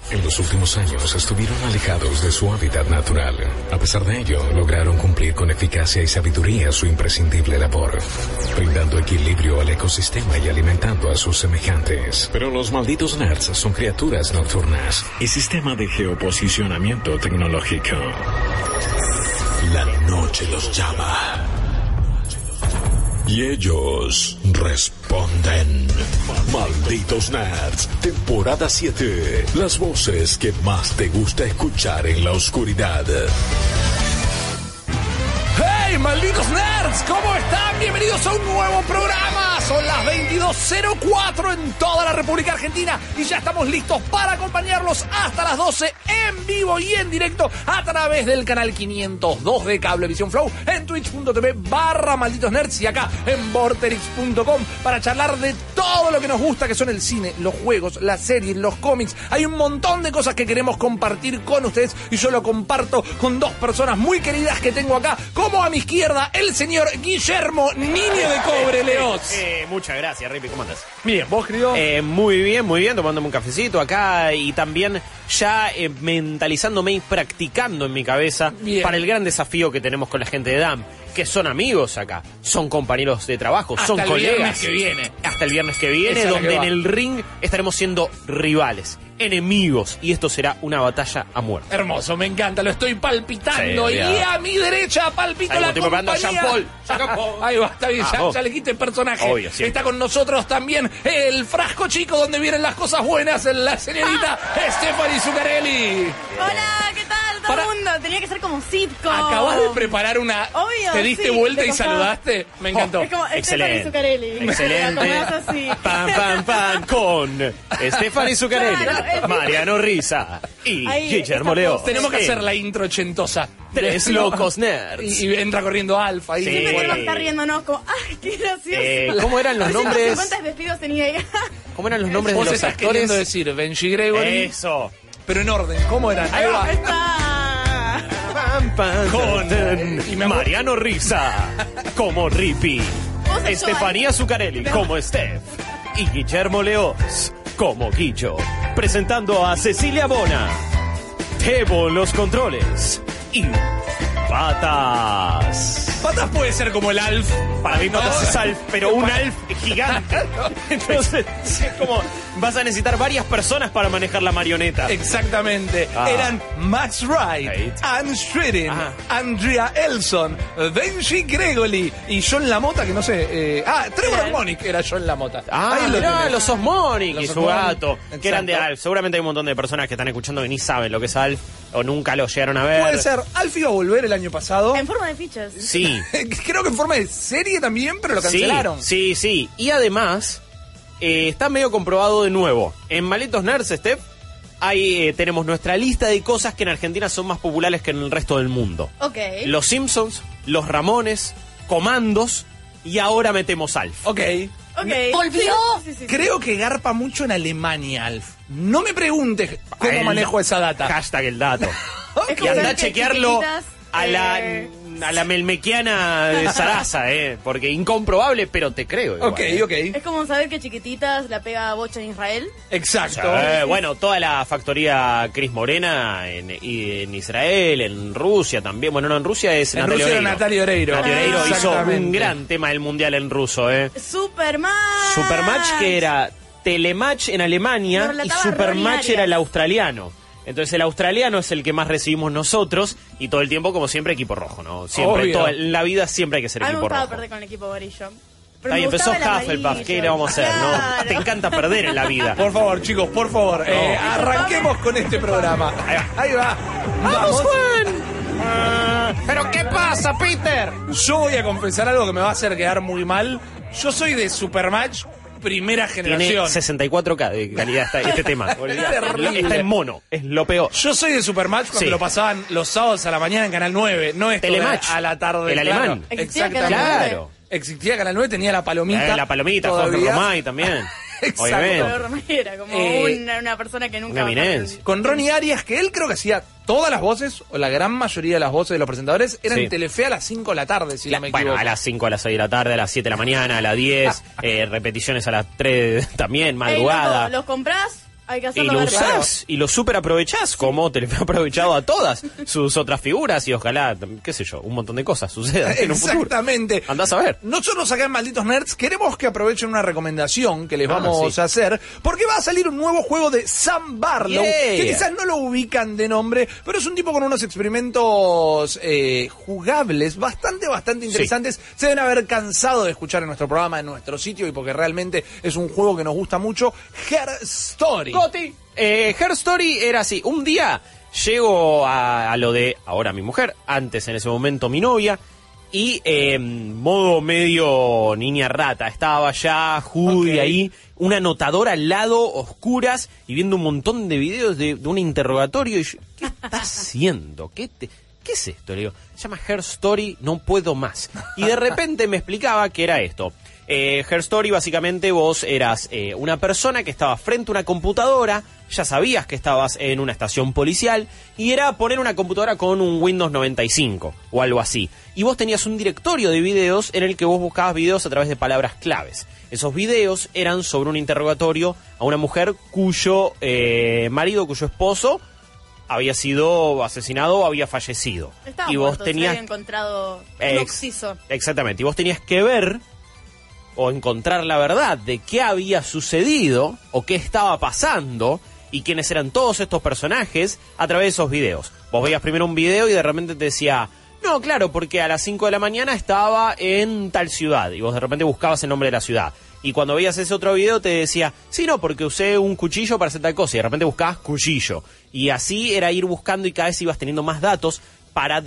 En los últimos años estuvieron alejados de su hábitat natural. A pesar de ello, lograron cumplir con eficacia y sabiduría su imprescindible labor, brindando equilibrio al ecosistema y alimentando a sus semejantes. Pero los malditos nerds son criaturas nocturnas y sistema de geoposicionamiento tecnológico. La noche los llama. Y ellos responden. Malditos Nerds, temporada 7. Las voces que más te gusta escuchar en la oscuridad. ¡Hey, malditos nerds! ¿Cómo están? Bienvenidos a un nuevo programa. Son las 22:04 en toda la República Argentina y ya estamos listos para acompañarlos hasta las 12 en vivo y en directo a través del canal 502 de Cablevisión Flow, en twitch.tv/malditos nerds y acá en vorterix.com para charlar de todo lo que nos gusta, que son el cine, los juegos, las series, los cómics. Hay un montón de cosas que queremos compartir con ustedes y yo lo comparto con dos personas muy queridas que tengo acá, como a mi izquierda el señor Guillermo Niño de Cobre Leoz. Muchas gracias, Rippy, ¿cómo andás? Bien, ¿vos, querido? Muy bien, tomándome un cafecito acá y también ya mentalizándome y practicando en mi cabeza para el gran desafío que tenemos con la gente de DAM, que son amigos acá, son compañeros de trabajo, hasta son el colegas. Viernes que viene. Hasta el viernes que viene, Esa donde que en va. el ring estaremos siendo rivales, enemigos, y esto será una batalla a muerte. Hermoso, me encanta, lo estoy palpitando. Sí, y ya. a mi derecha palpito Ahí la estoy preparando a compañía. Jean-Paul. Ahí va, está bien, Vamos. ya le quité el personaje. Obvio, siempre. Está con nosotros también el frasco chico donde vienen las cosas buenas, la señorita Stephanie Zuccarelli. Hola, ¿qué tal todo Para- el mundo? Tenía que ser como sitcom. Acabas de preparar una... Obvio, ¿Te diste sí, vuelta de y costado. saludaste? Me encantó. Es como Excelente. Zuccarelli. Excelente. La tomás así. Pam, con Stephanie Zuccarelli, Claro, Mariano Risa y Ahí, Guillermo esta León. pose. Tenemos que hacer la intro ochentosa. Tres ¿No? locos nerds. Y entra corriendo Alfa. Y Sí. Siempre tenemos que estar riéndonos como, ¡ay, qué gracioso! ¿Cómo eran los nombres? ¿Cuántos despidos tenía ahí? ¿Cómo eran los nombres de Vos los estás queriendo actores? decir Benji Gregory, Eso. pero en orden. ¿Cómo eran? Ahí va. Está. Con Y me Mariano Risa como Rippy, Vos sos Estefanía Zuccarelli como Steph y Guillermo Leoz como Guillo, presentando a Cecilia Bona, Tebo en los controles y Patas. Patas puede ser como el Alf. Para mí ¿no? Patas es Alf, pero un Alf gigante. Entonces, es como vas a necesitar varias personas para manejar la marioneta. Exactamente. Ah. Eran Max Wright, Right. Anne Schredding, Ah. Andrea Elson, Benji Gregory y John LaMotta, que no sé. Trevor Harmonic era John LaMotta. Ah, Ahí lo mirá, tenés. los Osmonic y Los su Osmonic, gato, exacto. que eran de Alf. Seguramente hay un montón de personas que están escuchando que ni saben lo que es Alf o nunca lo llegaron a ver. Puede ser. Alf iba a volver el año pasado. En forma de fichas. Sí, Creo que en forma de serie también, pero lo cancelaron. sí. Y además, está medio comprobado de nuevo. En Malditos Nerds, Steph, ahí tenemos nuestra lista de cosas que en Argentina son más populares que en el resto del mundo. Ok. Los Simpsons, Los Ramones, Comandos y ahora metemos Alf. Ok. Ok. ¿Volvió? Sí. Creo que garpa mucho en Alemania, Alf. No me preguntes cómo El- manejo esa data. Hashtag el dato. Es Y como anda ver a que chequearlo chiquititas, a la melmequiana de Sarasa, porque incomprobable, pero te creo. Igual, Ok. Es como saber que chiquititas la pega Bocha en Israel. Exacto. Bueno, toda la factoría Cris Morena en Israel, en Rusia también. Bueno, no, en Rusia es En Natalia Rusia era Oreiro. Natalia Oreiro. Natalia Oreiro hizo Exactamente. un gran tema del mundial en ruso, Supermatch. Supermatch, que era Telematch en Alemania, Lo y relataba Supermatch Ronnie Arias. era el australiano. Entonces el australiano es el que más recibimos nosotros y todo el tiempo, como siempre, equipo rojo, ¿no? Siempre, Obvio. en la vida siempre hay que ser A mí me equipo gustaba rojo. perder con el equipo amarillo. Ahí empezó Hufflepuff, ¿qué le vamos a hacer, no? Claro. Te encanta perder en la vida. Por favor, chicos, por favor. Arranquemos con este programa. Ahí va. Vamos. ¿Pero qué pasa, Peter? Yo voy a confesar algo que me va a hacer quedar muy mal. Yo soy de Supermatch primera Tiene generación. 64K de calidad este tema. Terrible. Está en mono, es lo peor. Yo soy de Supermatch cuando Sí. lo pasaban los sábados a la mañana en Canal 9. No esto de Telematch. a la tarde. El claro. alemán. ¿Existía Exactamente. Canal 9? Claro. Existía Canal 9, tenía la palomita. La palomita, Jorge todavía. Romay también. Exacto. Obviamente. Pero Romay era como una persona que nunca... una eminencia. Con Ronnie Arias, que él creo que hacía todas las voces, o la gran mayoría de las voces de los presentadores, eran Sí. en Telefe a las 5 de la tarde, si no me equivoco. Bueno, a las 5, a las 6 de la tarde, a las 7 de la mañana, a las 10, repeticiones a las 3 también, madrugada. ¿Los comprás? Hay que y hacerlo lo ver, usás claro. y lo super aprovechás, como te lo he aprovechado a todas sus otras figuras y ojalá, qué sé yo, un montón de cosas sucedan en un futuro. Exactamente. Andás a ver. Nosotros acá en Malditos Nerds queremos que aprovechen una recomendación que les vamos sí. a hacer, porque va a salir un nuevo juego de Sam Barlow, Yeah. que quizás no lo ubican de nombre, pero es un tipo con unos experimentos jugables bastante interesantes. Se deben haber cansado de escuchar en nuestro programa, en nuestro sitio, y porque realmente es un juego que nos gusta mucho, Her Story. Goti. Her Story era así. Un día llego a lo de ahora mi mujer, antes en ese momento mi novia, y modo medio niña rata. Estaba ya Judy ahí, una anotadora al lado, oscuras, y viendo un montón de videos de un interrogatorio. Y yo, ¿qué estás haciendo? ¿Qué es esto? Le digo, se llama Her Story, no puedo más. Y de repente me explicaba que era esto. Her Story, básicamente vos eras una persona que estaba frente a una computadora, ya sabías que estabas en una estación policial, y era poner una computadora con un Windows 95 o algo así. Y vos tenías un directorio de videos en el que vos buscabas videos a través de palabras claves. Esos videos eran sobre un interrogatorio a una mujer cuyo marido, cuyo esposo, había sido asesinado o había fallecido. Estaba y vos muerto, tenías... se había encontrado un occiso. Exactamente, y vos tenías que ver o encontrar la verdad de qué había sucedido o qué estaba pasando y quiénes eran todos estos personajes a través de esos videos. Vos veías primero un video y de repente te decía, no, claro, porque a las 5 de la mañana estaba en tal ciudad, y vos de repente buscabas el nombre de la ciudad. Y cuando veías ese otro video te decía, sí, no, porque usé un cuchillo para hacer tal cosa, y de repente buscabas cuchillo. Y así era ir buscando y cada vez ibas teniendo más datos para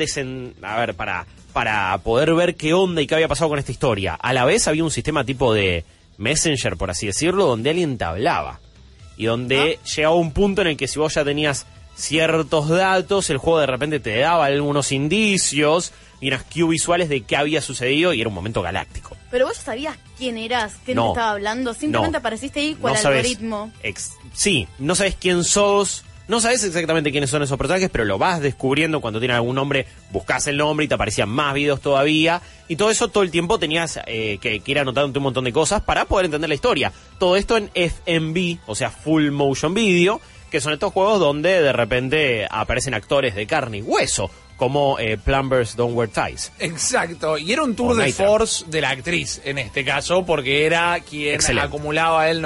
para poder ver qué onda y qué había pasado con esta historia. A la vez había un sistema tipo de Messenger, por así decirlo, donde alguien te hablaba. Y donde llegaba un punto en el que si vos ya tenías ciertos datos, el juego de repente te daba algunos indicios y unas cues visuales de qué había sucedido, y era un momento galáctico. Pero vos ya sabías quién eras, quién te estaba hablando, simplemente apareciste ahí con el algoritmo. Sí, no sabes quién sos. No sabes exactamente quiénes son esos personajes, pero lo vas descubriendo cuando tienen algún nombre, buscas el nombre y te aparecían más videos todavía. Y todo eso todo el tiempo tenías que ir anotándote un montón de cosas para poder entender la historia. Todo esto en FMV, o sea, Full Motion Video, que son estos juegos donde de repente aparecen actores de carne y hueso, como Plumbers Don't Wear Ties. Exacto, y era un tour de force de la actriz en este caso, porque era quien acumulaba el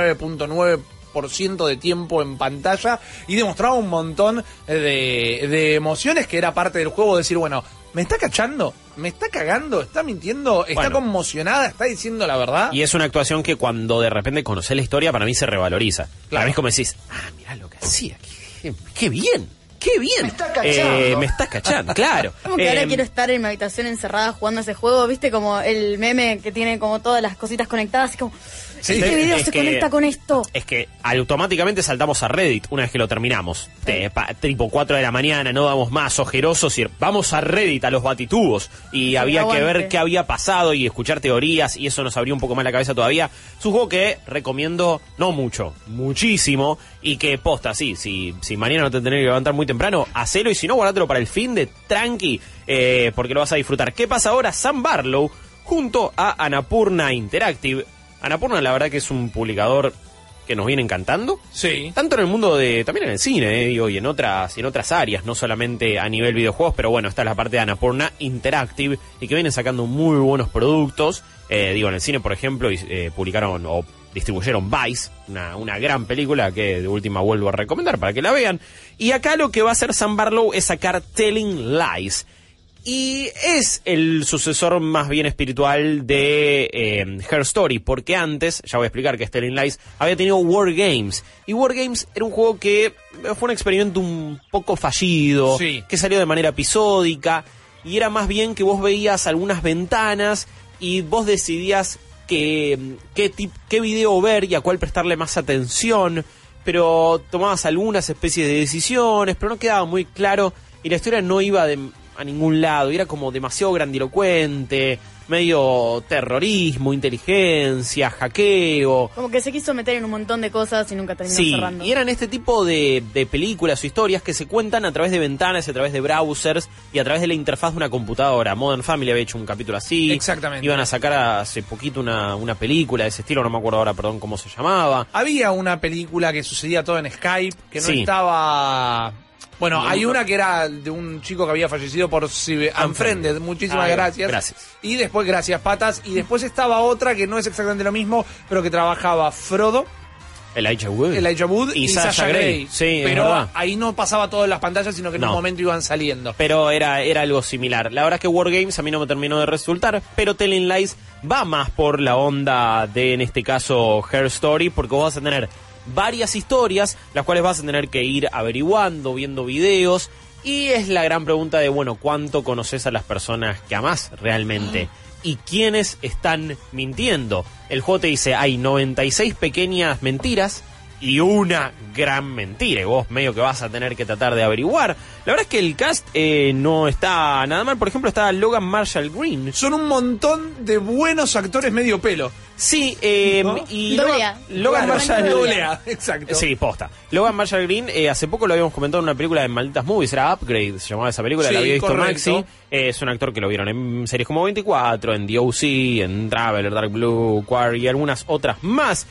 99.9% de tiempo en pantalla y demostraba un montón de emociones, que era parte del juego, decir, bueno, ¿me está cachando? ¿Me está cagando? ¿Está mintiendo? ¿Está conmocionada? ¿Está diciendo la verdad? Y es una actuación que cuando de repente conocés la historia, para mí se revaloriza. Claro. Para mí es como decís, mirá lo que hacía, qué bien. ¡Qué bien! Me está cachando, claro. Como que ahora quiero estar en mi habitación encerrada jugando ese juego, ¿viste? Como el meme que tiene como todas las cositas conectadas, así como, sí, este video se conecta con esto. Es que automáticamente saltamos a Reddit una vez que lo terminamos. Tipo 4 de la mañana, no damos más, ojerosos, y vamos a Reddit, a los batitubos. Y había que ver qué había pasado y escuchar teorías, y eso nos abrió un poco más la cabeza todavía. Es un juego que recomiendo, no mucho, muchísimo, y que posta, sí, si mañana no te tenés que levantar muy temprano, hacelo, y si no, guardátelo para el fin de tranqui, porque lo vas a disfrutar. ¿Qué pasa ahora? Sam Barlow junto a Annapurna Interactive. Annapurna, la verdad que es un publicador que nos viene encantando. Sí. Tanto en el mundo también en el cine, digo, y en otras áreas, no solamente a nivel videojuegos, pero bueno, esta es la parte de Annapurna Interactive, y que vienen sacando muy buenos productos. En el cine, por ejemplo, publicaron o distribuyeron Vice, una gran película que de última vuelvo a recomendar para que la vean. Y acá lo que va a hacer Sam Barlow es sacar Telling Lies. Y es el sucesor más bien espiritual de Her Story, porque antes, ya voy a explicar que es Telling Lies, había tenido War Games. Y War Games era un juego que fue un experimento un poco fallido, que salió de manera episódica, y era más bien que vos veías algunas ventanas y vos decidías qué video ver y a cuál prestarle más atención, pero tomabas algunas especies de decisiones, pero no quedaba muy claro y la historia no iba a ningún lado, y era como demasiado grandilocuente, medio terrorismo, inteligencia, hackeo. Como que se quiso meter en un montón de cosas y nunca terminó cerrando. Y eran este tipo de películas o historias que se cuentan a través de ventanas, a través de browsers y a través de la interfaz de una computadora. Modern Family había hecho un capítulo así. Exactamente. Iban a sacar hace poquito una película de ese estilo, no me acuerdo ahora, perdón, cómo se llamaba. Había una película que sucedía todo en Skype, que no Sí. estaba... Bueno, hay una que era de un chico que había fallecido por Unfriended. Muchísimas gracias. Y después, gracias, Patas. Y después estaba otra que no es exactamente lo mismo, pero que trabajaba Frodo, Elijah Wood y Sasha Grey. Sí, pero ahí no pasaba todo en las pantallas, sino que en un momento iban saliendo. Pero era algo similar. La verdad es que Wargames a mí no me terminó de resultar, pero Telling Lies va más por la onda de, en este caso, Her Story, porque vos vas a tener varias historias, las cuales vas a tener que ir averiguando, viendo videos, y es la gran pregunta de, bueno, ¿cuánto conoces a las personas que amás realmente? ¿Y quiénes están mintiendo? El juego te dice, hay 96 pequeñas mentiras y una gran mentira, y vos medio que vas a tener que tratar de averiguar. La verdad es que el cast no está nada mal. Por ejemplo, está Logan Marshall Green. Son un montón de buenos actores medio pelo. Sí, ¿no? y Logan Marshall doblea, exacto. Sí, posta. Logan Marshall Green, hace poco lo habíamos comentado en una película de Malditas Movies, era Upgrade, se llamaba esa película, la había visto Maxi. Es un actor que lo vieron en series como 24, en DOC, en Traveler, Dark Blue, Quarry y algunas otras más.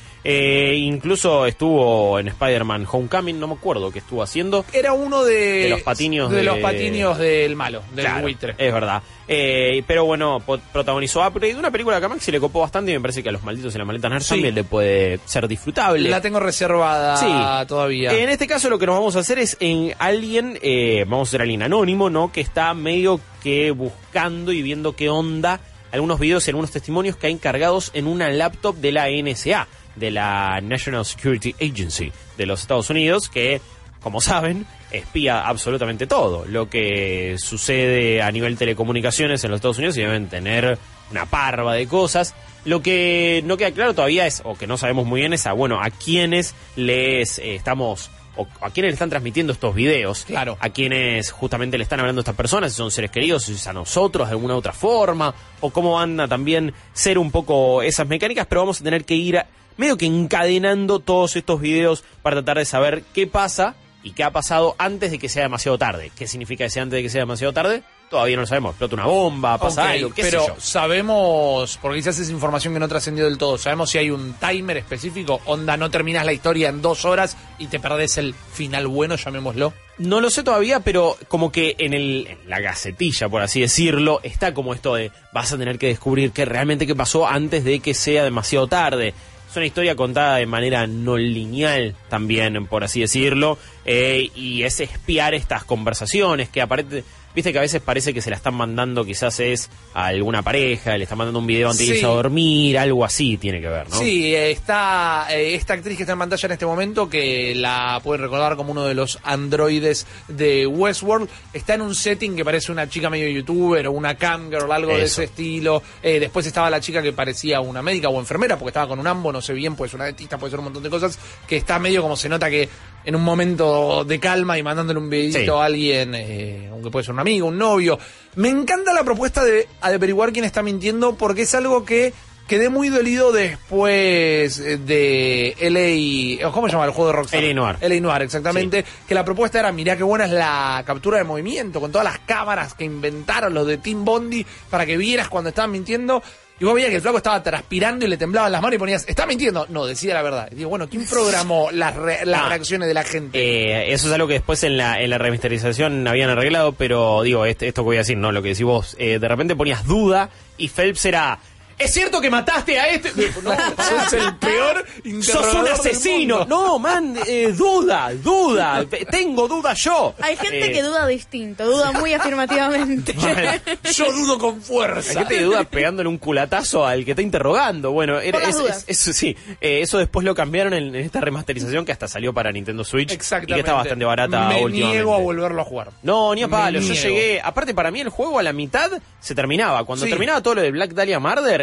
Incluso estuvo en Spider-Man Homecoming, no me acuerdo qué estuvo haciendo. Era uno de los patinios los patinios del malo, del buitre. Es verdad. Pero bueno, protagonizó Upgrade, una película que a Maxi le copó bastante y me parece que a los malditos y las maletas nerds también le puede ser disfrutable. La tengo reservada todavía. En este caso lo que nos vamos a hacer es en alguien, vamos a ser alguien anónimo, ¿no? Que está medio que buscando y viendo qué onda algunos videos y algunos testimonios que hay encargados en una laptop de la NSA, de la National Security Agency de los Estados Unidos, que, como saben, espía absolutamente todo lo que sucede a nivel telecomunicaciones en los Estados Unidos, y deben tener una parva de cosas. Lo que no queda claro todavía es, o que no sabemos muy bien, es a quiénes les estamos, o a quiénes le están transmitiendo estos videos. Claro. A quienes justamente le están hablando a estas personas, si son seres queridos, si es a nosotros de alguna otra forma, o cómo van a también ser un poco esas mecánicas, pero vamos a tener que ir medio que encadenando todos estos videos para tratar de saber qué pasa y qué ha pasado antes de que sea demasiado tarde. ¿Qué significa ese antes de que sea demasiado tarde? Todavía no lo sabemos. Explota una bomba, pasa algo, qué sé yo. Pero sabemos, porque quizás es información que no trascendió del todo, sabemos si hay un timer específico, onda, no terminás la historia en 2 horas y te perdés el final bueno, llamémoslo. No lo sé todavía, pero como que en la gacetilla, por así decirlo, está como esto de vas a tener que descubrir qué pasó antes de que sea demasiado tarde. Es una historia contada de manera no lineal también, por así decirlo, y es espiar estas conversaciones que aparecen. Viste que a veces parece que se la están mandando, quizás es a alguna pareja, le están mandando un video antes de irse a dormir, algo así tiene que ver, ¿no? Sí, está esta actriz que está en pantalla en este momento, que la pueden recordar como uno de los androides de Westworld, está en un setting que parece una chica medio youtuber o una camgirl, algo de ese estilo. Después estaba la chica que parecía una médica o enfermera, porque estaba con un ambo, no sé bien, puede ser una dentista, puede ser un montón de cosas, que está medio como se nota que en un momento de calma y mandándole un videito a alguien, aunque puede ser un amigo, un novio. Me encanta la propuesta de averiguar quién está mintiendo, porque es algo que quedé muy dolido después de L.A. ¿Cómo se llama el juego de Rockstar? L.A. Noire. L.A. Noire, exactamente. Sí. Que la propuesta era, mirá qué buena es la captura de movimiento, con todas las cámaras que inventaron los de Team Bondi para que vieras cuando estaban mintiendo. Y vos veías que el flaco estaba transpirando y le temblaban las manos y ponías, ¿está mintiendo? No, decía la verdad. Y digo, bueno, ¿quién programó las reacciones de la gente? Eso es algo que después en la remasterización habían arreglado, pero digo, esto que voy a decir, ¿no? Lo que decís vos, de repente ponías duda y Phelps era... ¿Es cierto que mataste a este? No, sos el peor interrogador. ¡Sos un asesino! No, man, duda. Tengo duda yo. Hay gente que duda distinto, duda muy afirmativamente. Bueno, yo dudo con fuerza. Hay gente que duda pegándole un culatazo al que está interrogando. Bueno, eso después lo cambiaron en esta remasterización que hasta salió para Nintendo Switch. Exactamente. Y que está bastante barata últimamente. Me niego a volverlo a jugar. No, ni a palo. Yo llegué... Aparte, para mí el juego a la mitad se terminaba. Cuando terminaba todo lo de Black Dahlia Murder,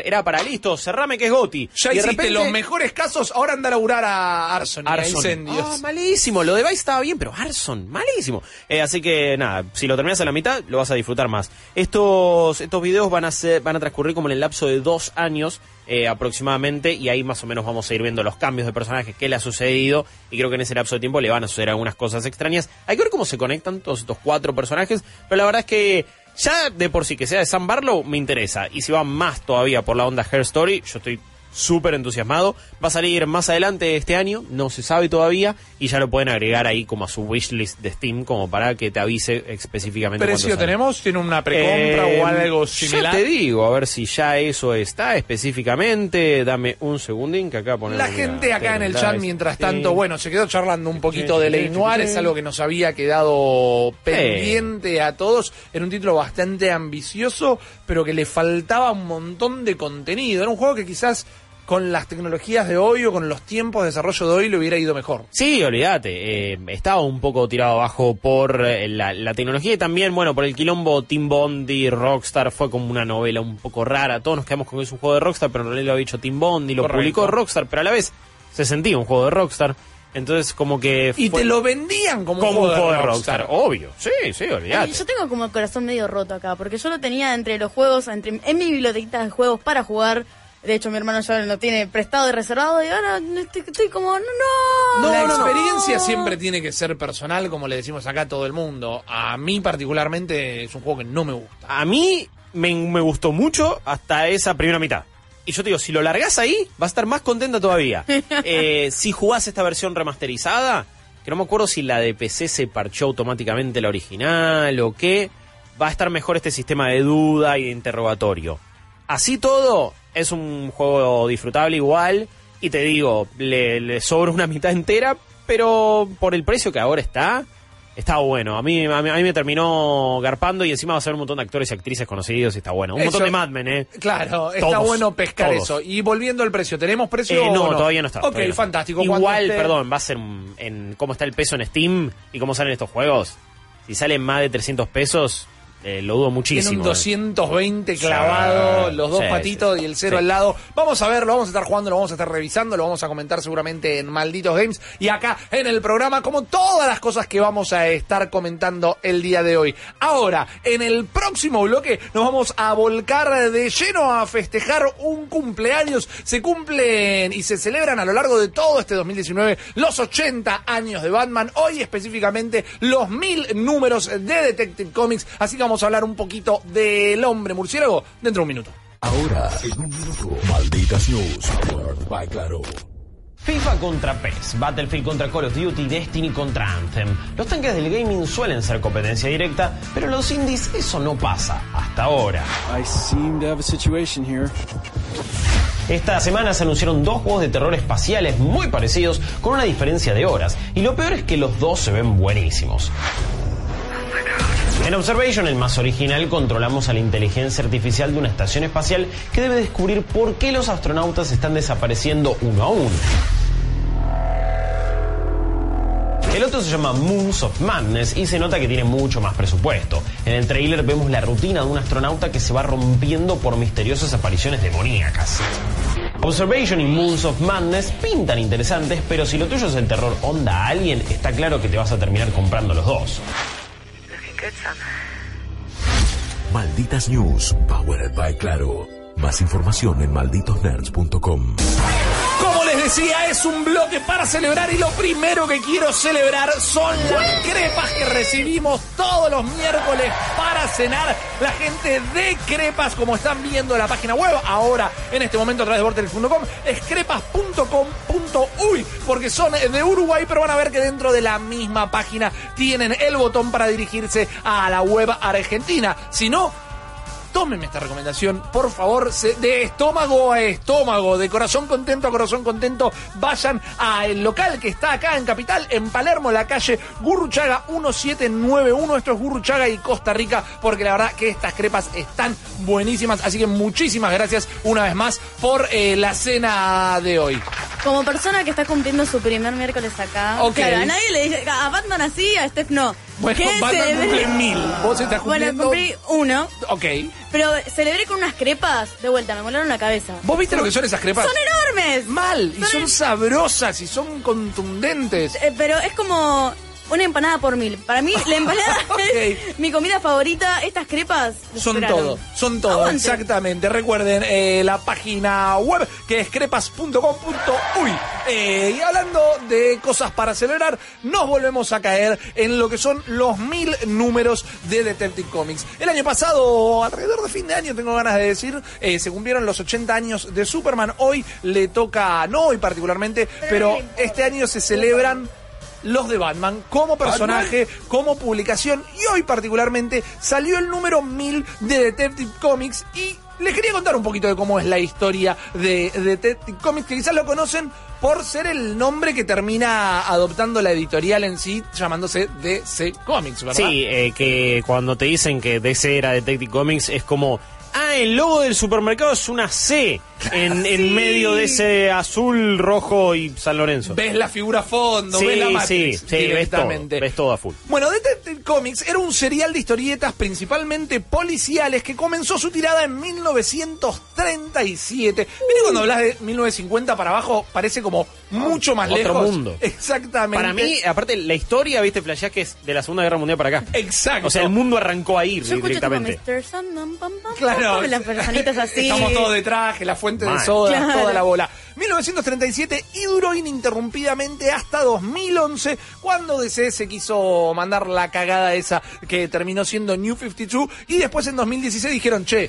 era para listo, cerrame que es Gotti. Ya y de hiciste repente, los mejores casos, ahora anda a laburar a Arson. A incendios. Malísimo. Lo de Vice estaba bien, pero Arson, malísimo. Así que nada, si lo terminas a la mitad, lo vas a disfrutar más. Estos videos van a transcurrir como en el lapso de 2 años aproximadamente, y ahí más o menos vamos a ir viendo los cambios de personajes que le ha sucedido, y creo que en ese lapso de tiempo le van a suceder algunas cosas extrañas. Hay que ver cómo se conectan todos estos 4 personajes, pero la verdad es que ya de por sí que sea de Sam Barlow me interesa, y si va más todavía por la onda Her Story, yo estoy súper entusiasmado. Va a salir más adelante este año, no se sabe todavía, y ya lo pueden agregar ahí como a su wishlist de Steam, como para que te avise específicamente. ¿Precio tenemos? ¿Tiene una precompra o algo similar? Ya te digo, a ver si ya eso está específicamente. Dame un segundín que acá ponemos. La gente acá en el chat, mientras tanto, bueno, se quedó charlando un poquito de L.A. Noire, es algo que nos había quedado pendiente a todos. Era un título bastante ambicioso, pero que le faltaba un montón de contenido. Era un juego que quizás con las tecnologías de hoy o con los tiempos de desarrollo de hoy le hubiera ido mejor. Sí, olvídate, estaba un poco tirado abajo por la tecnología, y también, bueno, por el quilombo Team Bondi, Rockstar. Fue como una novela un poco rara, todos nos quedamos con que es un juego de Rockstar, pero en realidad lo había hecho Team Bondi, lo publicó Rockstar, pero a la vez se sentía un juego de Rockstar. Entonces como que y te lo vendían como un juego de Rockstar. Obvio, sí, olvídate. Yo tengo como el corazón medio roto acá, porque yo lo tenía entre los juegos, en mi biblioteca de juegos para jugar. De hecho, mi hermano ya lo tiene prestado y reservado, y ahora estoy como, no. La experiencia siempre tiene que ser personal, como le decimos acá a todo el mundo. A mí particularmente es un juego que no me gusta. A mí me gustó mucho hasta esa primera mitad. Y yo te digo, si lo largás ahí, vas a estar más contenta todavía. Si jugás esta versión remasterizada, que no me acuerdo si la de PC se parchó automáticamente la original o qué, va a estar mejor este sistema de duda y de interrogatorio. Así todo, es un juego disfrutable igual, y te digo, le sobra una mitad entera, pero por el precio que ahora está bueno. A mí me terminó garpando, y encima va a ser un montón de actores y actrices conocidos, y está bueno. Un montón de Mad Men, Claro, está bueno pescar eso. Y volviendo al precio, ¿tenemos precio no, o no? Todavía no está. Ok, fantástico. Igual, perdón, va a ser en cómo está el peso en Steam y cómo salen estos juegos. Si salen más de 300 pesos... lo dudo muchísimo. Tiene un 220 clavado, los dos patitos y el 0 al lado. Vamos a verlo, vamos a estar jugando, lo vamos a estar revisando, lo vamos a comentar seguramente en Malditos Games y acá en el programa, como todas las cosas que vamos a estar comentando el día de hoy. Ahora, en el próximo bloque nos vamos a volcar de lleno a festejar un cumpleaños. Se cumplen y se celebran a lo largo de todo este 2019 los 80 años de Batman. Hoy específicamente los 1000 números de Detective Comics. Así que vamos a hablar un poquito del Hombre Murciélago dentro de un minuto. Ahora, en un minuto, Malditas News, powered by Claro. FIFA contra PES, Battlefield contra Call of Duty, Destiny contra Anthem. Los tanques del gaming suelen ser competencia directa, pero en los indies eso no pasa, hasta ahora. I seem to have a situation here. Esta semana se anunciaron 2 juegos de terror espaciales muy parecidos, con una diferencia de horas, y lo peor es que los dos se ven buenísimos. En Observation, el más original, controlamos a la inteligencia artificial de una estación espacial que debe descubrir por qué los astronautas están desapareciendo uno a uno. El otro se llama Moons of Madness y se nota que tiene mucho más presupuesto. En el tráiler vemos la rutina de un astronauta que se va rompiendo por misteriosas apariciones demoníacas. Observation y Moons of Madness pintan interesantes, pero si lo tuyo es el terror onda Alien, está claro que te vas a terminar comprando los dos. Malditas News, powered by Claro. Más información en malditosnerds.com. Como les decía, es un bloque para celebrar y lo primero que quiero celebrar son las crepas que recibimos todos los miércoles para cenar. La gente de Crepas, como están viendo en la página web, ahora en este momento a través de vortex.com, es crepas.com.uy, porque son de Uruguay, pero van a ver que dentro de la misma página tienen el botón para dirigirse a la web argentina. Si no, tómenme esta recomendación, por favor, de estómago a estómago, de corazón contento a corazón contento. Vayan al local que está acá en Capital, en Palermo, la calle Gurruchaga 1791. Esto es Gurruchaga y Costa Rica, porque la verdad que estas crepas están buenísimas. Así que muchísimas gracias una vez más por la cena de hoy. Como persona que está cumpliendo su primer miércoles acá, Okay. claro, a nadie le dice, a Batman así, a Steph no. Bueno, ¿Qué Batman cumple 1000. Vos estás cumpliendo... Bueno, cumplí 1. Ok. Pero celebré con unas crepas. De vuelta, me molaron la cabeza. ¿Vos viste lo que son esas crepas? ¡Son enormes! Mal, y son sabrosas, y son contundentes. Pero es como una empanada por 1000. Para mí, la empanada es mi comida favorita. Estas crepas lo Son superaron. todo, Aguante. exactamente. Recuerden la página web que es crepas.com.uy. Y hablando de cosas para celebrar, nos volvemos a caer en lo que son los 1000 números de Detective Comics. El año pasado, alrededor de fin de año, tengo ganas de decir, se cumplieron los 80 años de Superman. Hoy le toca, no hoy particularmente, pero este año se celebran los de Batman como personaje, como publicación, y hoy particularmente salió el número 1000 de Detective Comics y les quería contar un poquito de cómo es la historia de Detective Comics, que quizás lo conocen por ser el nombre que termina adoptando la editorial en sí, llamándose DC Comics, ¿verdad? Sí, que cuando te dicen que DC era Detective Comics es como... el logo del supermercado es una C en medio de ese azul, rojo y San Lorenzo. Ves la figura a fondo, ves la Matrix sí, directamente. ves todo a full. Bueno, Detective Comics era un serial de historietas principalmente policiales que comenzó su tirada en 1937. Mira, cuando hablas de 1950 para abajo, parece como mucho más otro lejos. mundo. Exactamente. Para mí, aparte, la historia, viste, flashás que es de la Segunda Guerra Mundial para acá. Exacto. O sea, el mundo arrancó ahí Yo escucho directamente. tipo Mr. Sandman, pam, pam, Claro. pam, las personitas así. Estamos todos de traje, la fuente de Mal. soda, Claro. toda la bola. 1937 y duró ininterrumpidamente hasta 2011, cuando DC se quiso mandar la cagada esa que terminó siendo New 52, y después en 2016 dijeron, che,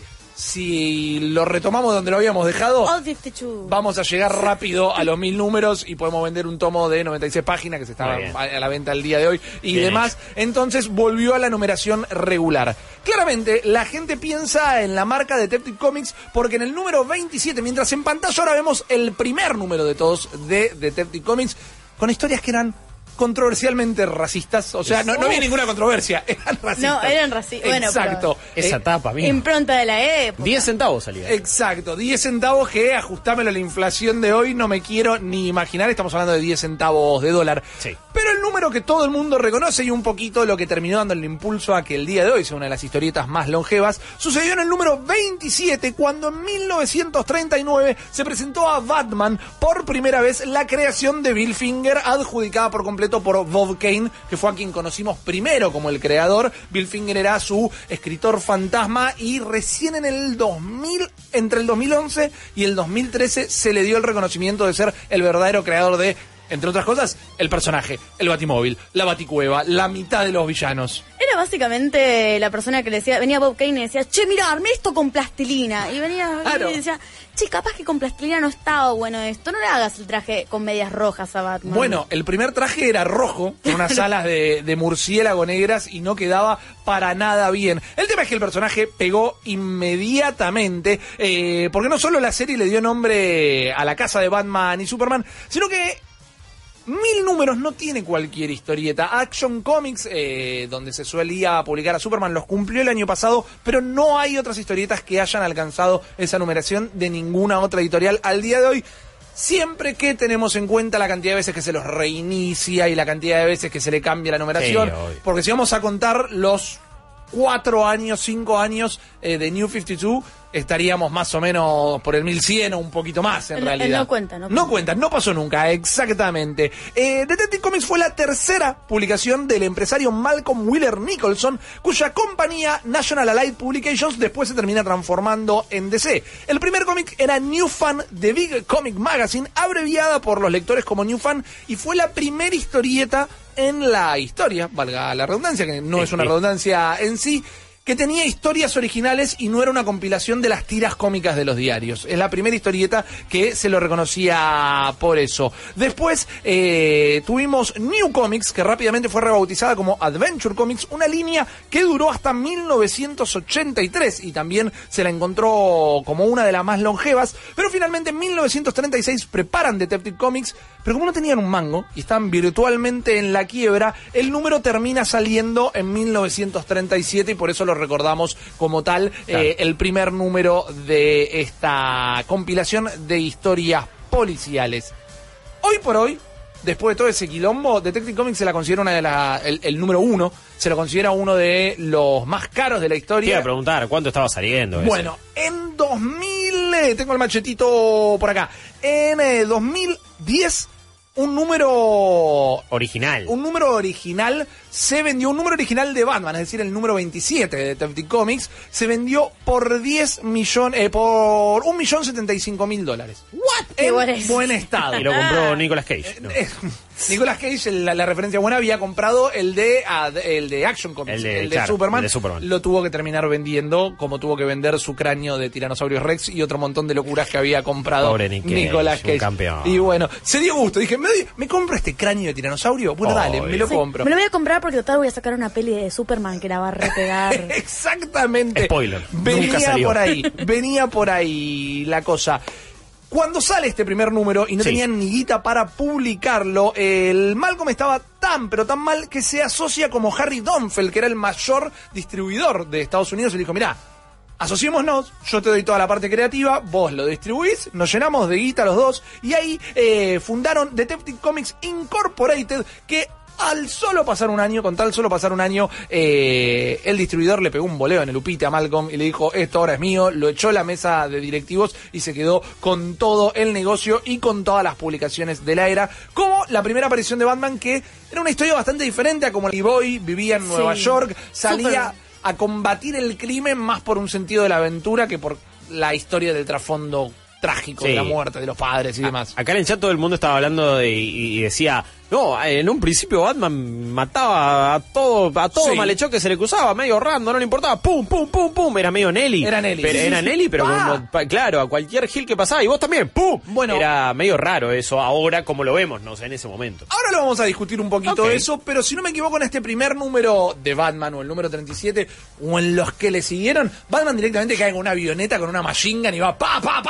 si lo retomamos donde lo habíamos dejado, All 52. vamos a llegar rápido a los 1000 números y podemos vender un tomo de 96 páginas que se estaba Muy bien. a la venta el día de hoy y Bien demás. Entonces volvió a la numeración regular. Claramente la gente piensa en la marca Detective Comics porque en el número 27, mientras en pantalla ahora vemos el primer número de todos de Detective Comics, con historias que eran controversialmente racistas, o sea, no había ninguna controversia, eran racistas. No, eran racistas. Bueno, exacto. Esa tapa, mira. Impronta de la época. 10 centavos salía. Exacto, 10 centavos que, ajustámelo a la inflación de hoy, no me quiero ni imaginar, estamos hablando de 10 centavos de dólar. Sí. Pero el número que todo el mundo reconoce y un poquito lo que terminó dando el impulso a que el día de hoy sea una de las historietas más longevas, sucedió en el número 27, cuando en 1939 se presentó a Batman por primera vez la creación de Bill Finger, adjudicada por completo por Bob Kane, que fue a quien conocimos primero como el creador. Bill Finger era su escritor fantasma y recién en el 2000, entre el 2011 y el 2013, se le dio el reconocimiento de ser el verdadero creador de, entre otras cosas, el personaje, el Batimóvil, la Baticueva, la mitad de los villanos. Era básicamente la persona que le decía, venía Bob Kane y decía, che, mira, armé esto con plastilina. Y venía Claro. y decía, che, capaz que con plastilina no estaba bueno esto, no le hagas el traje con medias rojas a Batman. Bueno, el primer traje era rojo, con unas alas de murciélago negras y no quedaba para nada bien. El tema es que el personaje pegó inmediatamente, porque no solo la serie le dio nombre a la casa de Batman y Superman, sino que 1000 números no tiene cualquier historieta. Action Comics, donde se solía publicar a Superman, los cumplió el año pasado, pero no hay otras historietas que hayan alcanzado esa numeración de ninguna otra editorial al día de hoy. Siempre que tenemos en cuenta la cantidad de veces que se los reinicia y la cantidad de veces que se le cambia la numeración, Sí, obvio. porque si vamos a contar los 4 años, 5 años de New 52, estaríamos más o menos por el 1100 o un poquito más en realidad. No cuenta, no pasó nunca, exactamente. Detective Comics fue la tercera publicación del empresario Malcolm Wheeler Nicholson, cuya compañía National Allied Publications después se termina transformando en DC. El primer cómic era New Fan de Big Comic Magazine, abreviada por los lectores como New Fan, y fue la primera historieta en la historia, valga la redundancia, que no es una redundancia en sí, que tenía historias originales y no era una compilación de las tiras cómicas de los diarios. Es la primera historieta que se lo reconocía por eso. Después tuvimos New Comics, que rápidamente fue rebautizada como Adventure Comics, una línea que duró hasta 1983 y también se la encontró como una de las más longevas, pero finalmente en 1936 preparan Detective Comics, pero como no tenían un mango y están virtualmente en la quiebra, el número termina saliendo en 1937 y por eso lo recordamos como tal, Claro. el primer número de esta compilación de historias policiales. Hoy por hoy, después de todo ese quilombo, Detective Comics se la considera el número 1, se lo considera uno de los más caros de la historia. Te iba a preguntar, ¿cuánto estaba saliendo ese? Bueno, en 2000, tengo el machetito por acá, en 2010, un número original se vendió, un número original de Batman, es decir, el número 27 de Detective Comics, se vendió por 10 millones, por $1.075.000. ¿What? En buen estado. Y lo compró Nicolas Cage, ¿no? Nicolas Cage, la referencia buena, había comprado el de Action Comics, el de Superman. Lo tuvo que terminar vendiendo, como tuvo que vender su cráneo de Tiranosaurios Rex y otro montón de locuras que había comprado. Pobre Nicolas Cage. Campeón. Y bueno, se dio gusto. Dije, ¿me compro este cráneo de tiranosaurio? Bueno, dale, me lo compro. Me lo voy a comprar porque total voy a sacar una peli de Superman que la va a repegar. Exactamente. Spoiler. Nunca salió. Venía por ahí la cosa. Cuando sale este primer número y no tenían ni guita para publicarlo, el Malcolm estaba tan, pero tan mal que se asocia como Harry Donfeld, que era el mayor distribuidor de Estados Unidos, y le dijo, mirá, asociémonos, yo te doy toda la parte creativa, vos lo distribuís, nos llenamos de guita los dos, y ahí fundaron Detective Comics Incorporated, que con tan solo pasar un año, el distribuidor le pegó un boleo en el upite a Malcolm y le dijo, esto ahora es mío, lo echó a la mesa de directivos y se quedó con todo el negocio y con todas las publicaciones de la era, como la primera aparición de Batman, que era una historia bastante diferente a como el Boy vivía en Nueva York, salía a combatir el crimen más por un sentido de la aventura que por la historia del trasfondo trágico de la muerte de los padres y demás. Acá en el chat todo el mundo estaba hablando y decía, no, en un principio Batman mataba a todo malhechor que se le cruzaba, medio random, no le importaba, pum, pum, pum, pum, era medio Nelly. Era Nelly, pero claro, a cualquier Gil que pasaba, y vos también, pum. Bueno, era medio raro eso, ahora como lo vemos, no sé, en ese momento. Ahora lo vamos a discutir un poquito eso, pero si no me equivoco, en este primer número de Batman, o el número 37, o en los que le siguieron, Batman directamente cae con una avioneta, con una machine gun y va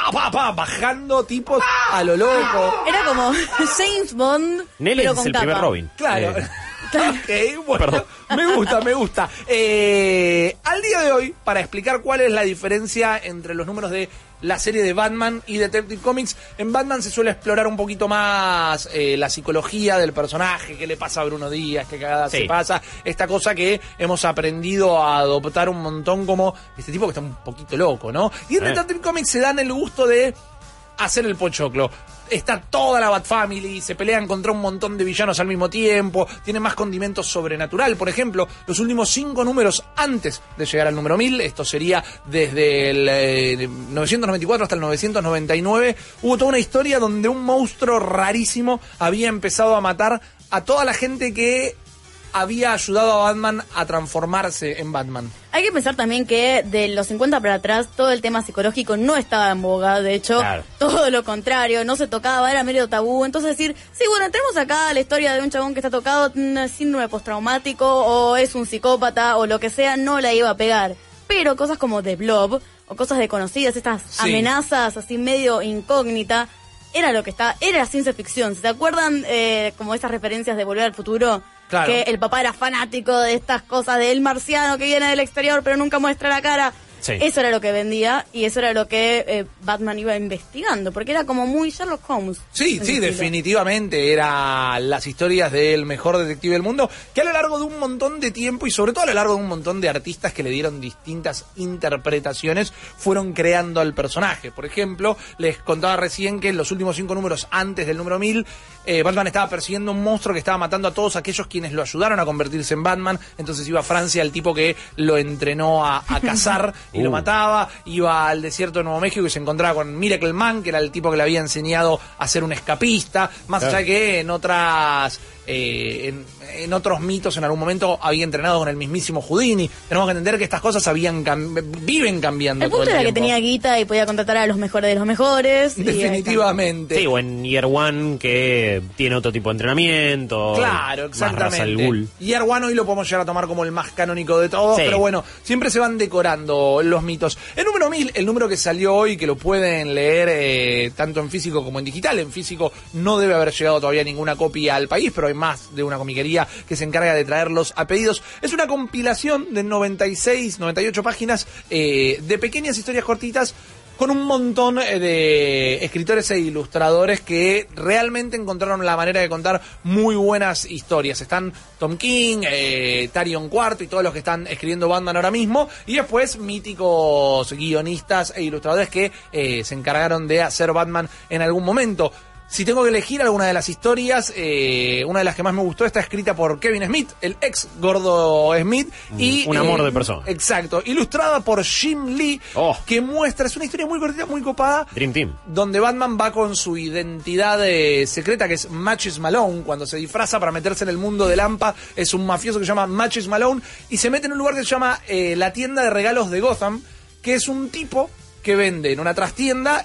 bajando tipos a lo loco. Era como James Bond, Nelly pero es con el capa. primer Robin. Claro. Ok, bueno, me gusta. Al día de hoy, para explicar cuál es la diferencia entre los números de la serie de Batman y Detective Comics, en Batman se suele explorar un poquito más la psicología del personaje, qué le pasa a Bruno Díaz, qué cagada se pasa, esta cosa que hemos aprendido a adoptar un montón como este tipo que está un poquito loco, ¿no? Y en Detective Comics se dan el gusto de hacer el pochoclo. Está toda la Bat Family, se pelean contra un montón de villanos al mismo tiempo, tiene más condimentos sobrenatural. Por ejemplo, los últimos 5 números antes de llegar al número 1000, esto sería desde el 994 hasta el 999, hubo toda una historia donde un monstruo rarísimo había empezado a matar a toda la gente que había ayudado a Batman a transformarse en Batman. Hay que pensar también que de los 50 para atrás todo el tema psicológico no estaba en boga, de hecho, todo lo contrario, no se tocaba, era medio tabú. Entonces decir, sí, bueno, tenemos acá la historia de un chabón que está tocado, síndrome postraumático, o es un psicópata, o lo que sea, no la iba a pegar. Pero cosas como The Blob, o cosas desconocidas, estas amenazas así medio incógnita, era lo que está, era ciencia ficción. ¿Se acuerdan como esas referencias de Volver al Futuro? Claro. Que el papá era fanático de estas cosas del marciano que viene del exterior pero nunca muestra la cara. Sí. Eso era lo que vendía y eso era lo que Batman iba investigando, porque era como muy Sherlock Holmes. Sí, definitivamente eran las historias del mejor detective del mundo, que a lo largo de un montón de tiempo y sobre todo a lo largo de un montón de artistas que le dieron distintas interpretaciones, fueron creando al personaje. Por ejemplo, les contaba recién que en los últimos 5 números antes del número 1000, Batman estaba persiguiendo un monstruo que estaba matando a todos aquellos quienes lo ayudaron a convertirse en Batman. Entonces iba a Francia, el tipo que lo entrenó a cazar y lo mataba, iba al desierto de Nuevo México y se encontraba con Miracle Man, que era el tipo que le había enseñado a ser un escapista, más allá que en otras en otros mitos en algún momento había entrenado con el mismísimo Houdini. Tenemos que entender que estas cosas viven cambiando. El punto era que tenía guita y podía contratar a los mejores de los mejores. Definitivamente. Sí, o en Year One, que tiene otro tipo de entrenamiento. Claro, exactamente. Más raza al Ghul. Year One hoy lo podemos llegar a tomar como el más canónico de todos, pero bueno, siempre se van decorando los mitos. El número 1000, el número que salió hoy, que lo pueden leer tanto en físico como en digital. En físico no debe haber llegado todavía ninguna copia al país, pero hay más de una comiquería que se encarga de traerlos a pedidos. Es una compilación de 96, 98 páginas de pequeñas historias cortitas con un montón de escritores e ilustradores que realmente encontraron la manera de contar muy buenas historias. Están Tom King, Tarion Quarto y todos los que están escribiendo Batman ahora mismo, y después míticos guionistas e ilustradores que se encargaron de hacer Batman en algún momento. Si tengo que elegir alguna de las historias, una de las que más me gustó está escrita por Kevin Smith, el ex Gordo Smith. Y, un amor de persona. Exacto. Ilustrada por Jim Lee, que muestra, es una historia muy cortita, muy copada. Dream Team. Donde Batman va con su identidad secreta, que es Matches Malone. Cuando se disfraza para meterse en el mundo de Lampa, es un mafioso que se llama Matches Malone. Y se mete en un lugar que se llama la tienda de regalos de Gotham, que es un tipo que vende en una trastienda...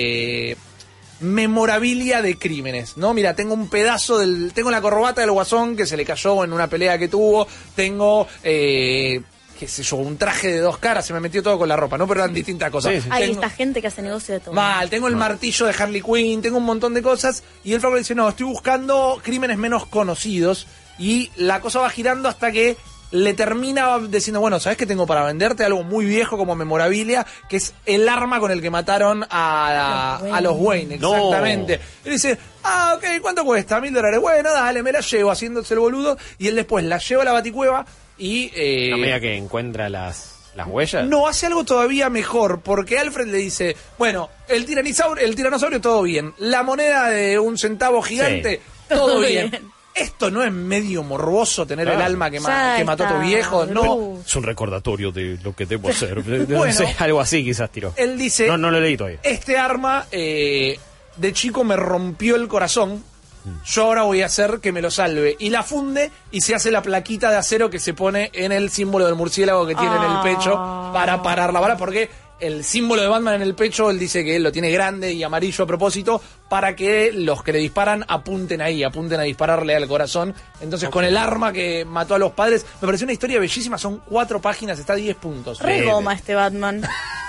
memorabilia de crímenes, ¿no? Mira, tengo un pedazo tengo la corbata del Guasón que se le cayó en una pelea que tuvo, tengo, qué sé yo, un traje de 2 caras, se me metió todo con la ropa, ¿no? Pero eran distintas cosas. Sí, sí. Hay esta gente que hace negocio de todo. Mal, tengo el martillo de Harley Quinn, tengo un montón de cosas, y el flaco le dice, no, estoy buscando crímenes menos conocidos, y la cosa va girando hasta que le termina diciendo, bueno, ¿sabes qué tengo para venderte? Algo muy viejo como memorabilia, que es el arma con el que mataron a los Wayne, exactamente. No. Él dice, ok, ¿cuánto cuesta? $1,000. Bueno, dale, me la llevo, haciéndose el boludo, y él después la lleva a la Baticueva y... a medida que encuentra las huellas. No, hace algo todavía mejor, porque Alfred le dice, bueno, el tiranosaurio todo bien, la moneda de 1 centavo gigante, todo bien. Esto no es medio morboso tener el alma que mató a tu viejo, no. Es un recordatorio de lo que debo hacer. Bueno, no sé, algo así quizás tiró. Él dice, no lo leí todavía. Este arma de chico me rompió el corazón, yo ahora voy a hacer que me lo salve. Y la funde y se hace la plaquita de acero que se pone en el símbolo del murciélago que tiene en el pecho para parar la bala, porque... el símbolo de Batman en el pecho, él dice que él lo tiene grande y amarillo a propósito, para que los que le disparan apunten a dispararle al corazón. Entonces, con el arma que mató a los padres, me pareció una historia bellísima, son 4 páginas, está a 10 puntos. Re goma este Batman.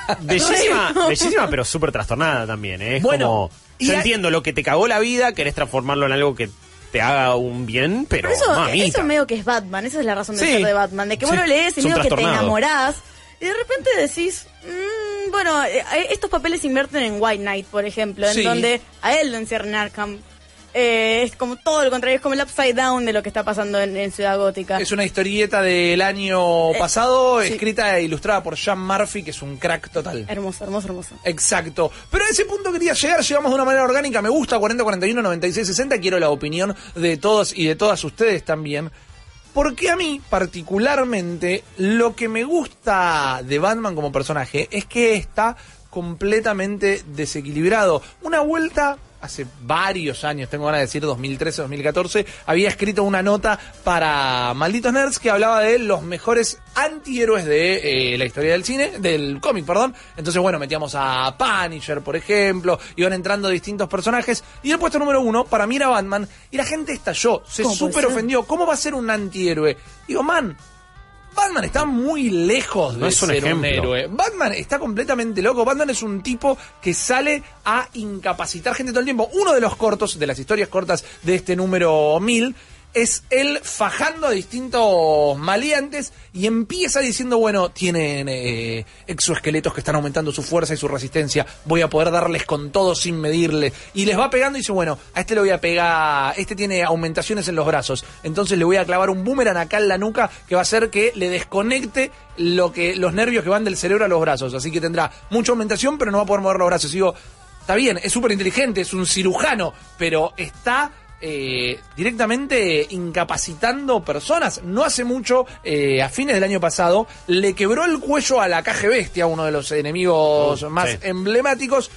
Bellísima, pero súper trastornada también, ¿eh? Es bueno, como, yo entiendo lo que te cagó la vida, querés transformarlo en algo que te haga un bien, pero eso medio que es Batman, esa es la razón de ser de Batman, de que vos lo lees y medio que te enamorás. Y de repente decís, bueno, estos papeles se invierten en White Knight, por ejemplo, en donde a él lo encierran en Arkham. Es como todo lo contrario, es como el upside down de lo que está pasando en Ciudad Gótica. Es una historieta del año pasado, escrita e ilustrada por Sean Murphy, que es un crack total. Hermoso. Exacto. Pero a ese punto quería llegar, llegamos de una manera orgánica. Me gusta 4041 9660, quiero la opinión de todos y de todas ustedes también. Porque a mí, particularmente, lo que me gusta de Batman como personaje es que está completamente desequilibrado. Una vuelta, hace varios años, tengo ganas de decir 2013, 2014, había escrito una nota para Malditos Nerds que hablaba de los mejores antihéroes de la historia del cómic, perdón. Entonces, bueno, metíamos a Punisher, por ejemplo, iban entrando distintos personajes, y el puesto número 1 para mí era Batman, y la gente estalló, se súper ofendió. ¿Cómo va a ser un antihéroe? Digo, Batman está muy lejos de ser un héroe. Batman está completamente loco. Batman es un tipo que sale a incapacitar gente todo el tiempo. Uno de los cortos, de las historias cortas de este número 1000, es él fajando a distintos maleantes y empieza diciendo, bueno, tienen exoesqueletos que están aumentando su fuerza y su resistencia, voy a poder darles con todo sin medirle, y les va pegando y dice, bueno, a este le voy a pegar, este tiene aumentaciones en los brazos, entonces le voy a clavar un boomerang acá en la nuca que va a hacer que le desconecte los nervios que van del cerebro a los brazos, así que tendrá mucha aumentación pero no va a poder mover los brazos. Y digo, está bien, es súper inteligente, es un cirujano, pero está directamente incapacitando personas. No hace mucho, a fines del año pasado, le quebró el cuello a la Caja Bestia, uno de los enemigos más emblemáticos,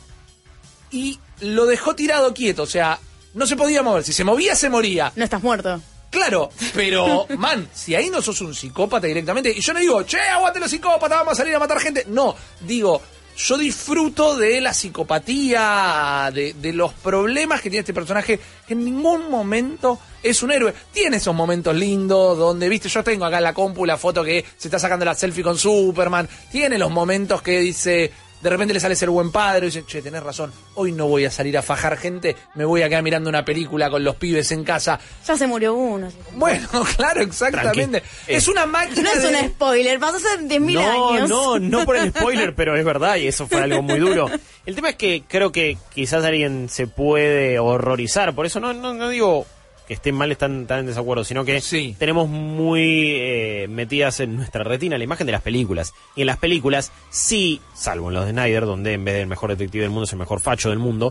y lo dejó tirado quieto, o sea, no se podía mover. Si se movía, se moría. No estás muerto. Claro, pero, si ahí no sos un psicópata directamente, y yo no digo, che, aguante los psicópatas, vamos a salir a matar gente. No, digo, yo disfruto de la psicopatía, de los problemas que tiene este personaje, que en ningún momento es un héroe. Tiene esos momentos lindos donde, viste, yo tengo acá en la compu la foto que se está sacando la selfie con Superman. Tiene los momentos que dice, de repente le sale ser buen padre y dice, che, tenés razón, hoy no voy a salir a fajar gente, me voy a quedar mirando una película con los pibes en casa. Ya se murió uno. Bueno, claro, exactamente. Es una máquina No es un spoiler, pasó hace 10.000 años. No por el spoiler, pero es verdad y eso fue algo muy duro. El tema es que creo que quizás alguien se puede horrorizar, por eso no digo que estén mal, están en desacuerdo, sino que tenemos muy metidas en nuestra retina la imagen de las películas. Y en las películas, sí, salvo en los de Snyder, donde en vez del mejor detective del mundo es el mejor facho del mundo,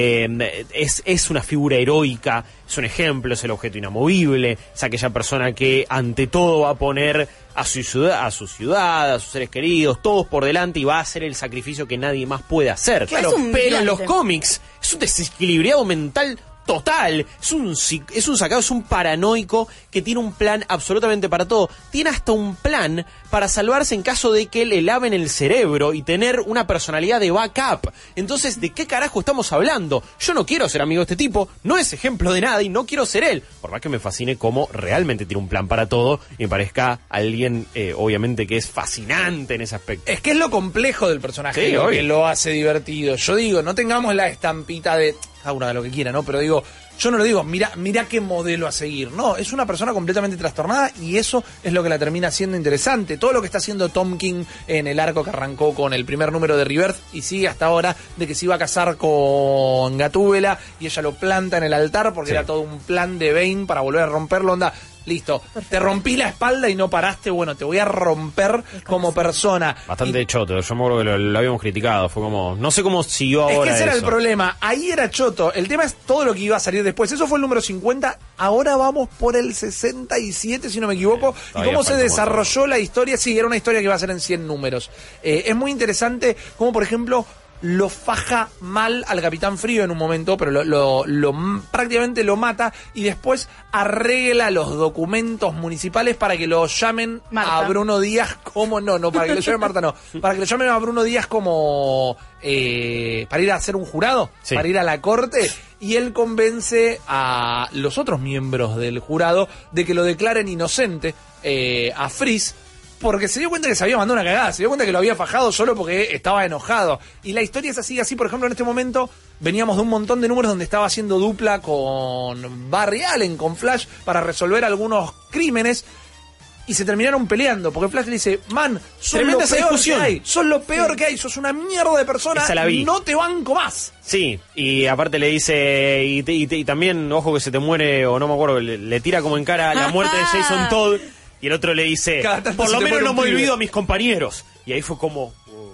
es una figura heroica, es un ejemplo, es el objeto inamovible, es aquella persona que ante todo va a poner a su ciudad, a sus seres queridos, todos por delante y va a hacer el sacrificio que nadie más puede hacer. Claro, pero en los cómics es un desequilibrado mental total, es un sacado, es un paranoico que tiene un plan absolutamente para todo. Tiene hasta un plan para salvarse en caso de que le laven el cerebro y tener una personalidad de backup. Entonces, ¿de qué carajo estamos hablando? Yo no quiero ser amigo de este tipo, no es ejemplo de nada y no quiero ser él. Por más que me fascine cómo realmente tiene un plan para todo y me parezca alguien, obviamente, que es fascinante en ese aspecto. Es que es lo complejo del personaje, lo que lo hace divertido. Yo digo, no tengamos la estampita de cada uno de lo que quiera, ¿no? Pero digo, yo no lo digo, mira qué modelo a seguir. No, es una persona completamente trastornada y eso es lo que la termina haciendo interesante. Todo lo que está haciendo Tom King en el arco que arrancó con el primer número de Rebirth y sigue hasta ahora, de que se iba a casar con Gatúbela y ella lo planta en el altar porque era todo un plan de Bane para volver a romperlo, onda. Listo, te rompí la espalda y no paraste, bueno, te voy a romper como persona. Bastante choto, yo me acuerdo que lo habíamos criticado, fue como, no sé cómo siguió ahora. Es que ese era eso. el problema, ahí era choto, el tema es todo lo que iba a salir después, eso fue el número 50, ahora vamos por el 67 si no me equivoco, y cómo se desarrolló la historia, sí, era una historia que iba a ser en 100 números. Es muy interesante como por ejemplo lo faja mal al Capitán Frío en un momento, pero prácticamente lo mata y después arregla los documentos municipales para que lo llamen a Bruno Díaz como... No, para que lo llamen Marta no. Para que lo llamen a Bruno Díaz como... para ir a hacer un jurado, para ir a la corte, y él convence a los otros miembros del jurado de que lo declaren inocente a Freeze, porque se dio cuenta que se había mandado una cagada, se dio cuenta que lo había fajado solo porque estaba enojado. Y la historia es así, por ejemplo, en este momento veníamos de un montón de números donde estaba haciendo dupla con Barry Allen, con Flash, para resolver algunos crímenes. Y se terminaron peleando, porque Flash le dice, man, sos lo peor que hay, sos lo peor que hay, sos una mierda de persona, no te banco más. Sí, y aparte le dice, y también, ojo que se te muere, o no me acuerdo, le tira como en cara la muerte de Jason Todd. Y el otro le dice, por lo menos no me olvido a mis compañeros. Y ahí fue como...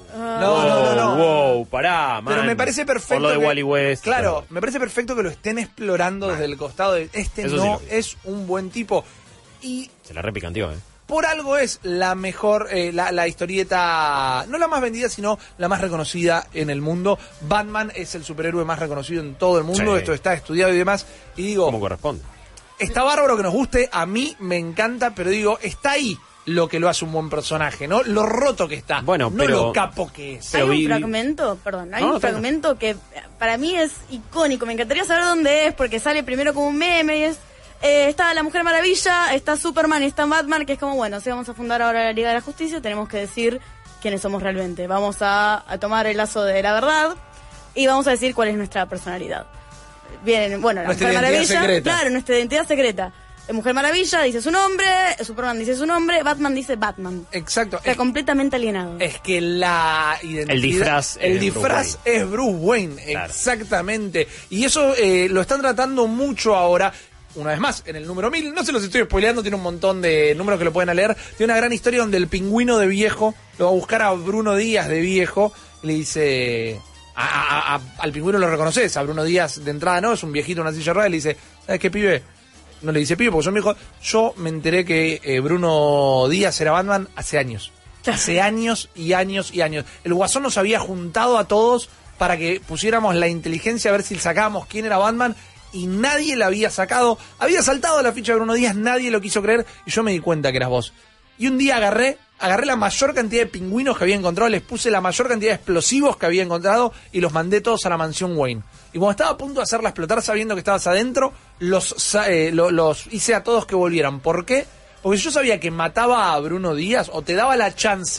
No. Wow, pará, man. Pero me parece perfecto. Por lo de Wally West. Claro, me parece perfecto que lo estén explorando desde el costado de es un buen tipo. Y se la repicanteó, por algo es la mejor, la historieta, no la más vendida, sino la más reconocida en el mundo. Batman es el superhéroe más reconocido en todo el mundo. Esto está estudiado y demás. Y digo, como corresponde. Está bárbaro que nos guste, a mí me encanta, pero digo, está ahí lo que lo hace un buen personaje, ¿no? Lo roto que está, bueno, no lo capo que es. Hay un fragmento que para mí es icónico, me encantaría saber dónde es, porque sale primero como un meme y es... está la Mujer Maravilla, está Superman y está Batman, que es como, bueno, si vamos a fundar ahora la Liga de la Justicia, tenemos que decir quiénes somos realmente. Vamos a tomar el lazo de la verdad y vamos a decir cuál es nuestra personalidad. Bien, bueno, la Mujer Maravilla, claro, nuestra identidad secreta. Mujer Maravilla dice su nombre, Superman dice su nombre, Batman dice Batman. Exacto. Está completamente alienado. Es que la identidad... El disfraz es Bruce Wayne, claro. Exactamente. Y eso lo están tratando mucho ahora. Una vez más, en el número 1000, no se los estoy spoileando, tiene un montón de números que lo pueden leer. Tiene una gran historia donde el Pingüino de viejo lo va a buscar a Bruno Díaz de viejo y le dice... al Pingüino lo reconoces, a Bruno Díaz de entrada no, es un viejito en una silla de ruedas, y le dice, ¿sabes qué, pibe? No le dice pibe, porque yo me enteré que Bruno Díaz era Batman hace años. Hace años y años y años. El Guasón nos había juntado a todos para que pusiéramos la inteligencia a ver si sacábamos quién era Batman, y nadie la había sacado. Había saltado la ficha de Bruno Díaz, nadie lo quiso creer, y yo me di cuenta que eras vos. Y un día agarré la mayor cantidad de pingüinos que había encontrado, les puse la mayor cantidad de explosivos que había encontrado y los mandé todos a la mansión Wayne. Y cuando estaba a punto de hacerla explotar sabiendo que estabas adentro, los hice a todos que volvieran. ¿Por qué? Porque si yo sabía que mataba a Bruno Díaz o te daba la chance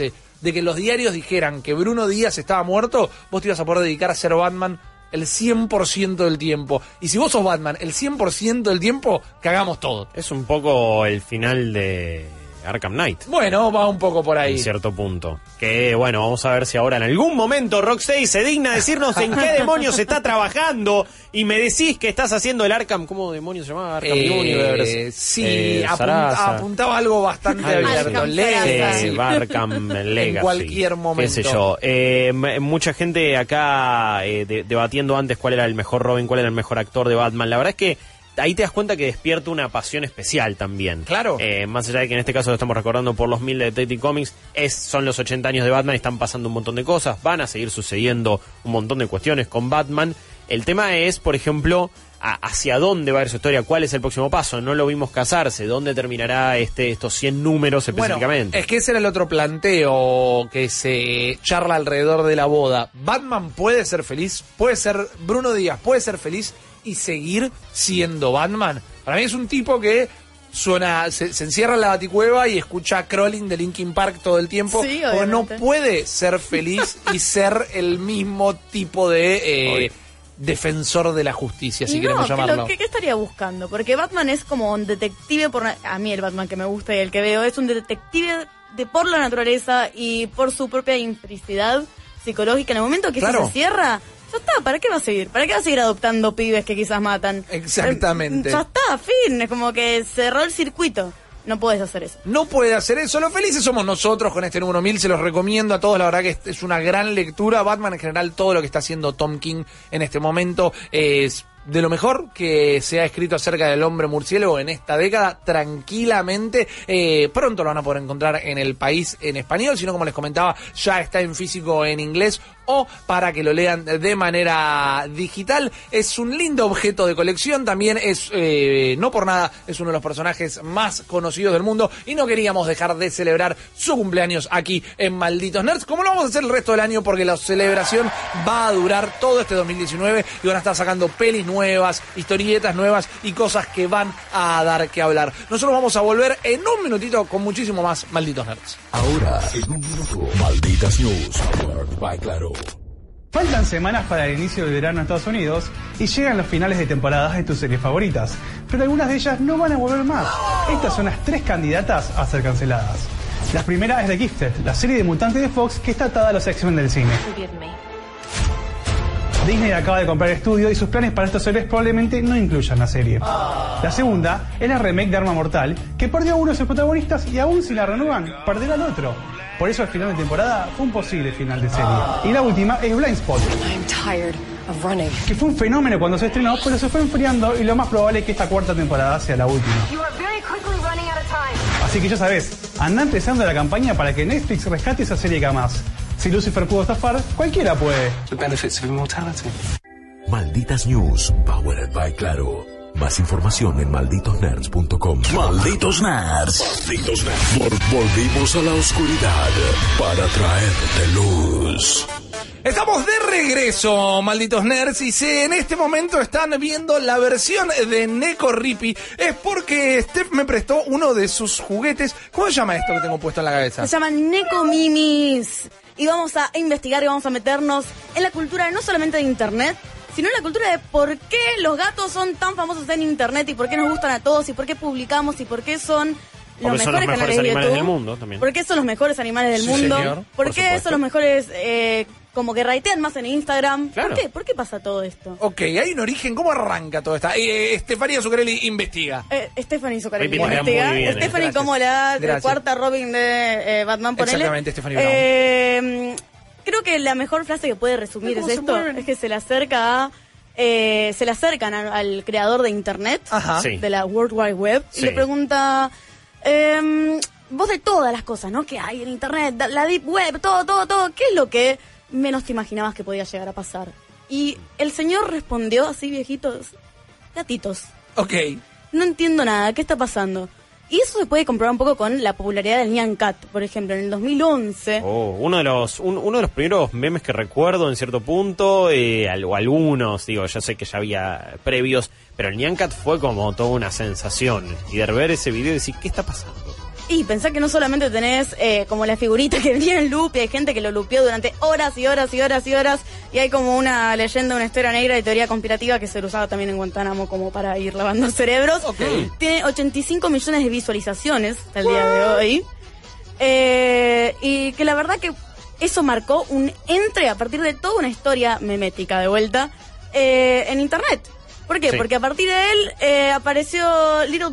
de que los diarios dijeran que Bruno Díaz estaba muerto, vos te ibas a poder dedicar a ser Batman el 100% del tiempo. Y si vos sos Batman el 100% del tiempo, cagamos todo. Es un poco el final de Arkham Knight. Bueno, va un poco por ahí. En cierto punto. Que bueno, vamos a ver si ahora en algún momento Rocksteady se digna decirnos en qué demonios está trabajando y me decís que estás haciendo el Arkham. ¿Cómo demonios se llamaba? Arkham Universe. Sí, apuntaba algo bastante abierto. Arkham Legacy. En cualquier momento. Qué sé yo. Mucha gente acá debatiendo antes cuál era el mejor Robin, cuál era el mejor actor de Batman. La verdad es que ahí te das cuenta que despierta una pasión especial también. Claro. Más allá de que en este caso lo estamos recordando por los 1000 de Detective Comics, son los 80 años de Batman, están pasando un montón de cosas, van a seguir sucediendo un montón de cuestiones con Batman. El tema es, por ejemplo, hacia dónde va a ir su historia, cuál es el próximo paso. No lo vimos casarse, dónde terminará estos 100 números específicamente. Bueno, es que ese era el otro planteo que se charla alrededor de la boda. Batman puede ser feliz, puede ser Bruno Díaz, puede ser feliz y seguir siendo Batman. Para mí es un tipo que se encierra en la baticueva y escucha Crawling de Linkin Park todo el tiempo, sí, porque no puede ser feliz y ser el mismo tipo de defensor de la justicia, si queremos llamarlo. ¿Qué estaría buscando? Porque Batman es como un detective, a mí el Batman que me gusta y el que veo es un detective por la naturaleza y por su propia infelicidad psicológica. En el momento que se cierra, ya está, ¿para qué va a seguir? ¿Para qué va a seguir adoptando pibes que quizás matan? Exactamente. Ya está, fin, es como que cerró el circuito. No puedes hacer eso. No puede hacer eso. Los felices somos nosotros con este número 1000. Se los recomiendo a todos. La verdad que es una gran lectura. Batman en general, todo lo que está haciendo Tom King en este momento es de lo mejor que se ha escrito acerca del hombre murciélago en esta década, tranquilamente. Pronto lo van a poder encontrar en el país en español, sino como les comentaba, ya está en físico en inglés o para que lo lean de manera digital. Es un lindo objeto de colección, también es, no por nada, es uno de los personajes más conocidos del mundo y no queríamos dejar de celebrar su cumpleaños aquí en Malditos Nerds, como lo vamos a hacer el resto del año porque la celebración va a durar todo este 2019 y van a estar sacando pelis nuevas, historietas nuevas y cosas que van a dar que hablar. Nosotros vamos a volver en un minutito con muchísimo más Malditos Nerds. Ahora, en un minuto, Malditas News, powered by Claro. Faltan semanas para el inicio del verano en Estados Unidos y llegan los finales de temporadas de tus series favoritas, pero algunas de ellas no van a volver más. Estas son las 3 candidatas a ser canceladas. La primera es The Gifted, la serie de mutantes de Fox que está atada a los X-Men del cine. Disney acaba de comprar el estudio y sus planes para estos series probablemente no incluyan la serie. La segunda es la remake de Arma Mortal, que perdió a uno de sus protagonistas y aún si la renuevan, perderá al otro. Por eso el final de temporada fue un posible final de serie. Y la última es Blindspot, que fue un fenómeno cuando se estrenó, pero se fue enfriando y lo más probable es que esta 4ª temporada sea la última. Así que ya sabes, anda empezando la campaña para que Netflix rescate esa serie que amás. Si Lucifer pudo estafar, cualquiera puede. Malditas News, powered by Claro. Más información en malditosnerds.com. Malditos Nerds. Malditos Nerds. Volvimos a la oscuridad para traerte luz. Estamos de regreso, Malditos Nerds, y si en este momento están viendo la versión de Neko Rippy, es porque Steph me prestó uno de sus juguetes. ¿Cómo se llama esto que tengo puesto en la cabeza? Se llaman Neko Mimis. Y vamos a investigar y vamos a meternos en la cultura no solamente de internet, sino en la cultura de por qué los gatos son tan famosos en internet y por qué nos gustan a todos y por qué publicamos y por qué son los mejores canales de YouTube del mundo también. ¿Por qué son los mejores animales del mundo? Señor, ¿Por qué son los mejores como que raitean más en Instagram? Claro. ¿Por qué pasa todo esto? Ok, hay un origen. ¿Cómo arranca todo esto? Estefanía Zuccarelli investiga. Stephanie Zuccarelli Muy bien, investiga. muy bien, Stephanie gracias. como la Gracias. cuarta Robin de Batman, ponele. Exactamente, Stephanie Brown. Creo que la mejor frase que puede resumir es esto, es que se le acercan al creador de internet, Ajá. Sí. de la World Wide Web, y Sí. le pregunta, vos de todas las cosas, ¿no? Que hay en internet, la deep web, todo, ¿qué es lo que menos te imaginabas que podía llegar a pasar? Y el señor respondió así, viejitos, gatitos. Ok. No entiendo nada, ¿qué está pasando? Y eso se puede comprobar un poco con la popularidad del Nyan Cat, por ejemplo, en el 2011. Uno de los primeros memes que recuerdo en cierto punto, o algunos, digo, ya sé que ya había previos, pero el Nyan Cat fue como toda una sensación. Y de ver ese video y decir, ¿qué está pasando? Y pensá que no solamente tenés como la figurita que venía en loop, y hay gente que lo lupeó durante horas y horas y horas y horas, y hay como una leyenda, una historia negra de teoría conspirativa que se lo usaba también en Guantánamo como para ir lavando cerebros. Okay. Tiene 85 millones de visualizaciones hasta el día de hoy. Y que la verdad que eso marcó un entre a partir de toda una historia memética de vuelta en internet. ¿Por qué? Sí. Porque a partir de él apareció Little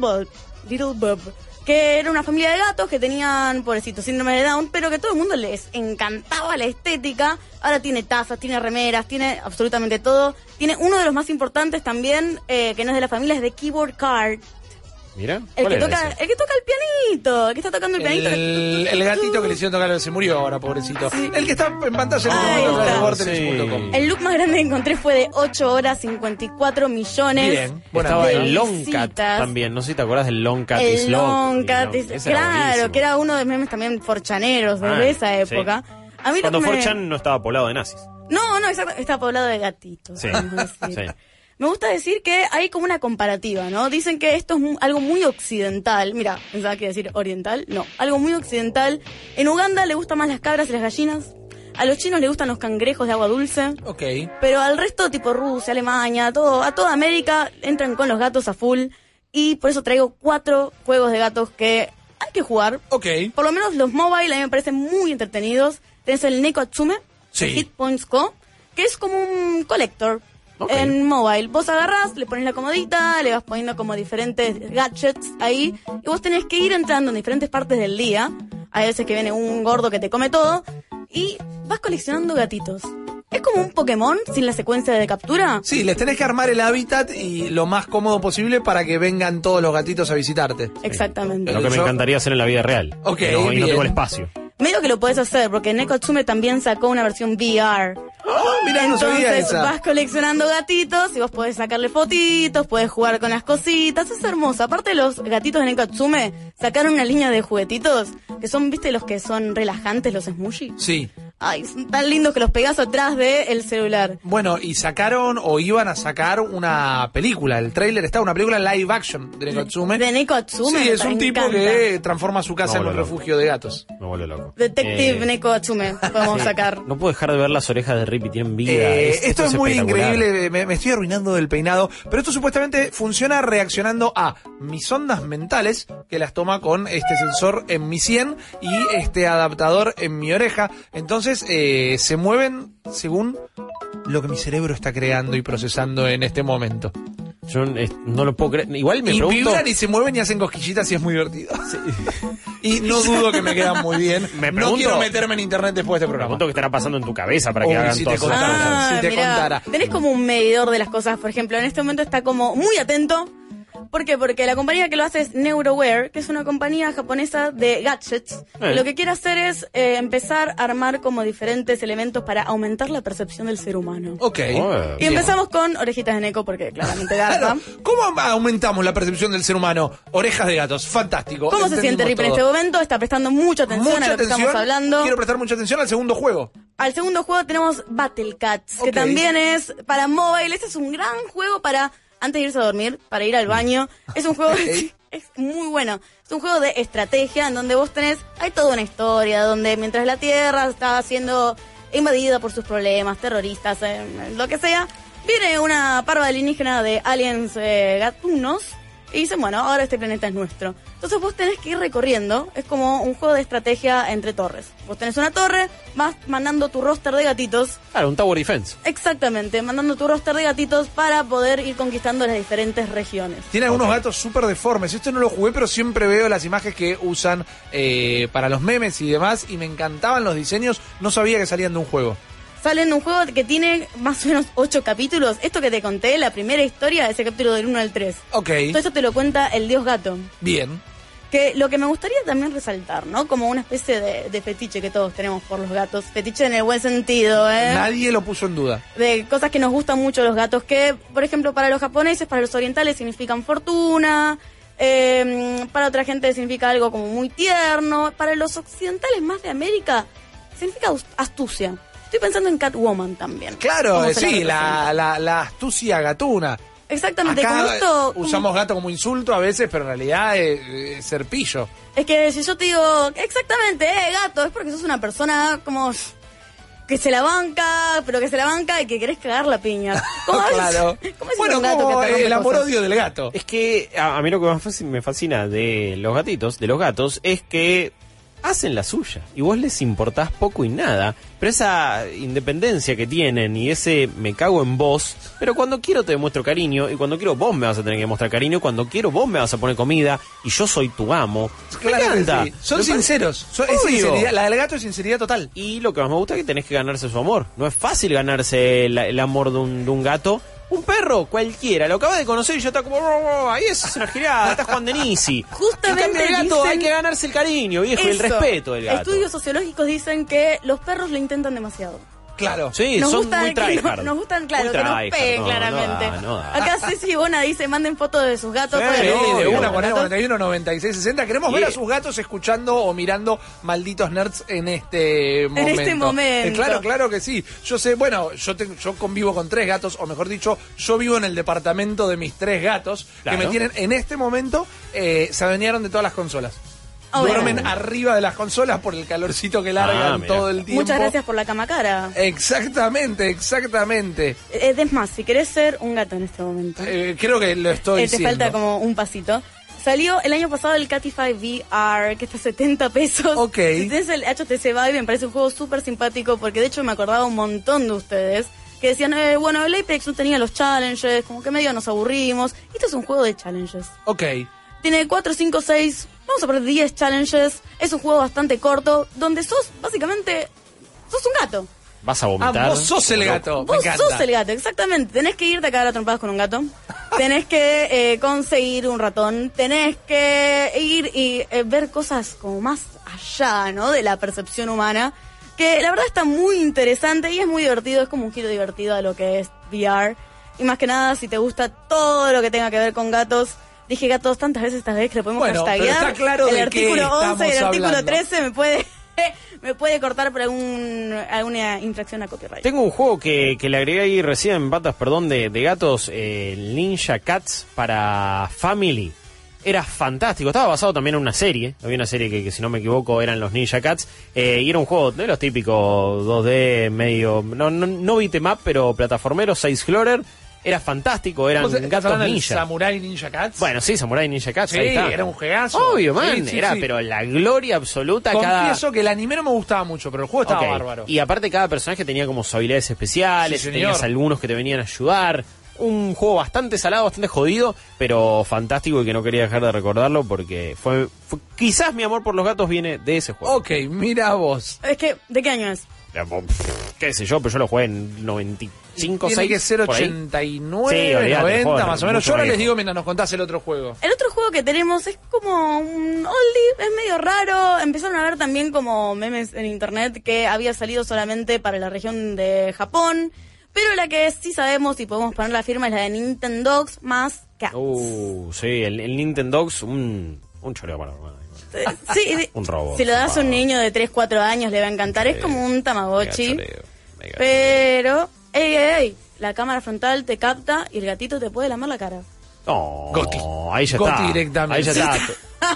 Bob, que era una familia de gatos que tenían, pobrecito, síndrome de Down, pero que a todo el mundo les encantaba la estética. Ahora tiene tazas, tiene remeras, tiene absolutamente todo. Tiene uno de los más importantes también, que no es de la familia, es de Keyboard Card. Mira, El ¿cuál que era toca ese? el pianito, el que está tocando el pianito. El gatito que le hicieron tocar se murió ahora, pobrecito. Sí. El que está en pantalla en Ahí este momento está. de Vortex.com. El look más grande que encontré fue de 8 horas 54 millones. Bien. Buena Estaba nota. el Long visitas. Cat también, no sé si te acordás del Long Cat is El Long. Long Cat, Ese era claro, buenísimo. que era uno de los memes también forchaneros desde esa sí. época. A mí lo Cuando que me- 4chan no estaba poblado de nazis. No, exacto, está poblado de gatitos. Sí. vamos a decir. Sí. Me gusta decir que hay como una comparativa, ¿no? Dicen que esto es algo muy occidental. Mira, pensaba que iba a decir oriental. No, algo muy occidental. En Uganda le gustan más las cabras y las gallinas. A los chinos les gustan los cangrejos de agua dulce. Ok. Pero al resto, tipo Rusia, Alemania, a toda América, entran con los gatos a full. Y por eso traigo 4 juegos de gatos que hay que jugar. Ok. Por lo menos los mobile a mí me parecen muy entretenidos. Tenés el Neko Atsume, Sí. de Hit Points Co., que es como un collector Ok. en mobile. Vos agarrás, le pones la comodita, le vas poniendo como diferentes gadgets ahí, y vos tenés que ir entrando en diferentes partes del día. Hay veces que viene un gordo que te come todo, y vas coleccionando gatitos. Es como un Pokémon sin la secuencia de captura. Sí, les tenés que armar el hábitat y lo más cómodo posible para que vengan todos los gatitos a visitarte. Exactamente. Lo que me Yo- encantaría hacer en la vida real. Ok, y no bien. tengo el espacio. Medio que lo podés hacer, porque Neko Atsume también sacó una versión VR. Mirá, no sabía Entonces esa. vas coleccionando gatitos y vos podés sacarle fotitos, podés jugar con las cositas, es hermoso. Aparte los gatitos de Neko Atsume sacaron una línea de juguetitos que son, ¿viste los que son relajantes, los smushy? Sí. Ay, son tan lindos que los pegás atrás del celular. Bueno, y sacaron o iban a sacar una película. El tráiler está, una película live action de Neko Atsume. De Neko Atsume. Sí, es me un tipo encanta. que transforma su casa No, en un no, no. refugio de gatos. Me vuelve loco. Detective Eh, Neko Atsume, podemos sacar. No puedo dejar de ver las orejas de Rip y tienen vida. Esto es muy espectacular. increíble, me estoy arruinando del peinado, pero esto supuestamente funciona reaccionando a mis ondas mentales, que las toma con este sensor en mi sien y este adaptador en mi oreja. Entonces se mueven según lo que mi cerebro está creando y procesando en este momento. Yo no lo puedo creer. Igual me Y pregunto... vibran y se mueven y hacen cosquillitas y es muy divertido. Y no dudo que me quedan muy bien. Me No pregunto- quiero meterme en internet después de este Me programa. pregunto qué estará pasando en tu cabeza para que Uy, hagan si te todas esas contara. cosas. Si te mirá, contara. tenés como un medidor de las cosas, por ejemplo, en este momento está como muy atento. ¿Por qué? Porque la compañía que lo hace es Neuroware, que es una compañía japonesa de gadgets. Lo que quiere hacer es empezar a armar como diferentes elementos para aumentar la percepción del ser humano. Ok. Oh, Y empezamos con orejitas de Neko, porque claramente garpa. Claro. ¿Cómo aumentamos la percepción del ser humano? Orejas de gatos, fantástico. ¿Cómo se siente Rip en este momento? Está prestando mucha atención Mucha a lo que atención. estamos hablando. Quiero prestar mucha atención al segundo juego. Al segundo juego tenemos Battle Cats, que Ok. también es para mobile. Este es un gran juego para, antes de irse a dormir, para ir al baño. Es un juego, es muy bueno. Es un juego de estrategia en donde vos tenés, hay toda una historia, donde mientras la Tierra está siendo invadida por sus problemas, terroristas, lo que sea, viene una parva alienígena de aliens gatunos y dicen, bueno, ahora este planeta es nuestro. Entonces vos tenés que ir recorriendo, es como un juego de estrategia entre torres. Vos tenés una torre, vas mandando tu roster de gatitos. Claro, un Tower Defense. Exactamente, mandando tu roster de gatitos para poder ir conquistando las diferentes regiones. Tiene algunos Ok. gatos súper deformes. Esto no lo jugué, pero siempre veo las imágenes que usan para los memes y demás. Y me encantaban los diseños. No sabía que salían de un juego. Sale en un juego que tiene más o menos 8 capítulos. Esto que te conté, la primera historia, ese capítulo del 1 al 3. Ok. Todo eso te lo cuenta el dios gato. Bien. Que lo que me gustaría también resaltar, ¿no? Como una especie de fetiche que todos tenemos por los gatos. Fetiche en el buen sentido, ¿eh? Nadie lo puso en duda. De cosas que nos gustan mucho los gatos, que, por ejemplo, para los japoneses, para los orientales significan fortuna, para otra gente significa algo como muy tierno, para los occidentales más de América significa astucia. Estoy pensando en Catwoman también. Claro, ¿Cómo se sí, representa? la astucia gatuna. Exactamente. Acá como esto, usamos gato como insulto a veces, pero en realidad es ser pillo. Es que si yo te digo, exactamente, gato, es porque sos una persona como que se la banca, pero que se la banca y que querés cagar la piña. ¿Cómo Claro. ¿Cómo es Bueno, un gato como que te rompe el amor-odio cosas? del gato. Es que a mí lo que más me fascina de los gatos, es que hacen la suya y vos les importás poco y nada, pero esa independencia que tienen y ese me cago en vos, pero cuando quiero te demuestro cariño y cuando quiero vos me vas a tener que mostrar cariño, cuando quiero vos me vas a poner comida y yo soy tu amo. Claro Me que encanta. sí. Son Me sinceros. Es Obvio. sinceridad. La del gato es sinceridad total. Y lo que más me gusta es que tenés que ganarse su amor. No es fácil ganarse el amor de un gato. Un perro, cualquiera, lo acabas de conocer y ya está como... ahí es una girada, está Juan Denisi. Justamente en cambio, el gato dicen hay que ganarse el cariño, viejo, y el eso. respeto del gato. Estudios sociológicos dicen que los perros le intentan demasiado. Claro. Sí, Nos son gusta muy que tryhard. nos gustan, claro, Muy que nos tryhard, peguen no, claramente. no da. Acá Ceci Bona dice, manden fotos de sus gatos. Sí, Pueden Sí, elegir de obvio. una los con el gatos. 41 96 60. Queremos ver a sus gatos escuchando o mirando Malditos Nerds en este momento. este momento. Claro que sí. Yo sé, bueno, yo convivo con 3 gatos, o mejor dicho, yo vivo en el departamento de mis 3 gatos, Claro. que me tienen en este momento, se adueñaron de todas las consolas. Obviamente. Duermen arriba de las consolas por el calorcito que largan mira. todo el tiempo. Muchas gracias por la cama cara. Exactamente. Es más, si querés ser un gato en este momento, Creo que lo estoy te siendo. falta como un pasito. Salió el año pasado el Catify VR, que está a 70 pesos. Ok. Si tenés el HTC Vive, me parece un juego súper simpático, porque de hecho me acordaba un montón de ustedes, que decían, bueno, el Apex no tenía los challenges, como que medio nos aburrimos. Esto es un juego de challenges. Ok. Tiene 4, 5, 6, vamos a poner 10 challenges. Es un juego bastante corto, donde básicamente, sos un gato. Vas a vomitar. Vos sos el gato. Me Vos encanta. sos el gato, exactamente. Tenés que irte a cagar a trompadas con un gato. Tenés que conseguir un ratón. Tenés que ir y ver cosas como más allá, ¿no? De la percepción humana. Que la verdad está muy interesante y es muy divertido. Es como un giro divertido a lo que es VR. Y más que nada, si te gusta todo lo que tenga que ver con gatos. Dije gatos tantas veces esta vez que le podemos Bueno, pero hashtaguear. está claro el de artículo qué 11 y el estamos artículo hablando. 13 me puede cortar por alguna infracción a copyright. Tengo un juego que le agregué ahí recién en patas, de gatos, Ninja Cats para Family. Era fantástico, estaba basado también en una serie. Había una serie que si no me equivoco eran los Ninja Cats. Y era un juego de los típicos 2D, medio, no beat 'em up, pero plataformero, side-scroller. Era fantástico, eran ¿Vos estás gatos hablando del ninja. Samurai Ninja Cats? Bueno, sí, Samurai Ninja Cats, Sí, ahí está. era un juegazo. Obvio, man, Sí, era, sí. pero la gloria absoluta. Confieso que el anime no me gustaba mucho, pero el juego estaba Ok. bárbaro. Y aparte cada personaje tenía como sus habilidades especiales, Sí, señor. tenías algunos que te venían a ayudar. Un juego bastante salado, bastante jodido, pero fantástico y que no quería dejar de recordarlo porque fue quizás mi amor por los gatos viene de ese juego. Ok, mira vos. Es que, ¿de qué año es? Qué sé yo, pero yo lo jugué en 95, Tiene 6, que ser por ahí. 89, Sí, olvidate, 90 joder, más o menos. mucho Yo ahora más les viejo. digo mientras nos contás el otro juego. El otro juego que tenemos es como un oldie, es medio raro. Empezaron a ver también como memes en internet que había salido solamente para la región de Japón. Pero la que sí sabemos y podemos poner la firma es la de Nintendogs más Cats. Sí, el Nintendogs, un choreo para Sí, un robot. si lo das a un zarpado. niño de 3, 4 años le va a encantar. Es como un Tamagotchi. Mega choreo. Pero, ey, la cámara frontal te capta y el gatito te puede lamer la cara. No, Goti. ahí ya Goti está. directamente. Ahí ya está.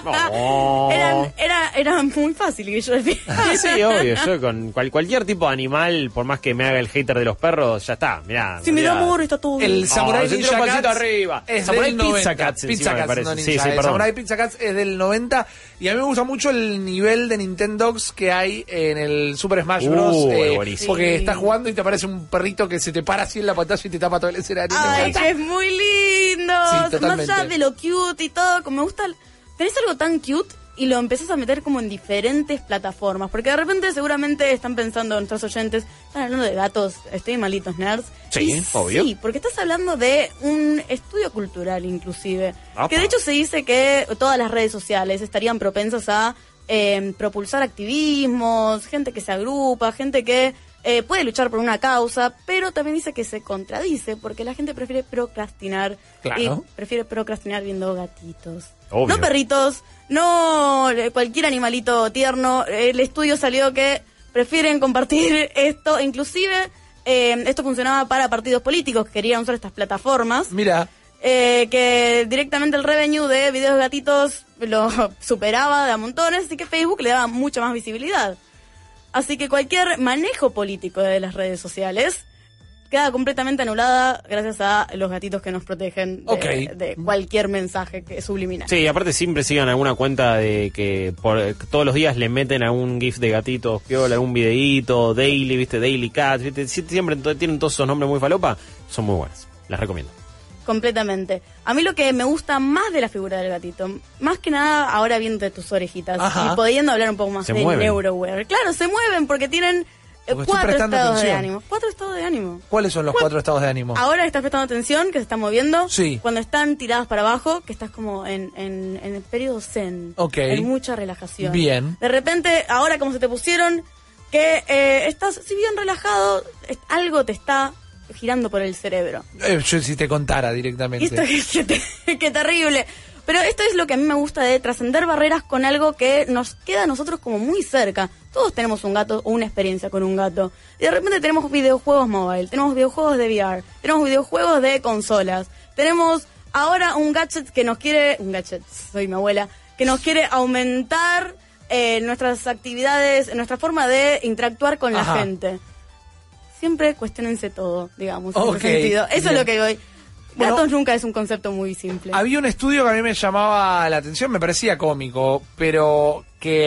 No. Era muy fácil que yo Sí, obvio, yo con cualquier tipo de animal, por más que me haga el hater de los perros, ya está, mirá. Si me da mirá. amor, está todo bien. El Samurai se Ninja tira un pasito Cats arriba. es Samurai del Pizza 90. Cats encima, Pizza me Cats, parece. no Sí, Ninja. sí, el perdón. Samurai Pizza Cats es del 90 y a mí me gusta mucho el nivel de Nintendogs que hay en el Super Smash Bros. Buenísimo. Porque Sí. estás jugando y te aparece un perrito que se te para así en la pantalla y te tapa todo el escenario. Me Ay, encanta. que es muy lindo. Sí, Más totalmente. allá de lo cute y todo, como me gusta. Tenés algo tan cute y lo empezás a meter como en diferentes plataformas. Porque de repente seguramente están pensando nuestros oyentes, están hablando de gatos, estoy malditos nerds. Sí, Y obvio. Sí, porque estás hablando de un estudio cultural inclusive. Apa. Que de hecho se dice que todas las redes sociales estarían propensas a propulsar activismos, gente que se agrupa, gente que puede luchar por una causa, pero también dice que se contradice porque la gente prefiere procrastinar. Claro. Y prefiere procrastinar viendo gatitos. Obvio. No perritos, no cualquier animalito tierno. El estudio salió que prefieren compartir esto, inclusive esto funcionaba para partidos políticos que querían usar estas plataformas. Mira, que directamente el revenue de videos de gatitos lo superaba de a montones, así que Facebook le daba mucha más visibilidad. Así que cualquier manejo político de las redes sociales queda completamente anulada gracias a los gatitos que nos protegen de cualquier mensaje que subliminal. Sí, aparte siempre sigan alguna cuenta de que todos los días le meten algún gif de gatitos, piola, algún videíto, daily, ¿viste? Daily Cats, ¿viste? Siempre tienen todos esos nombres muy falopa, son muy buenas, las recomiendo. Completamente. A mí lo que me gusta más de la figura del gatito, más que nada ahora viendo tus orejitas y pudiendo hablar un poco más de Neuroware. Claro, se mueven porque tienen 4 estados de ánimo. 4 estados de ánimo. ¿Cuáles son los 4 estados de ánimo? Ahora estás prestando atención, que se están moviendo. Sí. Cuando están tiradas para abajo, que estás como en el periodo zen. En mucha relajación. Bien. De repente, ahora como se te pusieron, que estás, si bien relajado, algo te está girando por el cerebro. Yo si te contara directamente. Qué terrible. Pero esto es lo que a mí me gusta de trascender barreras con algo que nos queda a nosotros como muy cerca. Todos tenemos un gato o una experiencia con un gato. Y de repente tenemos videojuegos mobile, tenemos videojuegos de VR, tenemos videojuegos de consolas. Tenemos ahora un gadget que nos quiere... Un gadget, soy mi abuela. Que nos quiere aumentar nuestras actividades, nuestra forma de interactuar con la gente. Siempre cuestionense todo, digamos, en ese sentido. Eso es lo que voy. Gatos nunca es un concepto muy simple. Había un estudio que a mí me llamaba la atención, me parecía cómico, pero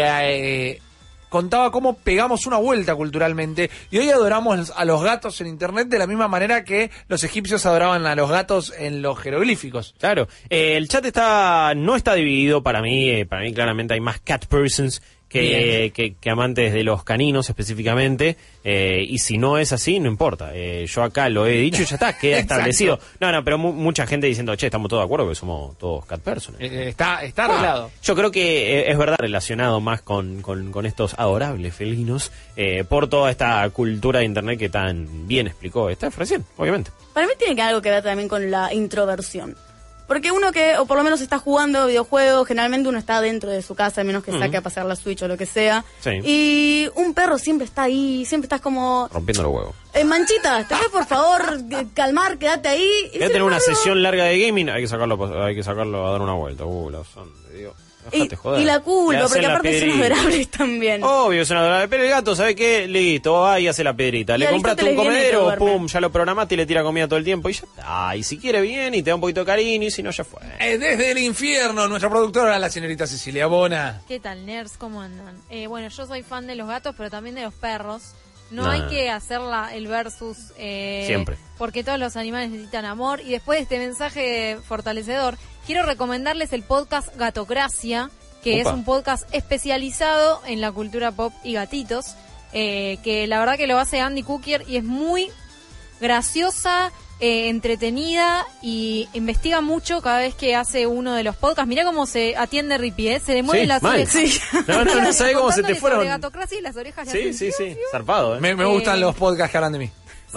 que contaba cómo pegamos una vuelta culturalmente y hoy adoramos a los gatos en internet de la misma manera que los egipcios adoraban a los gatos en los jeroglíficos. Claro, el chat no está dividido para mí claramente hay más cat persons que amantes de los caninos específicamente, y si no es así, no importa. Yo acá lo he dicho y ya está, queda establecido. No, pero mucha gente diciendo, che, estamos todos de acuerdo que somos todos cat persons. Está arreglado. Yo creo que es verdad relacionado más con estos adorables felinos, por toda esta cultura de internet que tan bien explicó Steph recién, obviamente. Para mí tiene algo que ver también con la introversión. Porque uno que, o por lo menos está jugando videojuegos, generalmente uno está dentro de su casa, a menos que saque a pasear la Switch o lo que sea. Sí. Y un perro siempre está ahí, siempre estás como... rompiendo los huevos. Manchita, ¿te puedes por favor calmar, quédate ahí? Voy tener una sesión larga de gaming, hay que sacarlo a dar una vuelta. La son de Dios. Y la culpa, porque aparte son adorables también. Obvio, son adorables. Pero el gato, ¿sabe qué? Listo, va y hace la pedrita. Le compraste un comedero, pum, ya lo programaste y le tira comida todo el tiempo y ya está. Y si quiere bien y te da un poquito de cariño y si no, ya fue. Desde el infierno, nuestra productora, la señorita Cecilia Bona. ¿Qué tal, nerds? ¿Cómo andan? Bueno, yo soy fan de los gatos, pero también de los perros. No hay que hacer el versus. Siempre. Porque todos los animales necesitan amor. Y después de este mensaje fortalecedor, quiero recomendarles el podcast Gatocracia, que es un podcast especializado en la cultura pop y gatitos, que la verdad que lo hace Andy Cookier y es muy graciosa, entretenida y investiga mucho cada vez que hace uno de los podcasts. Mirá cómo se atiende Rippy, se le mueven las orejas. Sí. No sabe cómo se te fueron. Gatocracia y las orejas sí, zarpado. Me gustan los podcasts que hablan de mí.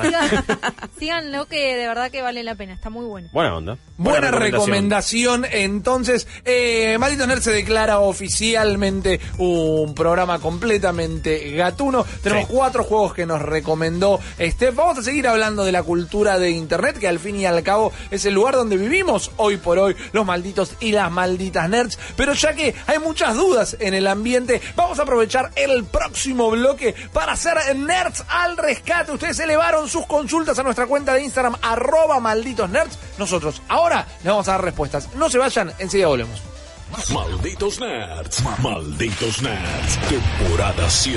Síganlo, que de verdad que vale la pena, está muy bueno. Buena onda. Buena recomendación. Entonces, Malditos Nerds se declara oficialmente un programa completamente gatuno. Tenemos 4 juegos que nos recomendó Steph. Vamos a seguir hablando de la cultura de internet, que al fin y al cabo es el lugar donde vivimos hoy por hoy los malditos y las malditas nerds. Pero ya que hay muchas dudas en el ambiente, vamos a aprovechar el próximo bloque para hacer Nerds al rescate. Ustedes elevaron sus consultas a nuestra cuenta de Instagram, @malditosnerds. Nosotros ahora les vamos a dar respuestas. No se vayan, enseguida volvemos. Malditos Nerds, Malditos Nerds, temporada 7.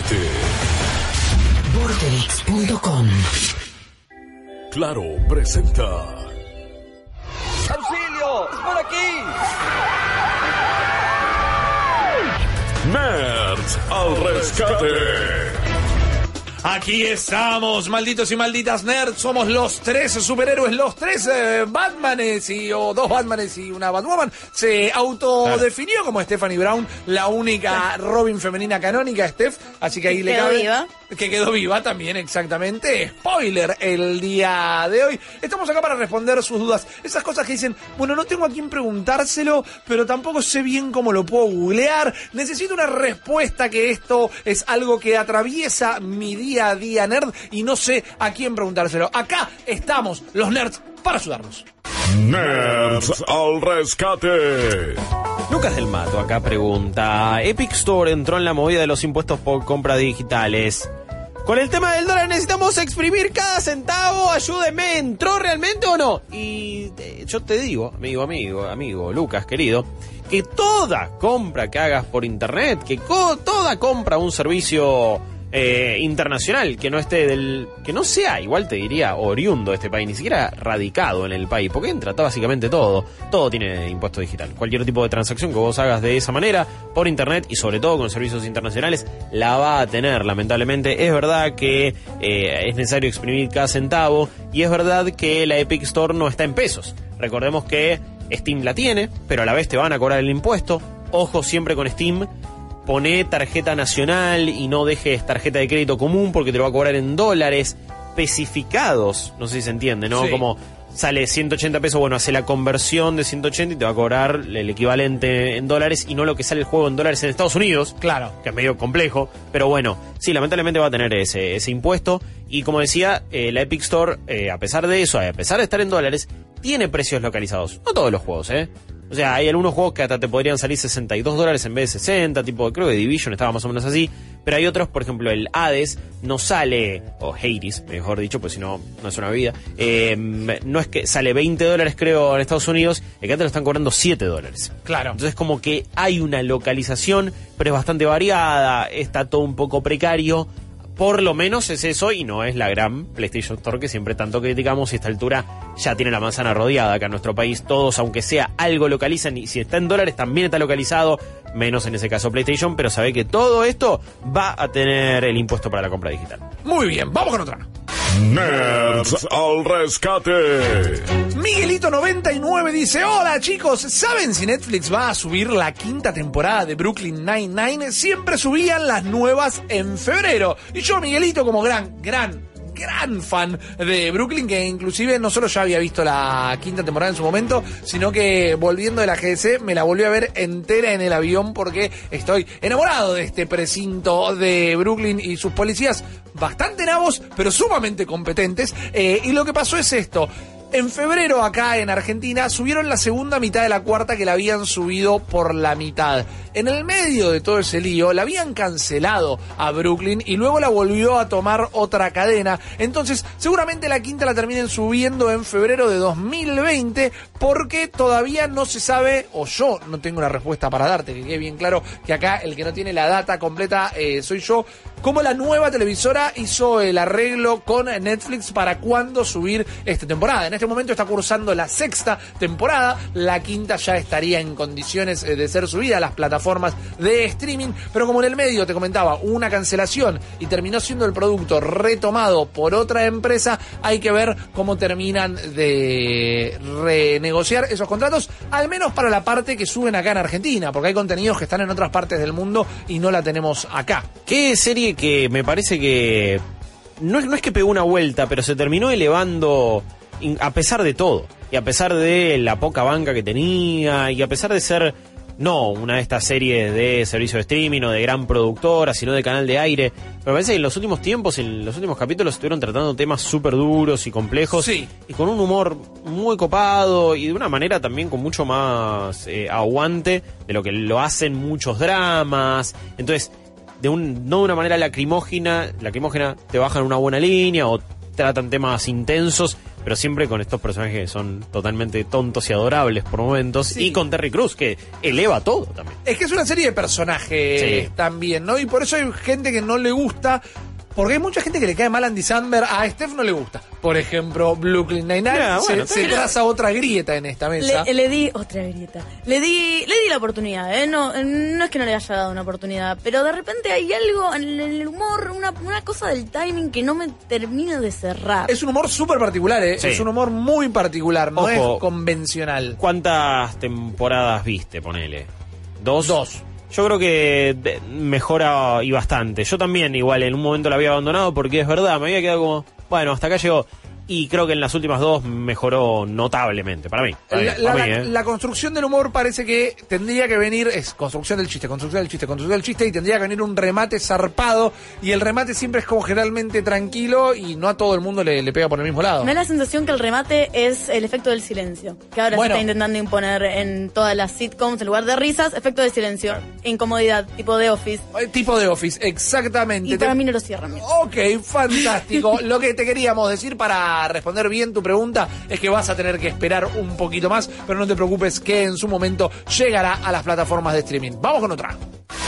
Vortex.com. Claro, presenta. ¡Auxilio! ¡Es por aquí! Nerds al rescate. Aquí estamos, malditos y malditas nerds. Somos los 3 superhéroes, los 3 Batmanes o 2 Batmanes y una Batwoman. Se autodefinió como Stephanie Brown, la única Robin femenina canónica, Steph. Así que ahí le cabe. Viva. Que quedó viva también, exactamente. Spoiler el día de hoy. Estamos acá para responder sus dudas. Esas cosas que dicen, bueno, no tengo a quién preguntárselo, pero tampoco sé bien cómo lo puedo googlear. Necesito una respuesta, que esto es algo que atraviesa mi día a día nerd y no sé a quién preguntárselo. Acá estamos los nerds para ayudarnos. Nerds al rescate. Lucas del Mato acá pregunta: Epic Store entró en la movida de los impuestos por compras digitales. Con el tema del dólar necesitamos exprimir cada centavo, ayúdeme, ¿entró realmente o no? Y yo te digo, amigo, Lucas, querido, que toda compra que hagas por internet, que toda compra un servicio internacional que no esté que no sea, igual te diría, oriundo de este país, ni siquiera radicado en el país, porque entra básicamente todo tiene impuesto digital. Cualquier tipo de transacción que vos hagas de esa manera por internet y sobre todo con servicios internacionales la va a tener, lamentablemente. Es verdad que es necesario exprimir cada centavo y es verdad que la Epic Store no está en pesos. Recordemos que Steam la tiene, pero a la vez te van a cobrar el impuesto. Ojo siempre con Steam. Poné tarjeta nacional y no dejes tarjeta de crédito común porque te lo va a cobrar en dólares especificados. No sé si se entiende, ¿no? Sí. Como sale 180 pesos, bueno, hace la conversión de 180 y te va a cobrar el equivalente en dólares y no lo que sale el juego en dólares en Estados Unidos. Claro. Que es medio complejo. Pero bueno, sí, lamentablemente va a tener ese impuesto. Y como decía, la Epic Store, a pesar de eso, a pesar de estar en dólares, tiene precios localizados. No todos los juegos, O sea, hay algunos juegos que hasta te podrían salir $62 en vez de 60, tipo, creo que Division estaba más o menos así, pero hay otros, por ejemplo, el Hades no sale, o Hades, mejor dicho, pues si no, no es una vida, no es que sale $20 creo en Estados Unidos, y acá te lo están cobrando $7. Claro. Entonces como que hay una localización, pero es bastante variada, está todo un poco precario. Por lo menos es eso y no es la gran PlayStation Store que siempre tanto criticamos y a esta altura ya tiene la manzana rodeada acá en nuestro país. Todos, aunque sea algo, localizan y si está en dólares también está localizado, menos en ese caso PlayStation, pero sabe que todo esto va a tener el impuesto para la compra digital. Muy bien, vamos con otra. Nerds al rescate. Miguelito99 dice: hola chicos, ¿saben si Netflix va a subir la 5ª temporada de Brooklyn Nine-Nine? Siempre subían las nuevas en febrero. Y yo, Miguelito, como gran fan de Brooklyn, que inclusive no solo ya había visto la 5ª temporada en su momento, sino que volviendo de la GDC me la volví a ver entera en el avión porque estoy enamorado de este precinto de Brooklyn y sus policías bastante nabos, pero sumamente competentes. Y lo que pasó es esto. En febrero acá en Argentina subieron la segunda mitad de la 4ª que la habían subido por la mitad. En el medio de todo ese lío la habían cancelado a Brooklyn y luego la volvió a tomar otra cadena. Entonces seguramente la 5ª la terminen subiendo en febrero de 2020 porque todavía no se sabe, o yo no tengo una respuesta para darte, que quede bien claro que acá el que no tiene la data completa soy yo, cómo la nueva televisora hizo el arreglo con Netflix para cuándo subir esta temporada. En este momento está cursando la 6ª temporada, la 5ª ya estaría en condiciones de ser subida a las plataformas de streaming, pero como en el medio te comentaba, hubo una cancelación y terminó siendo el producto retomado por otra empresa, hay que ver cómo terminan de renegociar esos contratos, al menos para la parte que suben acá en Argentina, porque hay contenidos que están en otras partes del mundo y no la tenemos acá. ¿Qué serie que me parece que no es que pegó una vuelta, pero se terminó elevando a pesar de todo, y a pesar de la poca banca que tenía, y a pesar de ser no una de estas series de servicio de streaming o de gran productora, sino de canal de aire? Me parece que en los últimos tiempos, en los últimos capítulos, estuvieron tratando temas súper duros y complejos, sí, y con un humor muy copado y de una manera también con mucho más aguante de lo que lo hacen muchos dramas. Entonces, no de una manera lacrimógena te bajan una buena línea o tratan temas intensos, pero siempre con estos personajes que son totalmente tontos y adorables por momentos, sí, y con Terry Crews, que eleva todo también. Es que es una serie de personajes, sí, también, ¿no? Y por eso hay gente que no le gusta, porque hay mucha gente que le cae mal Andy Samberg, a Steph no le gusta. Por ejemplo, Brooklyn Nine-Nine se traza otra grieta en esta mesa. Le di otra grieta. Le di la oportunidad, no es que no le haya dado una oportunidad, pero de repente hay algo en el humor, una cosa del timing que no me termina de cerrar. Es un humor súper particular, sí, es un humor muy particular, no es convencional. ¿Cuántas temporadas viste, ponele? ¿Dos? Yo creo que mejora y bastante. Yo también igual en un momento la había abandonado porque es verdad, me había quedado como, bueno, hasta acá llegó. y creo que en las últimas dos mejoró notablemente, para mí. La construcción del humor parece que tendría que venir, es construcción del chiste, y tendría que venir un remate zarpado, y el remate siempre es como generalmente tranquilo y no a todo el mundo le pega por el mismo lado. Me da la sensación que el remate es el efecto del silencio, que ahora se está intentando imponer en todas las sitcoms, en lugar de risas, efecto de silencio, claro. Incomodidad, tipo de Office. Tipo de Office, exactamente. Y para mí no lo cierran. Ok, fantástico. Lo que te queríamos decir para responder bien tu pregunta es que vas a tener que esperar un poquito más, pero no te preocupes que en su momento llegará a las plataformas de streaming. Vamos con otra.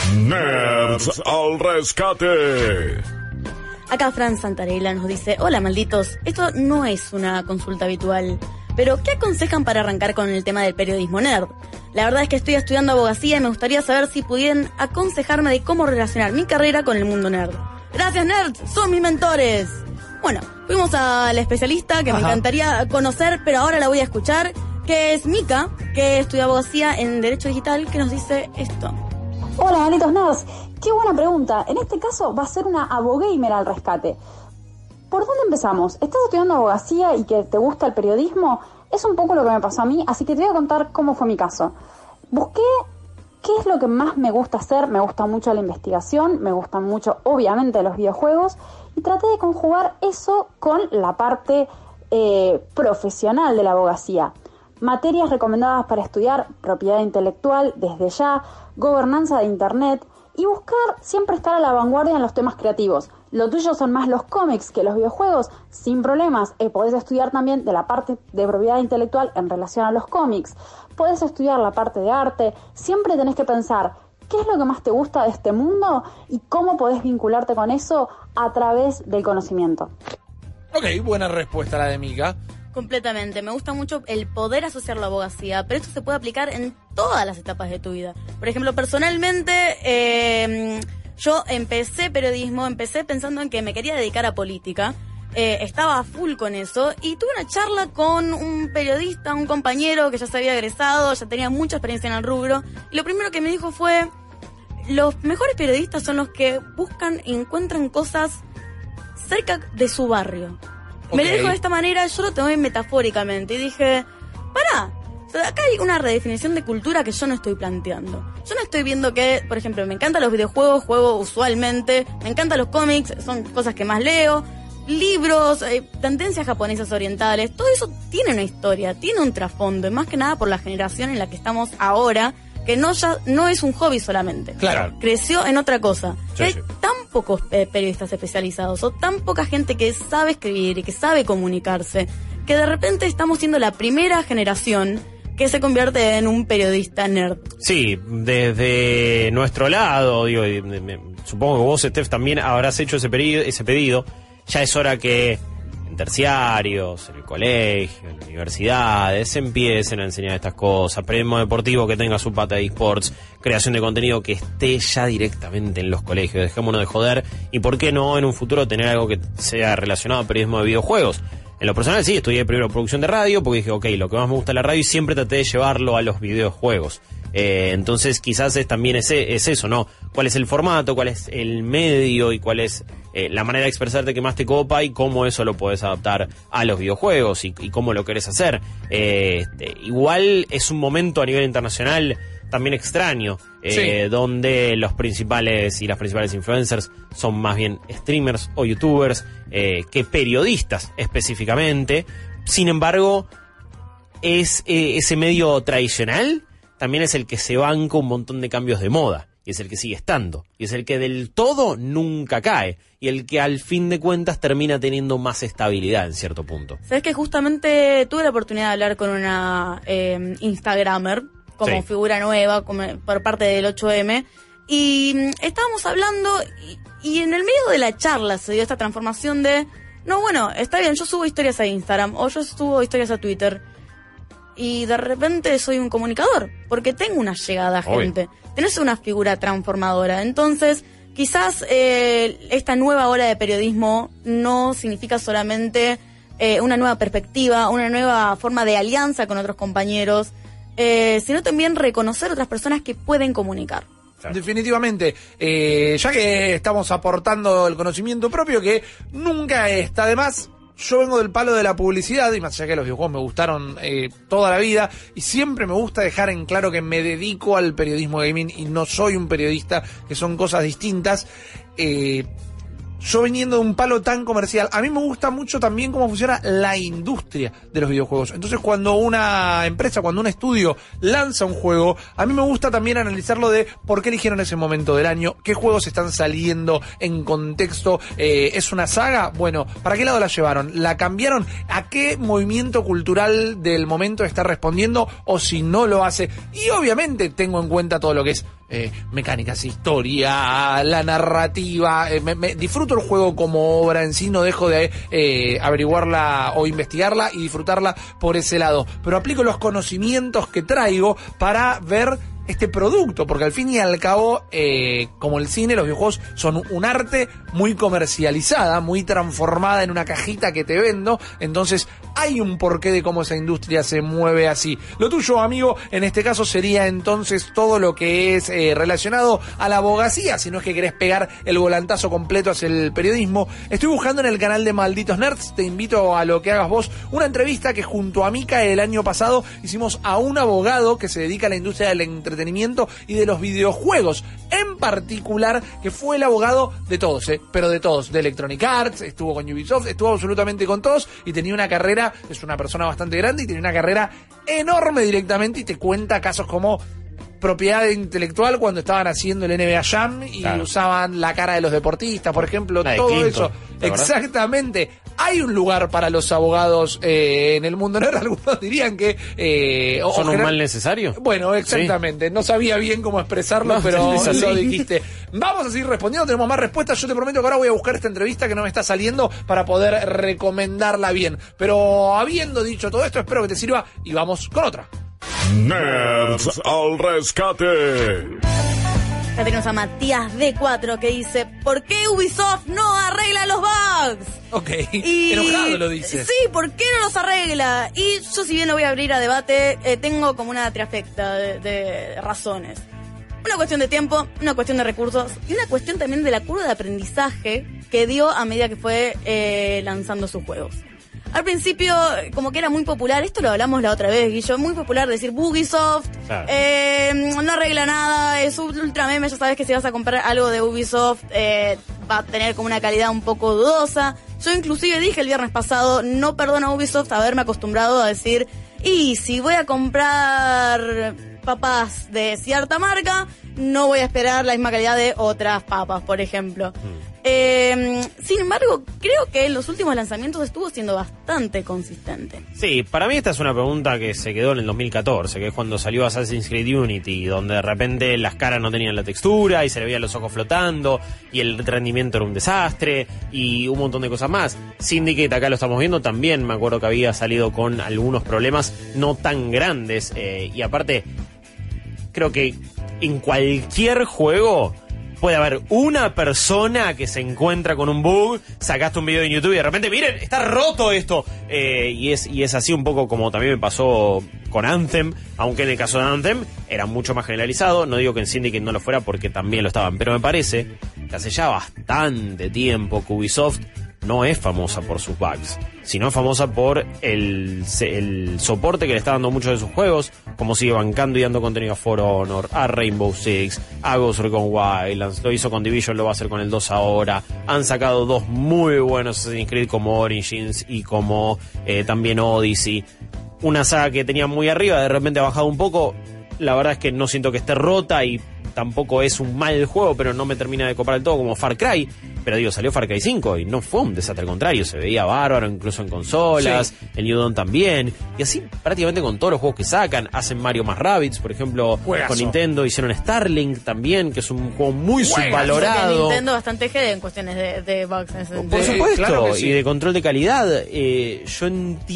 Nerds al rescate. Acá Fran Santarella nos dice: hola malditos, esto no es una consulta habitual, pero ¿qué aconsejan para arrancar con el tema del periodismo nerd? La verdad es que estoy estudiando abogacía y me gustaría saber si pudieran aconsejarme de cómo relacionar mi carrera con el mundo nerd. Gracias nerds, son mis mentores. Bueno, fuimos a la especialista que me encantaría conocer, pero ahora la voy a escuchar, que es Mika, que estudia abogacía en Derecho Digital, que nos dice esto. Hola, malditos nerds. Qué buena pregunta. En este caso va a ser una abogamer al rescate. ¿Por dónde empezamos? ¿Estás estudiando abogacía y que te gusta el periodismo? Es un poco lo que me pasó a mí, así que te voy a contar cómo fue mi caso. Busqué qué es lo que más me gusta hacer. Me gusta mucho la investigación, me gustan mucho, obviamente, los videojuegos, y traté de conjugar eso con la parte profesional de la abogacía. Materias recomendadas para estudiar: propiedad intelectual, desde ya, gobernanza de Internet, y buscar siempre estar a la vanguardia en los temas creativos. Lo tuyo son más los cómics que los videojuegos, sin problemas. Podés estudiar también de la parte de propiedad intelectual en relación a los cómics. Podés estudiar la parte de arte. Siempre tenés que pensar qué es lo que más te gusta de este mundo y cómo podés vincularte con eso a través del conocimiento. Ok, buena respuesta la de Mika. Completamente, me gusta mucho el poder asociar la abogacía, pero esto se puede aplicar en todas las etapas de tu vida. Por ejemplo, personalmente, yo empecé periodismo, empecé pensando en que me quería dedicar a política, estaba a full con eso, y tuve una charla con un periodista, un compañero que ya se había egresado, ya tenía mucha experiencia en el rubro, y lo primero que me dijo fue: los mejores periodistas son los que buscan y encuentran cosas cerca de su barrio. Me lo dijo de esta manera, yo lo tomé metafóricamente y dije: pará, o sea, acá hay una redefinición de cultura que yo no estoy planteando. Yo no estoy viendo que, por ejemplo, me encantan los videojuegos, juego usualmente, me encantan los cómics, son cosas que más leo, libros, tendencias japonesas orientales, todo eso tiene una historia, tiene un trasfondo, y más que nada por la generación en la que estamos ahora, que ya no es un hobby solamente. Claro. Creció en otra cosa. Sí, hay tan pocos periodistas especializados, o tan poca gente que sabe escribir y que sabe comunicarse, que de repente estamos siendo la primera generación que se convierte en un periodista nerd. Sí, desde nuestro lado, digo, supongo que vos, Steph, también habrás hecho ese pedido. Ya es hora que en terciarios, en el colegio, en universidades, se empiecen a enseñar estas cosas. Periodismo deportivo que tenga su pata de eSports, creación de contenido que esté ya directamente en los colegios. Dejémonos de joder, y por qué no en un futuro tener algo que sea relacionado al periodismo de videojuegos. En lo personal sí, estudié primero producción de radio porque dije, ok, lo que más me gusta es la radio, y siempre traté de llevarlo a los videojuegos. Entonces quizás también es eso, ¿no? ¿Cuál es el formato, cuál es el medio y cuál es la manera de expresarte que más te copa, y cómo eso lo podés adaptar a los videojuegos y cómo lo querés hacer? Igual es un momento a nivel internacional también extraño, donde los principales y las principales influencers son más bien streamers o youtubers que periodistas específicamente. Sin embargo, es ese medio tradicional también es el que se banca un montón de cambios de moda, y es el que sigue estando, y es el que del todo nunca cae, y el que al fin de cuentas termina teniendo más estabilidad en cierto punto. Sabes que justamente tuve la oportunidad de hablar con una Instagramer como figura nueva por parte del 8M, y estábamos hablando, y en el medio de la charla se dio esta transformación de: no, bueno, está bien, yo subo historias a Instagram, o yo subo historias a Twitter, y de repente soy un comunicador, porque tengo una llegada a gente. Tenés una figura transformadora. Entonces, quizás esta nueva ola de periodismo no significa solamente una nueva perspectiva, una nueva forma de alianza con otros compañeros, sino también reconocer otras personas que pueden comunicar. Claro. Definitivamente, ya que estamos aportando el conocimiento propio, que nunca está de más, yo vengo del palo de la publicidad, y más allá que los videojuegos me gustaron toda la vida, y siempre me gusta dejar en claro que me dedico al periodismo gaming y no soy un periodista, que son cosas distintas. Yo viniendo de un palo tan comercial, a mí me gusta mucho también cómo funciona la industria de los videojuegos. Entonces cuando una empresa, cuando un estudio lanza un juego, a mí me gusta también analizarlo de por qué eligieron ese momento del año, qué juegos están saliendo en contexto, ¿es una saga? Bueno, ¿para qué lado la llevaron? ¿La cambiaron? ¿A qué movimiento cultural del momento está respondiendo? O si no lo hace. Y obviamente tengo en cuenta todo lo que es mecánicas, historia, la narrativa, disfruto el juego como obra en sí, no dejo de averiguarla o investigarla y disfrutarla por ese lado, pero aplico los conocimientos que traigo para ver este producto, porque al fin y al cabo, como el cine, los videojuegos son un arte muy comercializada, muy transformada en una cajita que te vendo, entonces hay un porqué de cómo esa industria se mueve así. Lo tuyo, amigo, en este caso sería entonces todo lo que es relacionado a la abogacía, si no es que querés pegar el volantazo completo hacia el periodismo. Estoy buscando en el canal de Malditos Nerds, te invito a lo que hagas vos, una entrevista que junto a Mika el año pasado hicimos a un abogado que se dedica a la industria del entretenimiento y de los videojuegos, en particular, que fue el abogado de todos, pero de todos, de Electronic Arts, estuvo con Ubisoft, estuvo absolutamente con todos y tenía una carrera, es una persona bastante grande y tenía una carrera enorme directamente, y te cuenta casos como propiedad intelectual cuando estaban haciendo el NBA Jam y usaban la cara de los deportistas, por ejemplo, todo Clinton, eso. Exactamente. Hay un lugar para los abogados en el mundo nerd. Algunos dirían que son un mal necesario. Bueno, exactamente. ¿Sí? No sabía bien cómo expresarlo, pero lo dijiste. Vamos a seguir respondiendo, tenemos más respuestas. Yo te prometo que ahora voy a buscar esta entrevista que no me está saliendo para poder recomendarla bien. Pero habiendo dicho todo esto, espero que te sirva y vamos con otra. Nerds al rescate. Ya tenemos a Matías D4 que dice: ¿por qué Ubisoft no arregla los bugs? Ok, enojado lo dice. Sí, ¿por qué no los arregla? Y yo, si bien lo voy a abrir a debate, tengo como una trifecta de razones. Una cuestión de tiempo, una cuestión de recursos y una cuestión también de la curva de aprendizaje que dio a medida que fue lanzando sus juegos. Al principio, como que era muy popular, esto lo hablamos la otra vez, Guillo, muy popular decir Ubisoft, claro. No arregla nada, es ultra meme, ya sabes que si vas a comprar algo de Ubisoft va a tener como una calidad un poco dudosa. Yo inclusive dije el viernes pasado, no perdono a Ubisoft haberme acostumbrado a decir, y si voy a comprar papas de cierta marca, no voy a esperar la misma calidad de otras papas, por ejemplo. Sin embargo, creo que en los últimos lanzamientos estuvo siendo bastante consistente. Sí, para mí esta es una pregunta que se quedó en el 2014, que es cuando salió Assassin's Creed Unity, donde de repente las caras no tenían la textura y se le veían los ojos flotando y el rendimiento era un desastre y un montón de cosas más. Syndicate, acá lo estamos viendo, también me acuerdo que había salido con algunos problemas no tan grandes, y aparte creo que en cualquier juego puede haber una persona que se encuentra con un bug, sacaste un video en YouTube y de repente, miren, está roto esto. Y es así un poco como también me pasó con Anthem, aunque en el caso de Anthem era mucho más generalizado. No digo que en Syndicate no lo fuera porque también lo estaban, pero me parece que hace ya bastante tiempo que Ubisoft no es famosa por sus bugs, sino famosa por el soporte que le está dando muchos de sus juegos, como sigue bancando y dando contenido a For Honor, a Rainbow Six, a Ghost Recon Wildlands, lo hizo con Division, lo va a hacer con el 2 ahora. Han sacado dos muy buenos Assassin's Creed como Origins y como también Odyssey. Una saga que tenía muy arriba, de repente ha bajado un poco. La verdad es que no siento que esté rota y tampoco es un mal juego, pero no me termina de copar del todo como Far Cry. Pero digo, salió Far Cry 5 y no fue un desastre, al contrario, se veía bárbaro incluso en consolas, sí. El New Dawn también, y así prácticamente con todos los juegos que sacan. Hacen Mario más Rabbids, por ejemplo, juegazo. Con Nintendo hicieron Starlink también, que es un juego muy subvalorado. Nintendo bastante GD en cuestiones de bugs en ese sentido. Por supuesto, claro sí. Y de control de calidad. Yo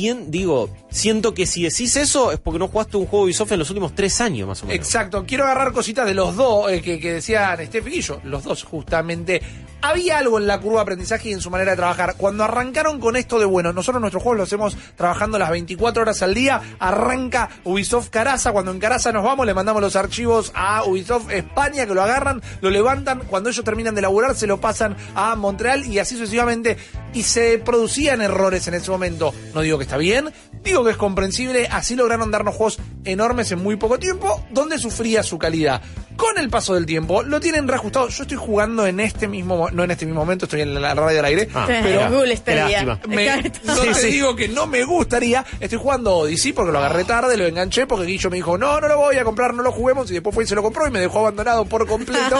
siento que si decís eso es porque no jugaste un juego Ubisoft en los últimos 3 años más o menos. Exacto, quiero agarrar cositas de los dos que decían Steph y yo, los dos justamente. había algo en la curva de aprendizaje y en su manera de trabajar. Cuando arrancaron con esto de, bueno, nosotros nuestros juegos los hacemos trabajando las 24 horas al día, arranca Ubisoft Caraza, cuando en Caraza nos vamos, le mandamos los archivos a Ubisoft España, que lo agarran, lo levantan, cuando ellos terminan de laburar, se lo pasan a Montreal y así sucesivamente, y se producían errores en ese momento. No digo que está bien, digo que es comprensible, así lograron darnos juegos enormes en muy poco tiempo, donde sufría su calidad. Con el paso del tiempo, lo tienen reajustado. Yo estoy jugando no en este mismo momento, estoy en la radio al aire, pero Google estaría. no te digo que no me gustaría. Estoy jugando Odyssey porque lo agarré tarde, lo enganché porque Guillo me dijo, no lo voy a comprar, no lo juguemos, y después fue y se lo compró y me dejó abandonado por completo.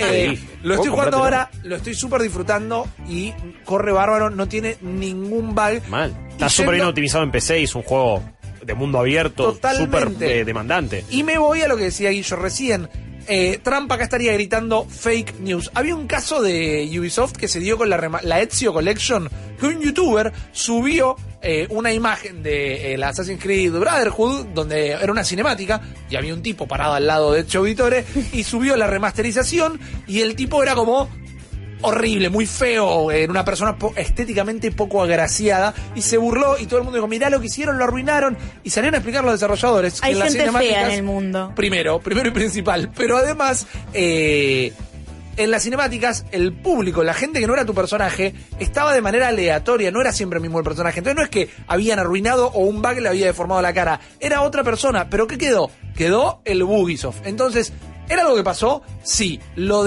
Lo estoy jugando ahora, lo estoy súper disfrutando y corre bárbaro, no tiene ningún bug. Mal. Está súper bien optimizado en PC y es un juego de mundo abierto, súper demandante. Y me voy a lo que decía Guillo recién. Trump acá estaría gritando fake news. Había un caso de Ubisoft que se dio con la Ezio Collection, que un youtuber subió una imagen de el Assassin's Creed Brotherhood, donde era una cinemática y había un tipo parado al lado de Ezio Auditore y subió la remasterización y el tipo era como horrible, muy feo, en una persona estéticamente poco agraciada, y se burló y todo el mundo dijo, mirá lo que hicieron, lo arruinaron, y salieron a explicar los desarrolladores. Hay que gente fea en el mundo. Primero y principal, pero además en las cinemáticas el público, la gente que no era tu personaje, estaba de manera aleatoria, no era siempre el mismo el personaje. Entonces no es que habían arruinado o un bug le había deformado la cara, era otra persona. ¿Pero qué quedó? Quedó el Ubisoft. Entonces, ¿era algo que pasó? Sí. Lo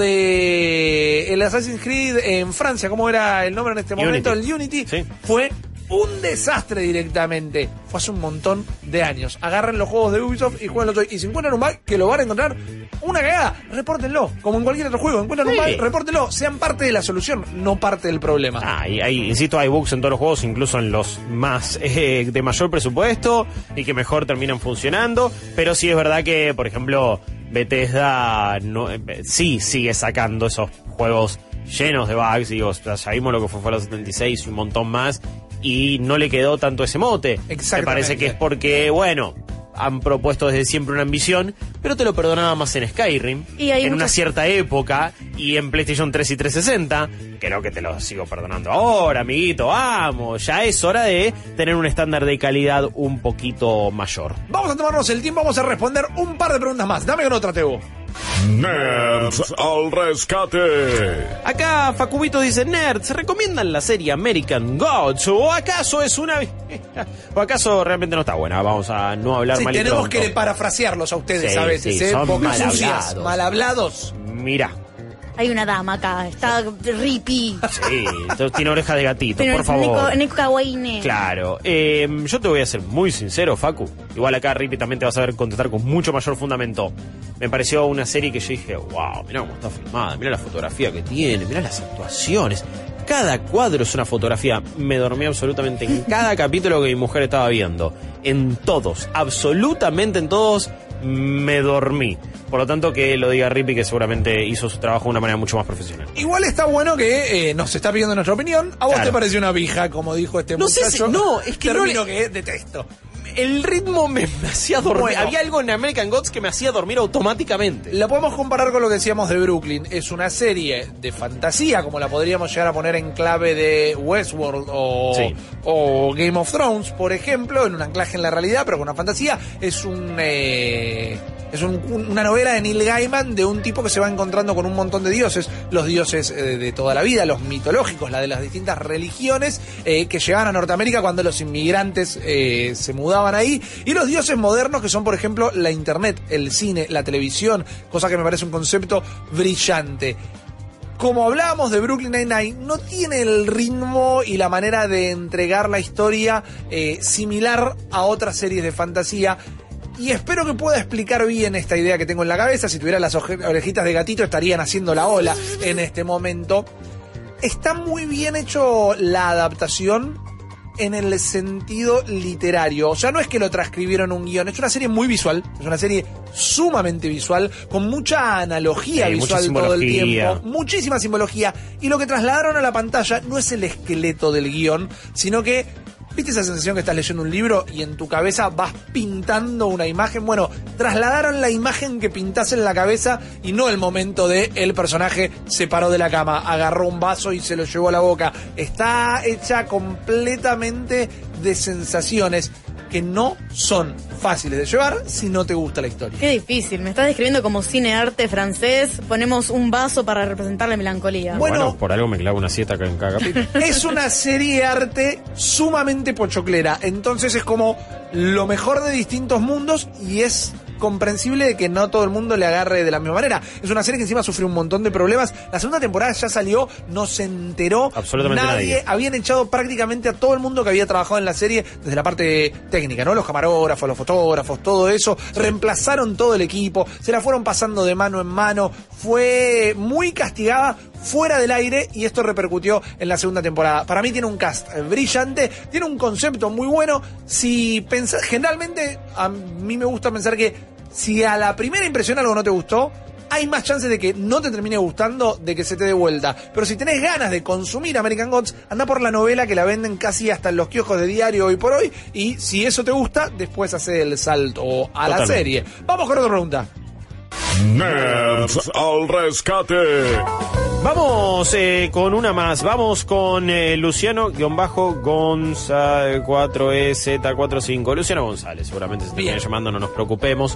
de el Assassin's Creed en Francia, ¿cómo era el nombre en este momento? El Unity, sí. Fue un desastre directamente. Fue hace un montón de años. Agarren los juegos de Ubisoft y jueguenlos hoy. Y si encuentran un bug, que lo van a encontrar una cagada, repórtenlo. Como en cualquier otro juego, encuentran un bug, repórtenlo. Sean parte de la solución, no parte del problema. Insisto, hay bugs en todos los juegos, incluso en los más de mayor presupuesto y que mejor terminan funcionando. Pero sí es verdad que, por ejemplo, Bethesda sí sigue sacando esos juegos llenos de bugs. Digo, ya vimos lo que fue Fallout 76 y un montón más, y no le quedó tanto ese mote. Me parece que es porque, bueno, han propuesto desde siempre una ambición, pero te lo perdonaba más en Skyrim, en una cierta época, y en PlayStation 3 y 360, creo que te lo sigo perdonando ahora, amiguito, vamos, ya es hora de tener un estándar de calidad un poquito mayor. Vamos a tomarnos el tiempo, vamos a responder un par de preguntas más. Dame con otra, Tebo. Nerds al rescate. Acá Facubito dice, Nerds, ¿recomiendan la serie American Gods? ¿O acaso es una... o acaso realmente no está buena? Vamos a no hablar mal y tenemos pronto. que parafrasearlos a ustedes a veces, son bocas mal sucias, hablados. mal hablados. Mira. Hay una dama acá, está ripi. Sí, tiene orejas de gatito, por favor. Neko Kawaii. Claro, yo te voy a ser muy sincero, Facu. Igual acá Rippy también te vas a ver contestar con mucho mayor fundamento. Me pareció una serie que yo dije, wow, mirá cómo está filmada, mirá la fotografía que tiene, mirá las actuaciones. Cada cuadro es una fotografía. Me dormí absolutamente en cada capítulo que mi mujer estaba viendo. En todos, absolutamente en todos, me dormí. Por lo tanto, que lo diga Rippy, que seguramente hizo su trabajo de una manera mucho más profesional. Igual está bueno que nos está pidiendo nuestra opinión. ¿A vos te pareció una pija, como dijo este muchacho? Es que término que detesto. El ritmo me hacía dormir. Bueno, había algo en American Gods que me hacía dormir automáticamente. Lo podemos comparar con lo que decíamos de Brooklyn. Es una serie de fantasía, como la podríamos llegar a poner en clave de Westworld o Game of Thrones, por ejemplo, en un anclaje en la realidad, pero con una fantasía. Es una novela de Neil Gaiman de un tipo que se va encontrando con un montón de dioses, los dioses de toda la vida, los mitológicos, la de las distintas religiones que llegaban a Norteamérica cuando los inmigrantes se mudaban ahí, y los dioses modernos que son, por ejemplo, la internet, el cine, la televisión, cosa que me parece un concepto brillante. Como hablábamos de Brooklyn Nine-Nine, no tiene el ritmo y la manera de entregar la historia similar a otras series de fantasía. Y espero que pueda explicar bien esta idea que tengo en la cabeza. Si tuviera las orejitas de gatito estarían haciendo la ola en este momento. Está muy bien hecho la adaptación en el sentido literario. O sea, no es que lo transcribieron un guión. Es una serie muy visual. Es una serie sumamente visual, con mucha analogía visual todo el tiempo. Muchísima simbología. Y lo que trasladaron a la pantalla no es el esqueleto del guión, sino que... ¿Viste esa sensación que estás leyendo un libro y en tu cabeza vas pintando una imagen? Bueno, trasladaron la imagen que pintás en la cabeza y no el momento de el personaje se paró de la cama, agarró un vaso y se lo llevó a la boca. Está hecha completamente de sensaciones que no son fáciles de llevar si no te gusta la historia. Qué difícil, me estás describiendo como cine-arte francés, ponemos un vaso para representar la melancolía. Bueno, por algo me clavo una siesta en cada capítulo. Es una serie arte sumamente pochoclera, entonces es como lo mejor de distintos mundos y es comprensible de que no todo el mundo le agarre de la misma manera. Es una serie que encima sufrió un montón de problemas. La segunda temporada ya salió, no se enteró absolutamente nadie. Habían echado prácticamente a todo el mundo que había trabajado en la serie desde la parte técnica, ¿no? Los camarógrafos, los fotógrafos, todo eso. Sí. Reemplazaron todo el equipo, se la fueron pasando de mano en mano. Fue muy castigada fuera del aire y esto repercutió en la segunda temporada. Para mí tiene un cast brillante, tiene un concepto muy bueno. Si pensás, generalmente a mí me gusta pensar que si a la primera impresión algo no te gustó, hay más chances de que no te termine gustando, de que se te dé vuelta. Pero si tenés ganas de consumir American Gods, anda por la novela que la venden casi hasta en los kioscos de diario hoy por hoy. Y si eso te gusta, después hace el salto a la serie. Vamos con otra pregunta. Nerds al rescate. Vamos con una más. Vamos con Luciano-Gonza 4EZ45. Luciano González, seguramente se termina llamando, no nos preocupemos.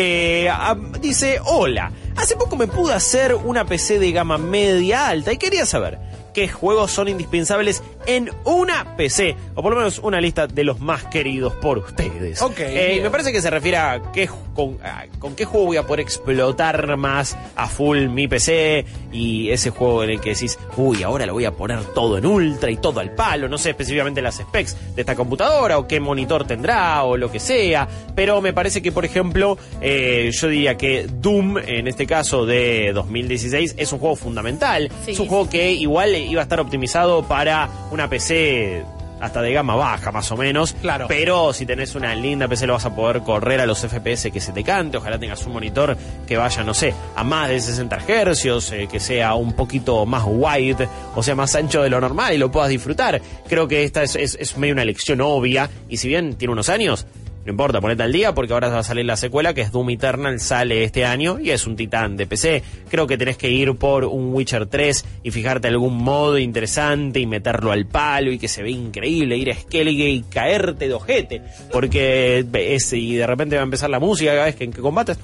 Dice, hola, hace poco me pude hacer una PC de gama media alta y quería saber qué juegos son indispensables en una PC, o por lo menos una lista de los más queridos por ustedes. Me parece que se refiere a con qué juego voy a poder explotar más a full mi PC, y ese juego en el que decís, uy, ahora lo voy a poner todo en ultra y todo al palo. No sé específicamente las specs de esta computadora o qué monitor tendrá o lo que sea, pero me parece que, por ejemplo, yo diría que Doom, en este caso de 2016, es un juego fundamental. Sí. Es un juego que igual iba a estar optimizado para una PC hasta de gama baja, más o menos. Claro. Pero si tenés una linda PC lo vas a poder correr a los FPS que se te cante. Ojalá tengas un monitor que vaya, no sé, a más de 60 Hz, que sea un poquito más wide, o sea, más ancho de lo normal y lo puedas disfrutar. Creo que esta es medio una elección obvia, y si bien tiene unos años, no importa, ponete al día porque ahora va a salir la secuela, que es Doom Eternal, sale este año y es un titán de PC. Creo que tenés que ir por un Witcher 3 y fijarte algún modo interesante y meterlo al palo y que se ve increíble, ir a Skellige y caerte de ojete, porque y de repente va a empezar la música cada vez que combates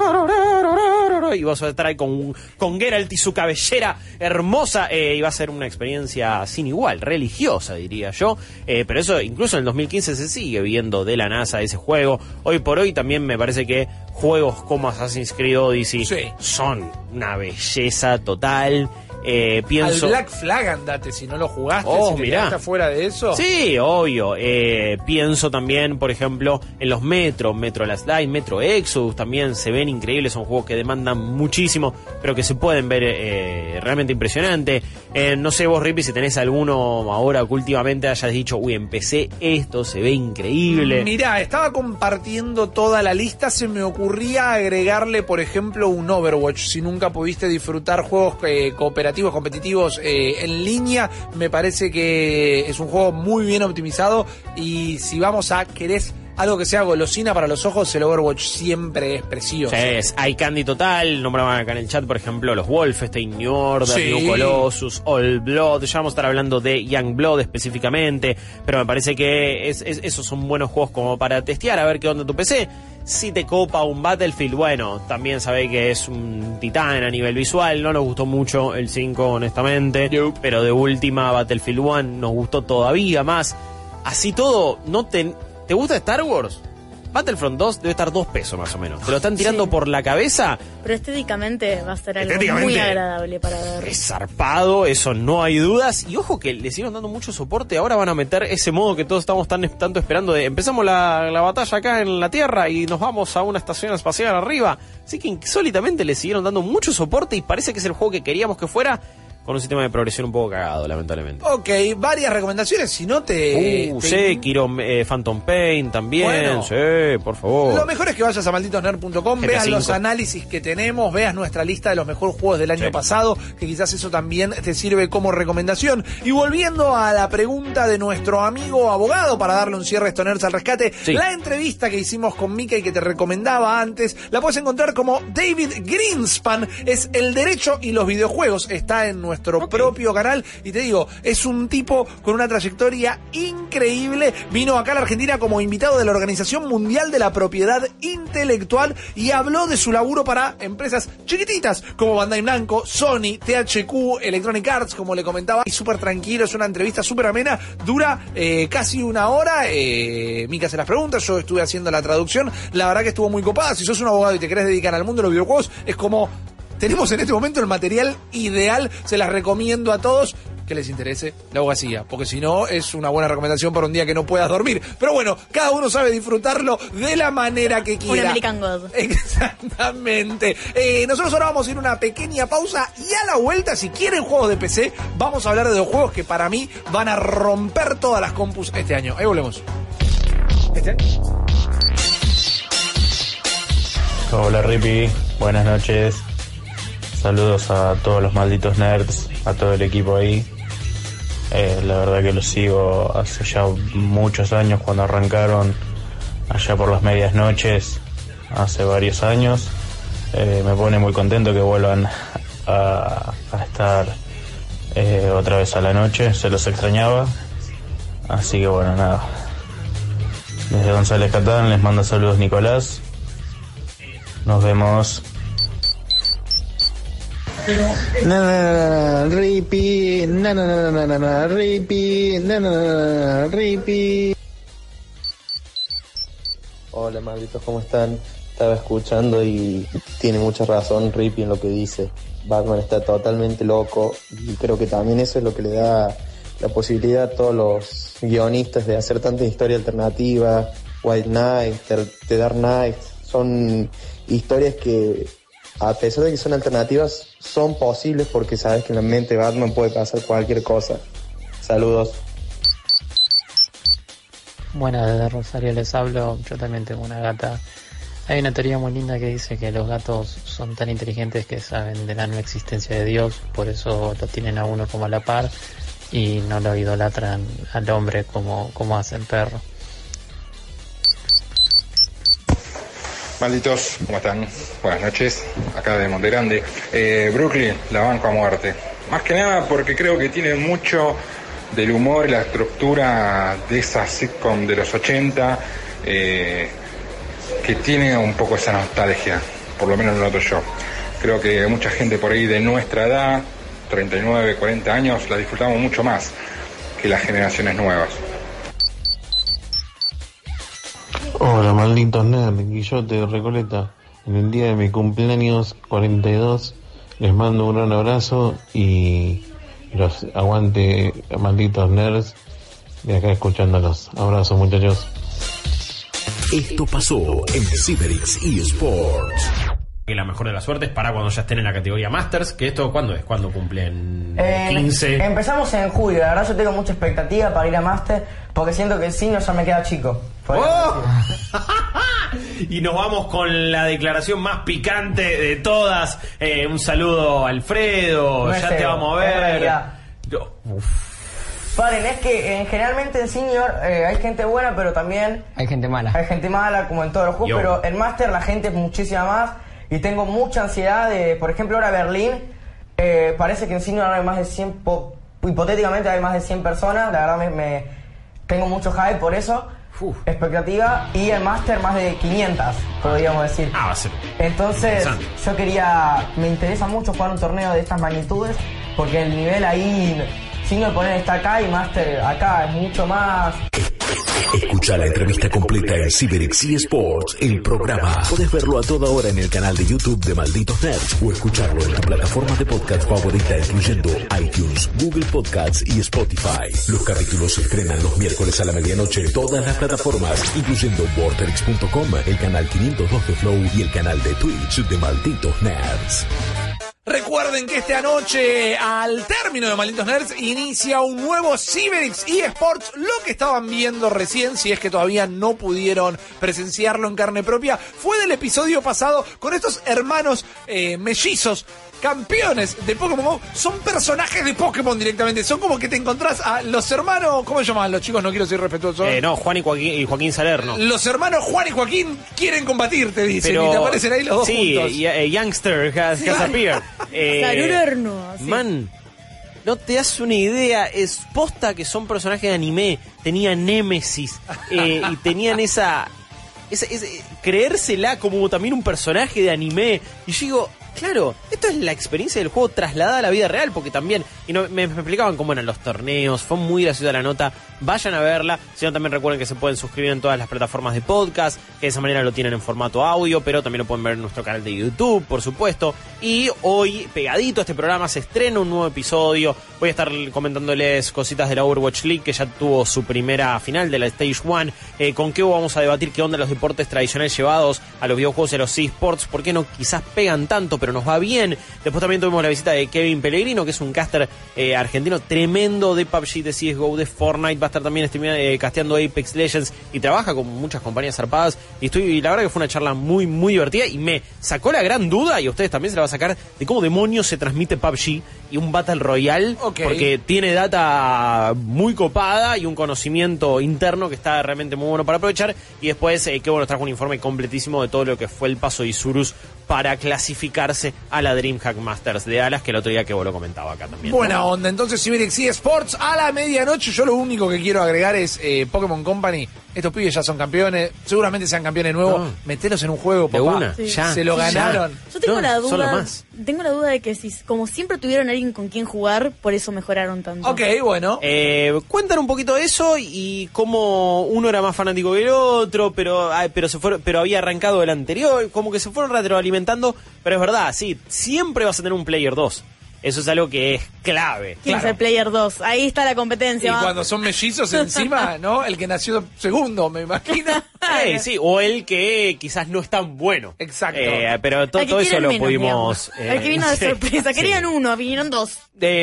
y vas a estar ahí con Geralt y su cabellera hermosa, y va a ser una experiencia sin igual, religiosa diría yo, pero eso incluso en el 2015 se sigue viendo de la NASA ese juego. Hoy por hoy también me parece que juegos como Assassin's Creed Odyssey son una belleza total. Pienso... Al Black Flag andate, si no lo jugaste, si te quedaste fuera de eso. Sí, obvio. Pienso también, por ejemplo, en los Metro Last Light, Metro Exodus también se ven increíbles, son juegos que demandan muchísimo, pero que se pueden ver realmente impresionante. No sé vos, Rippy, si tenés alguno ahora que últimamente hayas dicho, uy, empecé esto, se ve increíble. Mirá, estaba compartiendo toda la lista, se me ocurría agregarle, por ejemplo, un Overwatch. Si nunca pudiste disfrutar juegos cooperativos, competitivos en línea, me parece que es un juego muy bien optimizado, y si vamos a querés algo que sea golosina para los ojos, el Overwatch siempre es precioso. Sí, es eye candy total. Nombraban acá en el chat, por ejemplo, los Wolfenstein, New Order, New Colossus, Old Blood. Ya vamos a estar hablando de Young Blood específicamente, pero me parece que esos son buenos juegos como para testear, a ver qué onda tu PC. Si te copa un Battlefield, bueno, también sabéis que es un titán a nivel visual. No nos gustó mucho el 5, honestamente, pero de última Battlefield 1 nos gustó todavía más. Así todo, ¿te gusta Star Wars? Battlefront 2 debe estar $2 más o menos. ¿Te lo están tirando por la cabeza? Pero estéticamente va a ser algo muy agradable para ver. Es zarpado, eso no hay dudas. Y ojo que le siguen dando mucho soporte. Ahora van a meter ese modo que todos estamos tanto esperando de empezamos la batalla acá en la Tierra y nos vamos a una estación espacial arriba. Así que insólitamente le siguieron dando mucho soporte y parece que es el juego que queríamos que fuera. con un sistema de progresión un poco cagado, lamentablemente. Ok, varias recomendaciones, si no te... Sekiro, Phantom Pain también, bueno, sí, por favor. Lo mejor es que vayas a malditosnerd.com, veas los análisis que tenemos, veas nuestra lista de los mejores juegos del año pasado, que quizás eso también te sirve como recomendación. Y volviendo a la pregunta de nuestro amigo abogado, para darle un cierre a estos nerds al rescate, la entrevista que hicimos con Mika y que te recomendaba antes, la puedes encontrar como David Greenspan, es el derecho y los videojuegos, está en nuestro propio canal, y te digo, es un tipo con una trayectoria increíble. Vino acá a la Argentina como invitado de la Organización Mundial de la Propiedad Intelectual y habló de su laburo para empresas chiquititas como Bandai Namco, Sony, THQ, Electronic Arts, como le comentaba, y súper tranquilo, es una entrevista súper amena, dura casi una hora. Mika hace las preguntas, yo estuve haciendo la traducción, la verdad que estuvo muy copada. Si sos un abogado y te querés dedicar al mundo de los videojuegos, es como... tenemos en este momento el material ideal, se las recomiendo a todos que les interese la abogacía, porque si no es una buena recomendación para un día que no puedas dormir. Pero bueno, cada uno sabe disfrutarlo de la manera que quiera. Un American God. Exactamente. Nosotros ahora vamos a ir a una pequeña pausa y a la vuelta, si quieren juegos de PC, vamos a hablar de dos juegos que para mí van a romper todas las compus este año. Ahí volvemos. Hola Rippy, buenas noches. Saludos a todos los malditos nerds, a todo el equipo ahí. La verdad que los sigo hace ya muchos años, cuando arrancaron allá por las medias noches, hace varios años. Me pone muy contento que vuelvan a estar otra vez a la noche, se los extrañaba. Así que bueno, nada. Desde González Catán les manda saludos Nicolás. Nos vemos. Rippy, Rippy. Hola malditos, ¿cómo están? Estaba escuchando y tiene mucha razón Rippy en lo que dice. Batman está totalmente loco y creo que también eso es lo que le da la posibilidad a todos los guionistas de hacer tanta historia alternativa. White Knight, The Dark Knight, son historias que, a pesar de que son alternativas, son posibles porque sabes que en la mente de Batman puede pasar cualquier cosa. Saludos. Buenas, desde Rosario les hablo. Yo también tengo una gata. Hay una teoría muy linda que dice que los gatos son tan inteligentes que saben de la no existencia de Dios, por eso lo tienen a uno como a la par y no lo idolatran al hombre como hace el perro. Malditos, ¿cómo están? Buenas noches, acá de Monte Grande. Brooklyn, la banco a muerte. Más que nada porque creo que tiene mucho del humor y la estructura de esa sitcom de los 80, que tiene un poco esa nostalgia, por lo menos lo noto yo. Creo que mucha gente por ahí de nuestra edad, 39, 40 años, la disfrutamos mucho más que las generaciones nuevas. Hola malditos nerds, Guillote de Recoleta. En el día de mi cumpleaños 42 les mando un gran abrazo y los aguante malditos nerds de acá escuchándolos. Abrazos muchachos. Esto pasó en Ciberix eSports. Que la mejor de las suertes para cuando ya estén en la categoría Masters. Que esto, ¿cuándo es? ¿Cuándo cumplen? 15. Empezamos en julio. La verdad yo tengo mucha expectativa para ir a Master, porque siento que el signo ya me queda chico. Y nos vamos con la declaración más picante de todas. Un saludo a Alfredo. No, ya te vamos a ver. Paren, es que generalmente en Senior hay gente buena, pero también hay gente mala. Hay gente mala, como en todos los juegos. Pero en Master la gente es muchísima más. Y tengo mucha ansiedad de, por ejemplo, ahora Berlín. Parece que en Senior hay más de 100, hipotéticamente hay más de 100 personas. La verdad me tengo mucho hype por eso. Expectativa. Y el Master más de 500, podríamos decir. Va a ser. Entonces me interesa mucho jugar un torneo de estas magnitudes, porque el nivel ahí, Senior poner está acá y Master acá, es mucho más. Escucha la entrevista completa en Ciberix eSports, el programa. Puedes verlo a toda hora en el canal de YouTube de Malditos Nerds o escucharlo en tu plataforma de podcast favorita, incluyendo iTunes, Google Podcasts y Spotify. Los capítulos se estrenan los miércoles a la medianoche en todas las plataformas, incluyendo Vorterix.com, el canal 502 de Flow y el canal de Twitch de Malditos Nerds. Recuerden que esta noche, al término de Malditos Nerds, inicia un nuevo Ciberix eSports. Lo que estaban viendo recién, si es que todavía no pudieron presenciarlo en carne propia, fue del episodio pasado con estos hermanos mellizos, campeones de Pokémon GO. Son personajes de Pokémon directamente. Son como que te encontrás a los hermanos... ¿Cómo se llaman los chicos? No quiero ser respetuoso. No, Juan y Joaquín Salerno. Los hermanos Juan y Joaquín quieren combatir, te dicen. Pero, y te aparecen ahí los dos juntos. Sí, Youngster has appeared. Saludarno. Sí. Man, no te das una idea. Es posta que son personajes de anime. Tenían Némesis. Y tenían esa creérsela como también un personaje de anime. Y yo digo... Claro, esto es la experiencia del juego trasladada a la vida real, porque también, y no, me explicaban cómo eran los torneos, fue muy graciosa la nota, vayan a verla, si no también recuerden que se pueden suscribir en todas las plataformas de podcast, que de esa manera lo tienen en formato audio, pero también lo pueden ver en nuestro canal de YouTube, por supuesto, y hoy, pegadito a este programa, se estrena un nuevo episodio, voy a estar comentándoles cositas de la Overwatch League, que ya tuvo su primera final de la Stage 1, con qué vamos a debatir qué onda los deportes tradicionales llevados a los videojuegos y a los eSports, por qué no quizás pegan tanto, pero nos va bien. Después también tuvimos la visita de Kevin Pellegrino, que es un caster argentino tremendo de PUBG, de CSGO, de Fortnite. Va a estar también casteando Apex Legends y trabaja con muchas compañías zarpadas. Y la verdad que fue una charla muy, muy divertida y me sacó la gran duda, y a ustedes también se la va a sacar, de cómo demonios se transmite PUBG y un Battle Royale, porque tiene data muy copada y un conocimiento interno que está realmente muy bueno para aprovechar. Y después, qué bueno, trajo un informe completísimo de todo lo que fue el paso de Isurus para clasificarse a la DreamHack Masters de Dallas, que el otro día que vos lo comentaba acá también. Buena onda, entonces Ciberix eSports a la medianoche. Yo lo único que quiero agregar es Pokémon Company. Estos pibes ya son campeones, seguramente sean campeones nuevos. Metelos en un juego, papá. De una, sí. Ya. Se lo ganaron. Yo tengo la duda de que si, como siempre tuvieron alguien con quien jugar, por eso mejoraron tanto. Ok, bueno. Cuentan un poquito de eso y cómo uno era más fanático que el otro, pero había arrancado el anterior, como que se fueron retroalimentando, pero es verdad, sí, siempre vas a tener un Player 2. Eso es algo que es clave. ¿Quién es el Player 2? Ahí está la competencia. Y cuando son mellizos encima, ¿no? El que nació segundo, me imagino. Sí, o el que quizás no es tan bueno. Exacto. Pero todo eso lo pudimos... el que vino de sorpresa. Querían uno, vinieron dos.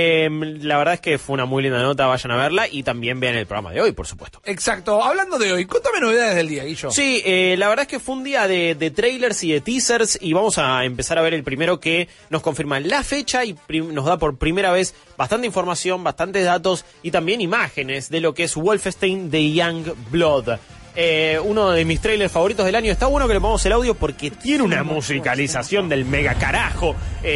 La verdad es que fue una muy linda nota, vayan a verla y también vean el programa de hoy, por supuesto. Exacto. Hablando de hoy, contame novedades del día, Guillo. Sí, la verdad es que fue un día de trailers y de teasers, y vamos a empezar a ver el primero que nos confirma la fecha y nos da por primera vez bastante información, bastantes datos y también imágenes de lo que es Wolfenstein The Young Blood. Uno de mis trailers favoritos del año. Está bueno que le pongamos el audio porque tiene una musicalización del mega carajo.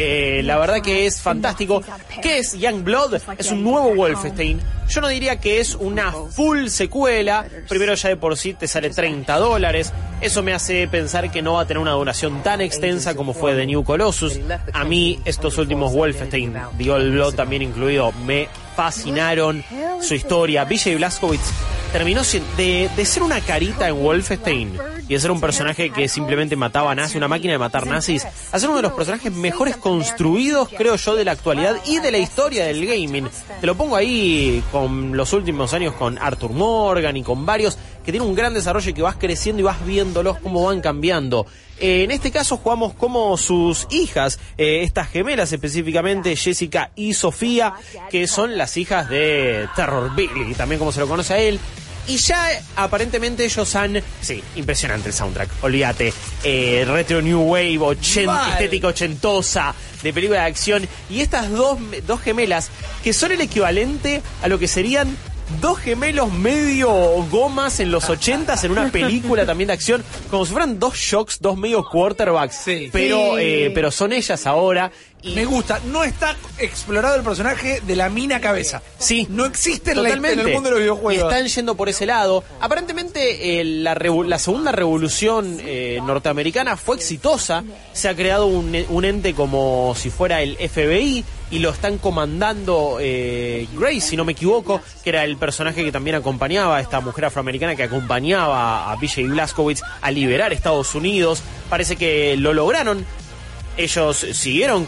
La verdad que es fantástico. ¿Qué es Young Blood? Es un nuevo Wolfenstein. Yo no diría que es una full secuela. Primero, ya de por sí te sale $30. Eso me hace pensar que no va a tener una duración tan extensa como fue The New Colossus. A mí estos últimos Wolfenstein, The Old Blood también incluido, me fascinaron. Su historia, Vijay Blazkowicz terminó de ser una carita en Wolfenstein y de ser un personaje que simplemente mataba a nazis, una máquina de matar nazis, a ser uno de los personajes mejores construidos, creo yo, de la actualidad y de la historia del gaming. Te lo pongo ahí con los últimos años con Arthur Morgan y con varios que tienen un gran desarrollo y que vas creciendo y vas viéndolos cómo van cambiando. En este caso jugamos como sus hijas, estas gemelas específicamente, Jessica y Sofía, que son las hijas de Terror Billy, también como se lo conoce a él. Y ya aparentemente ellos han... Sí, impresionante el soundtrack, olvídate. Retro New Wave, estética ochentosa, de película de acción. Y estas dos gemelas, que son el equivalente a lo que serían dos gemelos medio gomas en los 80s en una película también de acción, como si fueran dos Shocks, dos medio quarterbacks. Sí. Pero son ellas ahora. Y me gusta, no está explorado el personaje de la mina cabeza. Sí. No existe en el mundo de los videojuegos. Están yendo por ese lado. Aparentemente la segunda revolución norteamericana fue exitosa. Se ha creado un ente como si fuera el FBI y lo están comandando Grace, si no me equivoco, que era el personaje que también acompañaba a esta mujer afroamericana que acompañaba a Vijay Blazkowicz a liberar Estados Unidos. Parece que lo lograron. Ellos siguieron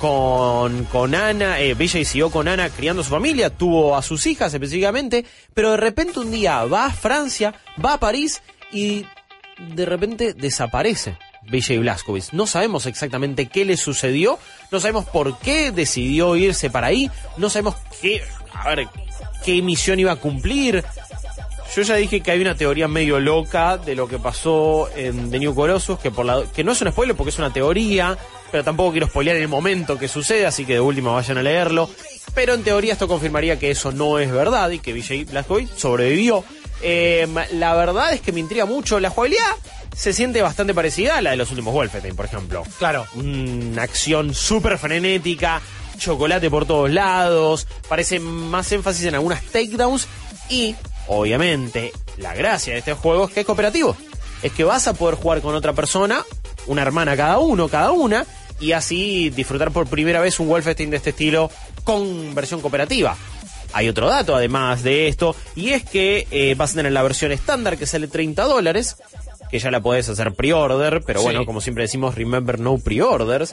con Ana, Vijay siguió con Ana criando a su familia, tuvo a sus hijas específicamente, pero de repente un día va a Francia, va a París y de repente desaparece. BJ Blazkowicz. No sabemos exactamente qué le sucedió, no sabemos por qué decidió irse para ahí, no sabemos qué misión iba a cumplir. Yo ya dije que hay una teoría medio loca de lo que pasó en The New Colossus, que no es un spoiler porque es una teoría, pero tampoco quiero spoilear en el momento que sucede, así que de última vayan a leerlo. Pero en teoría esto confirmaría que eso no es verdad y que BJ Blazkowicz sobrevivió. La verdad es que me intriga mucho. La jugabilidad se siente bastante parecida a la de los últimos Wolfenstein, por ejemplo. Claro. Una acción súper frenética, chocolate por todos lados, parece más énfasis en algunas takedowns y, obviamente, la gracia de este juego es que es cooperativo. Es que vas a poder jugar con otra persona, una hermana cada una, y así disfrutar por primera vez un Wolfenstein de este estilo con versión cooperativa. Hay otro dato además de esto, y es que vas a tener la versión estándar que sale $30, que ya la podés hacer pre-order, pero bueno, como siempre decimos, remember no pre-orders.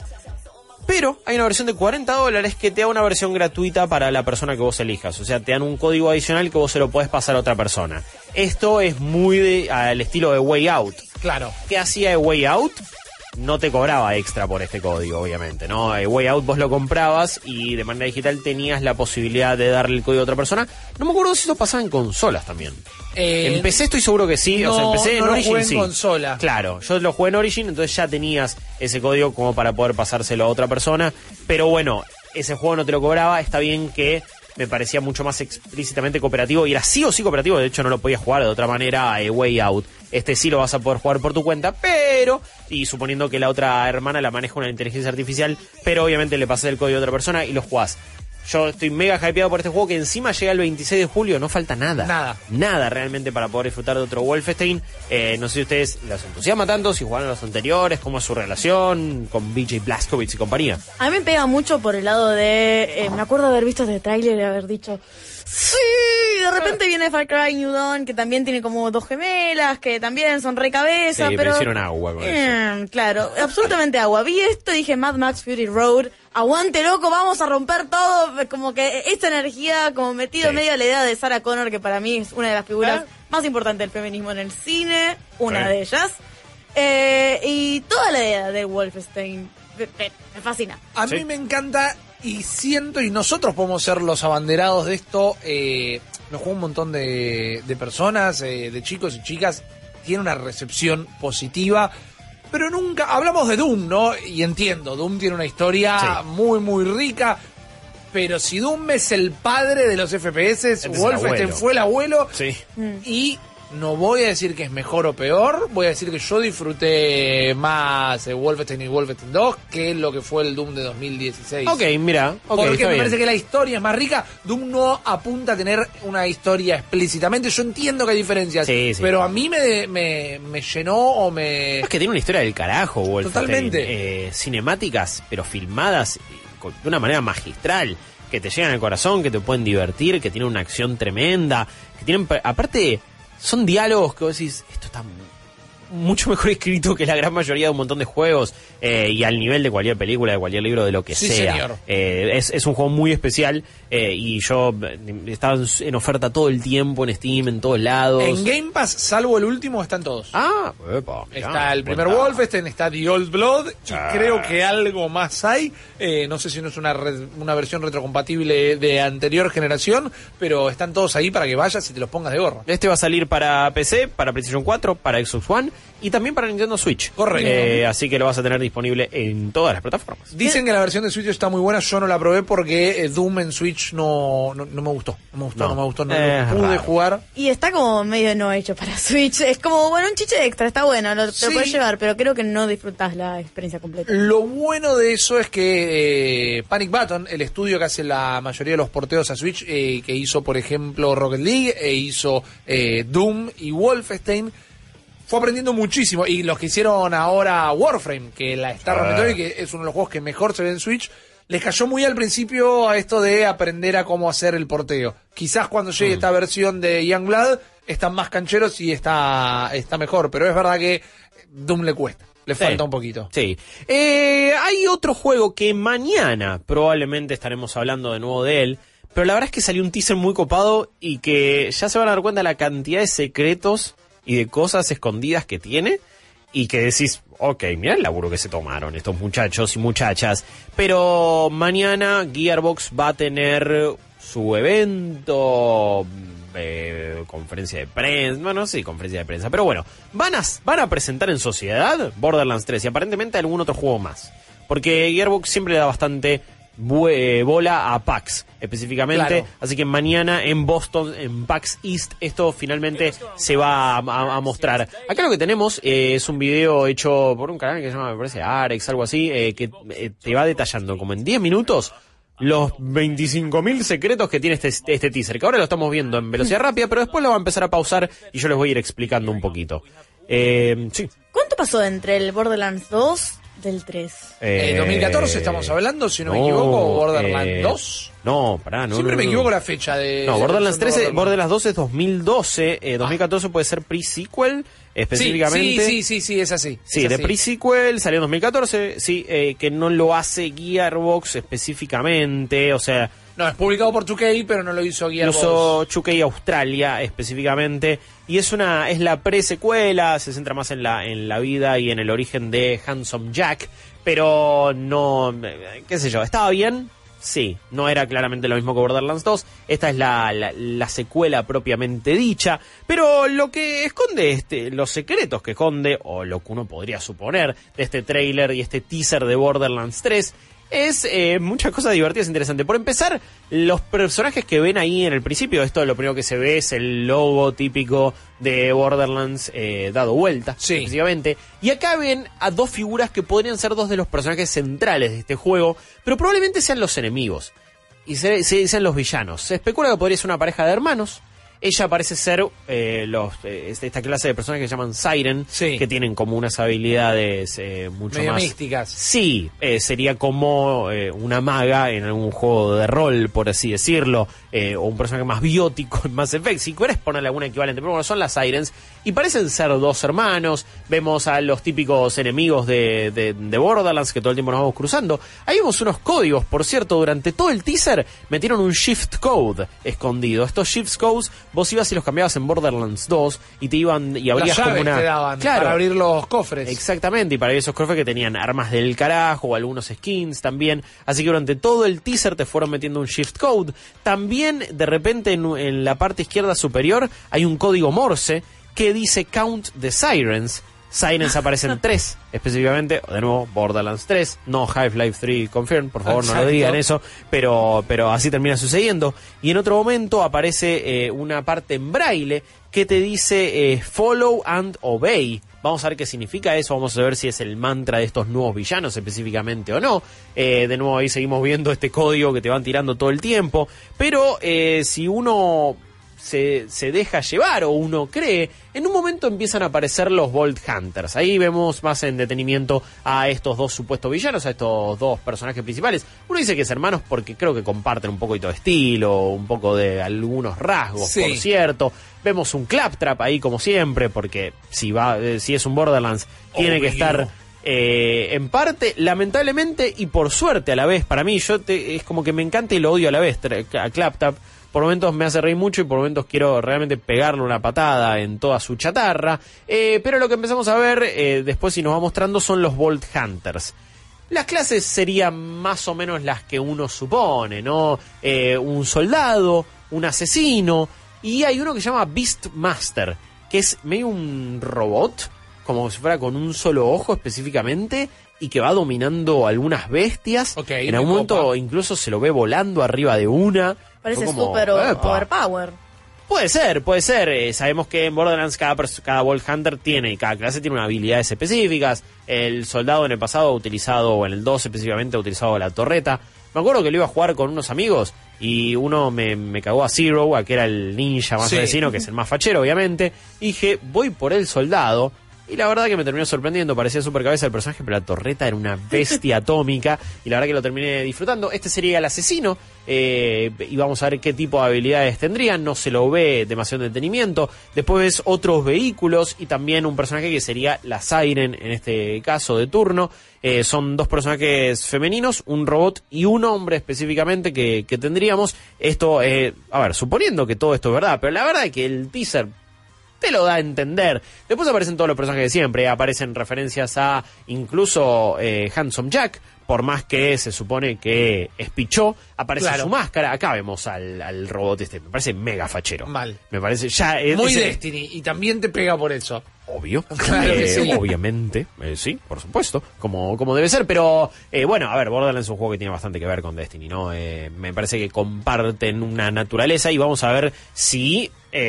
Pero hay una versión de $40 que te da una versión gratuita para la persona que vos elijas. O sea, te dan un código adicional que vos se lo podés pasar a otra persona. Esto es muy al estilo de Way Out. Claro. ¿Qué hacía de Way Out? No te cobraba extra por este código, obviamente, ¿no? Way Out vos lo comprabas y de manera digital tenías la posibilidad de darle el código a otra persona. No me acuerdo si eso pasaba en consolas también. En PC estoy seguro que sí, o sea, en PC en Origin jugué sí. En consola. Claro, yo lo jugué en Origin, entonces ya tenías ese código como para poder pasárselo a otra persona. Pero bueno, ese juego no te lo cobraba, está bien que me parecía mucho más explícitamente cooperativo y era sí o sí cooperativo, de hecho no lo podías jugar de otra manera Way Out. Este sí lo vas a poder jugar por tu cuenta, pero, y suponiendo que la otra hermana la maneja una inteligencia artificial, pero obviamente le pasas el código a otra persona y lo jugás. Yo estoy mega hypeado por este juego que encima llega el 26 de julio, no falta nada. Nada realmente para poder disfrutar de otro Wolfenstein. No sé si ustedes los entusiasma tanto, si jugaron los anteriores, cómo es su relación con BJ Blazkowicz y compañía. A mí me pega mucho por el lado de... me acuerdo haber visto este tráiler y haber dicho... Sí, de repente viene Far Cry New Dawn, que también tiene como dos gemelas, que también son re cabeza, sí, pero hicieron agua con eso. Claro, absolutamente agua. Vi esto y dije Mad Max Fury Road, aguante loco, vamos a romper todo, como que esta energía, como metido medio a la idea de Sarah Connor, que para mí es una de las figuras más importantes del feminismo en el cine, una de ellas, y toda la idea de Wolfenstein me fascina. A mí me encanta. Y siento, y nosotros podemos ser los abanderados de esto, nos juega un montón de personas, de chicos y chicas, tiene una recepción positiva, pero nunca, hablamos de Doom, ¿no? Y entiendo, Doom tiene una historia muy, muy rica, pero si Doom es el padre de los FPS, Wolfenstein fue el abuelo, y... No voy a decir que es mejor o peor, voy a decir que yo disfruté más Wolfenstein y Wolfenstein 2 que lo que fue el Doom de 2016. Ok, mira. Porque me parece que la historia es más rica. Doom no apunta a tener una historia explícitamente. Yo entiendo que hay diferencias, pero a mí me llenó o me... Es que tiene una historia del carajo, Wolfenstein. Totalmente. Cinemáticas, pero filmadas de una manera magistral, que te llegan al corazón, que te pueden divertir, que tienen una acción tremenda, que tienen... Aparte... Son diálogos que vos decís, esto está mucho mejor escrito que la gran mayoría de un montón de juegos y al nivel de cualquier película, de cualquier libro, de lo que sea. Señor. Es un juego muy especial y yo estaba en oferta todo el tiempo en Steam, en todos lados. En Game Pass, salvo el último, están todos. Epa, mirá, está el primer Wolfenstein, está The Old Blood y creo que algo más hay. No sé si no es una versión retrocompatible de anterior generación, pero están todos ahí para que vayas y te los pongas de gorra. Este va a salir para PC, para PlayStation 4, para Xbox One y también para Nintendo Switch. Correcto. Así que lo vas a tener disponible en todas las plataformas. Dicen que la versión de Switch está muy buena. Yo no la probé porque Doom en Switch no me gustó. No lo pude jugar. Y está como medio no hecho para Switch. Es como, bueno, un chiche extra, está bueno, te lo puedes llevar, pero creo que no disfrutás la experiencia completa. Lo bueno de eso es que Panic Button, el estudio que hace la mayoría de los porteos a Switch, que hizo, por ejemplo, Rocket League, hizo Doom y Wolfenstein, fue aprendiendo muchísimo. Y los que hicieron ahora Warframe, que la está rompiendo y que es uno de los juegos que mejor se ve en Switch, les cayó muy al principio a esto de aprender a cómo hacer el porteo. Quizás cuando llegue esta versión de Youngblood están más cancheros y está mejor, pero es verdad que Doom le cuesta. Le falta un poquito. Sí. Hay otro juego que mañana probablemente estaremos hablando de nuevo de él, pero la verdad es que salió un teaser muy copado y que ya se van a dar cuenta de la cantidad de secretos y de cosas escondidas que tiene y que decís, ok, mirá el laburo que se tomaron estos muchachos y muchachas. Pero mañana Gearbox va a tener su evento, conferencia de prensa, bueno, sí, conferencia de prensa, pero bueno, van a presentar en sociedad Borderlands 3 y aparentemente algún otro juego más. Porque Gearbox siempre le da bastante bola a PAX específicamente, claro. Así que mañana en Boston, en PAX East, esto finalmente se va a mostrar. Acá lo que tenemos es un video hecho por un canal que se llama, me parece, Arex, algo así, que te va detallando como en 10 minutos los 25.000 secretos que tiene este teaser, que ahora lo estamos viendo en velocidad rápida, pero después lo va a empezar a pausar y yo les voy a ir explicando un poquito. Sí. ¿Cuánto pasó entre el Borderlands 2 del 3? 2014 estamos hablando, si no me equivoco, o Borderlands 2. No, pará, no. Siempre me equivoco la fecha de... No, Borderlands 3, Borderlands 2 es 2012, 2014 puede ser pre-sequel, específicamente. Sí, es así. Sí, de pre-sequel salió en 2014, sí, que no lo hace Gearbox específicamente, o sea... No, es publicado por 2K, pero no lo hizo Gearbox. Lo hizo 2K Australia específicamente, y es la pre-secuela, se centra más en la vida y en el origen de Handsome Jack, pero no, qué sé yo, estaba bien. Sí, no era claramente lo mismo que Borderlands 2. Esta es la secuela propiamente dicha. Pero lo que esconde los secretos que esconde, o lo que uno podría suponer de este tráiler y este teaser de Borderlands 3, es muchas cosas divertidas e interesantes. Por empezar, los personajes que ven ahí en el principio, esto lo primero que se ve es el logo típico de Borderlands dado vuelta, sí, exclusivamente. Y acá ven a dos figuras que podrían ser dos de los personajes centrales de este juego, pero probablemente sean los enemigos y sean los villanos. Se especula que podría ser una pareja de hermanos. Ella parece ser esta clase de personas que se llaman Siren, sí, que tienen como unas habilidades mucho medio más místicas. Sí, sería como una maga en algún juego de rol, por así decirlo, o un personaje más biótico en Mass Effect. Si querés ponerle algún equivalente, pero bueno, son las Sirens y parecen ser dos hermanos. Vemos a los típicos enemigos de Borderlands que todo el tiempo nos vamos cruzando. Ahí vemos unos códigos, por cierto, durante todo el teaser metieron un shift code escondido. Estos shift codes vos ibas y los cambiabas en Borderlands 2 y te iban y abrías como una... te daban, claro, para abrir los cofres. Exactamente, y para abrir esos cofres que tenían armas del carajo o algunos skins también. Así que durante todo el teaser te fueron metiendo un shift code. También, de repente, en la parte izquierda superior hay un código Morse que dice Count the Sirens. Sirens aparecen 3, específicamente, de nuevo, Borderlands 3, no Half-Life 3 confirm, por favor. Exacto. No lo digan eso, pero así termina sucediendo. Y en otro momento aparece una parte en braille que te dice Follow and Obey. Vamos a ver qué significa eso, vamos a ver si es el mantra de estos nuevos villanos específicamente o no. De nuevo ahí seguimos viendo este código que te van tirando todo el tiempo, pero si uno... Se deja llevar o uno cree, en un momento empiezan a aparecer los Vault Hunters. Ahí vemos más en detenimiento a estos dos supuestos villanos, a estos dos personajes principales. Uno dice que es hermanos porque creo que comparten un poquito de estilo, un poco de algunos rasgos, sí, por cierto. Vemos un Claptrap ahí como siempre, porque si es un Borderlands, tiene que estar... en parte, lamentablemente y por suerte a la vez, para mí es como que me encanta y lo odio a la vez a Claptrap. Por momentos me hace reír mucho y por momentos quiero realmente pegarle una patada en toda su chatarra. Pero lo que empezamos a ver después y nos va mostrando son los Vault Hunters. Las clases serían más o menos las que uno supone, ¿no? Un soldado, un asesino, y hay uno que se llama Beastmaster, que es medio un robot, como si fuera con un solo ojo específicamente, y que va dominando algunas bestias. Okay, en algún momento incluso se lo ve volando arriba de una. Parece súper overpower. Puede ser. Sabemos que en Borderlands cada Vault Hunter cada clase tiene unas habilidades específicas. El soldado en el pasado ha utilizado, o en el 2 específicamente, ha utilizado la torreta. Me acuerdo que lo iba a jugar con unos amigos y uno me cagó a Zero, a que era el ninja más asesino, que es el más fachero, obviamente. Y dije, voy por el soldado. Y la verdad que me terminó sorprendiendo, parecía súper cabeza el personaje, pero la torreta era una bestia atómica, y la verdad que lo terminé disfrutando. Este sería el asesino, y vamos a ver qué tipo de habilidades tendría, no se lo ve demasiado detenimiento. Después ves otros vehículos, y también un personaje que sería la Siren, en este caso de turno. Son dos personajes femeninos, un robot y un hombre específicamente que tendríamos. Esto, suponiendo que todo esto es verdad, pero la verdad es que el teaser te lo da a entender. Después aparecen todos los personajes de siempre, aparecen referencias a incluso Handsome Jack, por más que se supone que es Pichot, aparece su máscara. Acá vemos al robot me parece mega fachero. Mal. Me parece ya... Muy Destiny, y también te pega por eso. Obvio. Claro que sí. Obviamente, sí, por supuesto, como debe ser, pero bueno, a ver, Borderlands es un juego que tiene bastante que ver con Destiny, ¿no? Me parece que comparten una naturaleza y vamos a ver si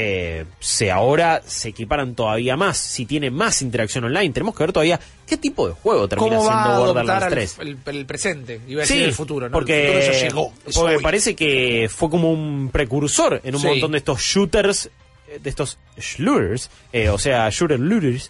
ahora se equiparan todavía más, si tiene más interacción online. Tenemos que ver todavía qué tipo de juego termina siendo Borderlands 3. El presente, iba a decir el futuro, ¿no? Porque, el futuro ya llegó. Porque parece que fue como un precursor en un montón de estos shooters, de estos shooters, o sea, shooters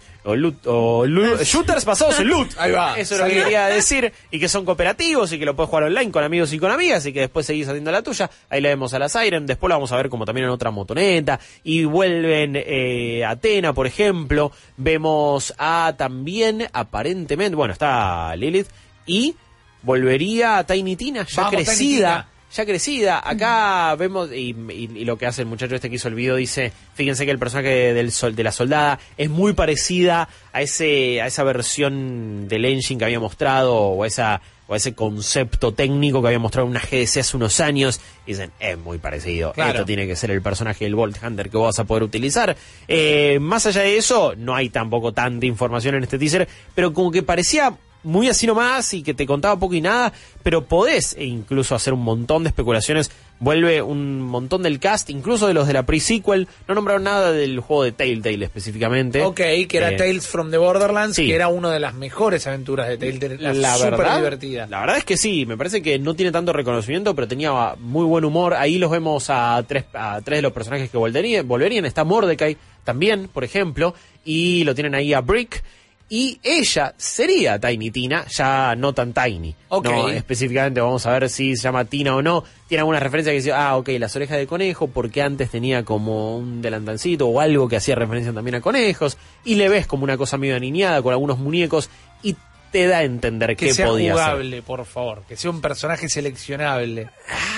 shooters basados en loot. Ahí va. Eso es lo que quería decir, y que son cooperativos y que lo puedes jugar online con amigos y con amigas y que después seguís haciendo la tuya. Ahí la vemos a la Siren, después la vamos a ver como también en otra motoneta, y vuelven Athena, por ejemplo. Vemos a también, aparentemente, bueno, está Lilith, y volvería a Tiny Tina, ya crecida. Ya crecida, acá vemos, y lo que hace el muchacho que hizo el video dice, fíjense que el personaje de la soldada es muy parecida a esa versión del engine que había mostrado, o a ese concepto técnico que había mostrado en una GDC hace unos años. Y dicen, es muy parecido, esto tiene que ser el personaje del Vault Hunter que vas a poder utilizar. Más allá de eso, no hay tampoco tanta información en este teaser, pero como que parecía muy así nomás y que te contaba poco y nada, pero podés incluso hacer un montón de especulaciones. Vuelve un montón del cast, incluso de los de la pre-sequel. No nombraron nada del juego de Telltale específicamente. Ok, que era Tales from the Borderlands, que era una de las mejores aventuras de Telltale. Súper divertida. La verdad es que sí, me parece que no tiene tanto reconocimiento, pero tenía muy buen humor. Ahí los vemos a tres de los personajes que volverían. Está Mordecai también, por ejemplo, y lo tienen ahí a Brick. Y ella sería Tiny Tina, ya no tan Tiny. No, específicamente vamos a ver si se llama Tina o no. Tiene alguna referencia que dice, las orejas de conejo, porque antes tenía como un delantancito o algo que hacía referencia también a conejos. Y le ves como una cosa medio aniñada con algunos muñecos y te da a entender qué podía ser. Que sea jugable, por favor, que sea un personaje seleccionable.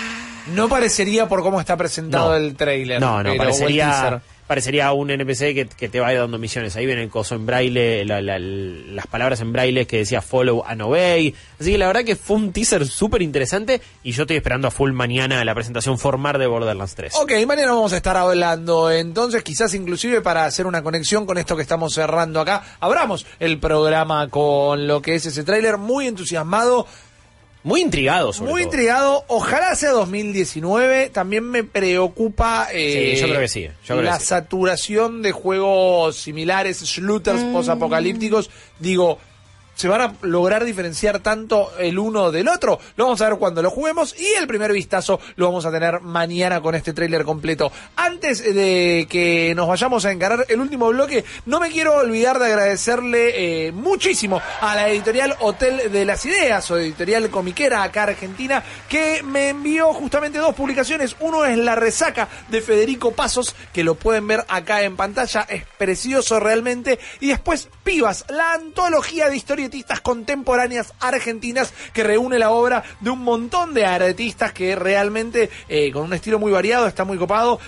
No parecería por cómo está presentado el trailer. No, parecería un NPC que te va dando misiones. Ahí viene el coso en braille, las palabras en braille que decía follow and obey. Así que la verdad que fue un teaser súper interesante y yo estoy esperando a full mañana la presentación formal de Borderlands 3. Ok, mañana vamos a estar hablando entonces, quizás inclusive para hacer una conexión con esto que estamos cerrando acá. Abramos el programa con lo que es ese tráiler, muy entusiasmado. Muy intrigado, Muy intrigado. Ojalá sea 2019. También me preocupa yo creo que sí. la saturación de juegos similares, shooters posapocalípticos. Digo, ¿se van a lograr diferenciar tanto el uno del otro? Lo vamos a ver cuando lo juguemos y el primer vistazo lo vamos a tener mañana con este tráiler completo. Antes de que nos vayamos a encarar el último bloque, no me quiero olvidar de agradecerle muchísimo a la editorial Hotel de las Ideas, o editorial comiquera acá argentina, que me envió justamente 2 publicaciones. Uno es La Resaca de Federico Pasos, que lo pueden ver acá en pantalla, es precioso realmente. Y después Pibas, la antología de historietistas contemporáneas argentinas, que reúne la obra de un montón de artistas que realmente con un estilo muy variado, está muy copado.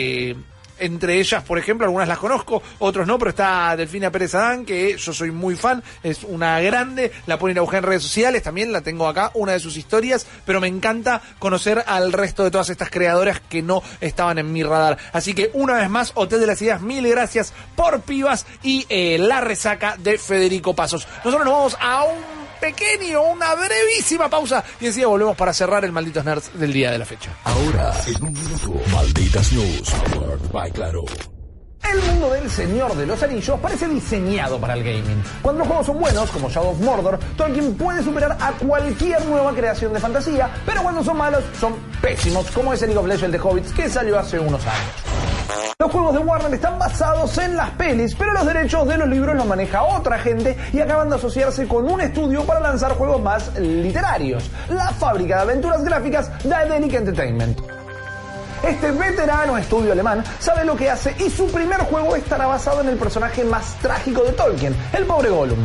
Entre ellas, por ejemplo, algunas las conozco, otros no, pero está Delfina Pérez Adán, que yo soy muy fan, es una grande, la pueden ir a buscar en redes sociales, también la tengo acá, una de sus historias, pero me encanta conocer al resto de todas estas creadoras que no estaban en mi radar. Así que una vez más, Hotel de las Ideas, mil gracias por Pibas y La Resaca de Federico Pasos. Nosotros nos vamos a una brevísima pausa y enseguida volvemos para cerrar el Malditos Nerds del día de la fecha. Ahora, en un minuto, Malditas News, powered by Claro. El mundo del Señor de los Anillos parece diseñado para el gaming. Cuando los juegos son buenos, como Shadow of Mordor, Tolkien puede superar a cualquier nueva creación de fantasía, pero cuando son malos, son pésimos, como es el League of Legends de Hobbits, que salió hace unos años. Los juegos de Warner están basados en las pelis, pero los derechos de los libros los maneja otra gente y acaban de asociarse con un estudio para lanzar juegos más literarios, la fábrica de aventuras gráficas Daedalic Entertainment. Este veterano estudio alemán sabe lo que hace y su primer juego estará basado en el personaje más trágico de Tolkien, el pobre Gollum.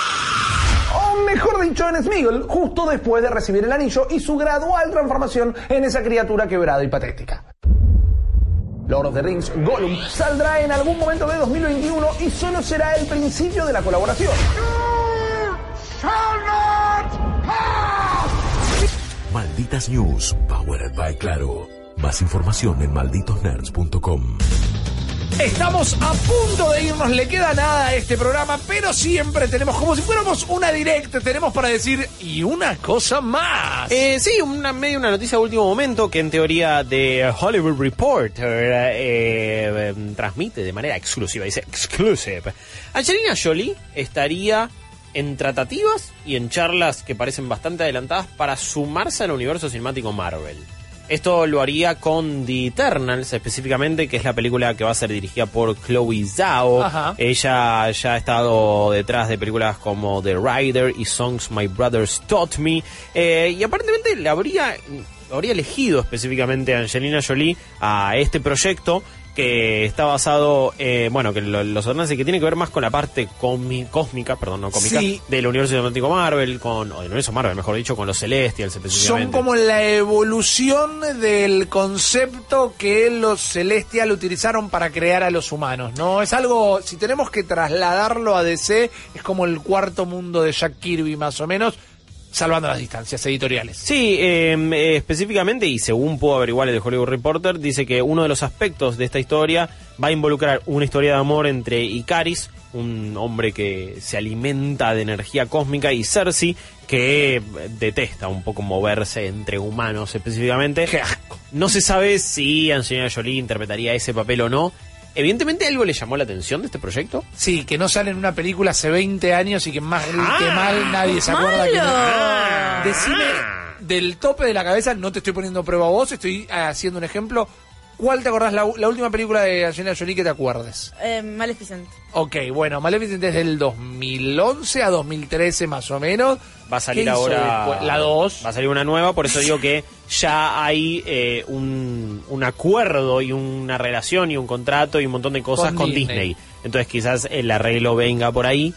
O mejor dicho, en Sméagol, justo después de recibir el anillo y su gradual transformación en esa criatura quebrada y patética. Lord of the Rings Gollum saldrá en algún momento de 2021 y solo será el principio de la colaboración. Malditas News, powered by Claro. Más información en malditosnerds.com. Estamos a punto de irnos, le queda nada a este programa, pero siempre tenemos, como si fuéramos una directa, tenemos para decir, y una cosa más. Sí, una noticia de último momento que en teoría de Hollywood Reporter transmite de manera exclusiva, dice exclusive. Angelina Jolie estaría en tratativas y en charlas que parecen bastante adelantadas para sumarse al universo cinemático Marvel. Esto lo haría con The Eternals, específicamente, que es la película que va a ser dirigida por Chloe Zhao. Ajá. Ella ya ha estado detrás de películas como The Rider y Songs My Brothers Taught Me. Y aparentemente le habría elegido específicamente a Angelina Jolie a este proyecto, que está basado, que los Eternals, que tiene que ver más con la parte cósmica, sí, del universo cinemático Marvel, o del universo Marvel, mejor dicho, con los Celestials específicamente. Son como la evolución del concepto que los Celestials utilizaron para crear a los humanos, ¿no? Es algo, si tenemos que trasladarlo a DC, es como el cuarto mundo de Jack Kirby, más o menos, salvando las distancias editoriales. Sí, específicamente, y según pudo averiguar el de Hollywood Reporter, dice que uno de los aspectos de esta historia va a involucrar una historia de amor entre Ikaris, un hombre que se alimenta de energía cósmica, y Cersei, que detesta un poco moverse entre humanos específicamente. ¡Qué asco! No se sabe si Angelina Jolie interpretaría ese papel o no. Evidentemente algo le llamó la atención de este proyecto. Sí, que no sale en una película hace 20 años y que más que mal nadie se acuerda. Decime del tope de la cabeza, no te estoy poniendo prueba a vos, estoy haciendo un ejemplo. ¿Cuál te acordás, la última película de Angelina Jolie que te acuerdes? Maleficent. Ok, bueno, Maleficent es del 2011 a 2013 más o menos. Va a salir ahora la 2. Va a salir una nueva, por eso digo que ya hay un acuerdo y una relación y un contrato y un montón de cosas con Disney. Entonces quizás el arreglo venga por ahí.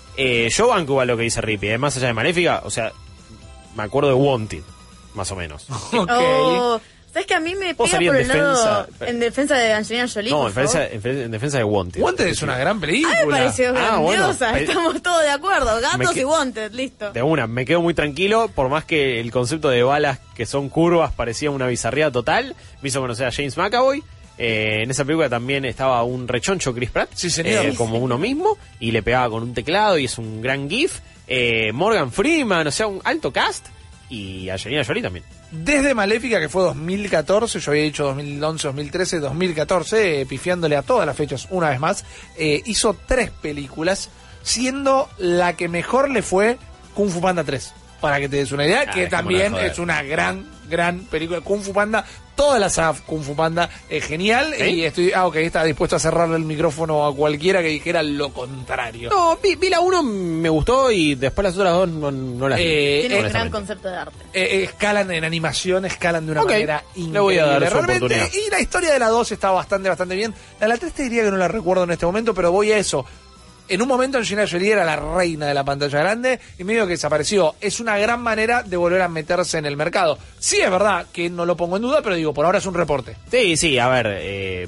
Yo banco igual lo que dice Rippy, más allá de Maléfica, o sea, me acuerdo de Wanted, más o menos. Ok. ¿Sabes que a mí me pega por el lado en defensa de Angelina Jolie? No, en defensa de Wanted. Wanted es una gran película. A mí me pareció grandiosa, estamos todos de acuerdo. Gatos y Wanted, listo. De una, me quedo muy tranquilo, por más que el concepto de balas que son curvas parecía una bizarría total. Me hizo conocer a James McAvoy. En esa película también estaba un rechoncho Chris Pratt, sí, señor. Como uno mismo, y le pegaba con un teclado y es un gran gif. Morgan Freeman, o sea, un alto cast. Y Angelina Jolie también. Desde Maléfica, que fue 2014, yo había dicho 2011, 2013, 2014, pifiándole a todas las fechas una vez más, hizo 3 películas, siendo la que mejor le fue Kung Fu Panda 3. Para que te des una idea, que también es una gran película. Kung Fu Panda, toda la saga Kung Fu Panda es genial. Y está dispuesto a cerrarle el micrófono a cualquiera que dijera lo contrario. No, vi la 1, me gustó, y después las otras 2 no las vi. Tiene un gran concepto de arte. Escalan en animación, escalan de una manera increíble. Le voy a dar su oportunidad. Y la historia de la 2 está bastante bien. La 3 te diría que no la recuerdo en este momento, pero voy a eso. En un momento Angelina Jolie era la reina de la pantalla grande y medio que desapareció. Es una gran manera de volver a meterse en el mercado. Sí, es verdad que no lo pongo en duda, pero digo, por ahora es un reporte. Sí, a ver,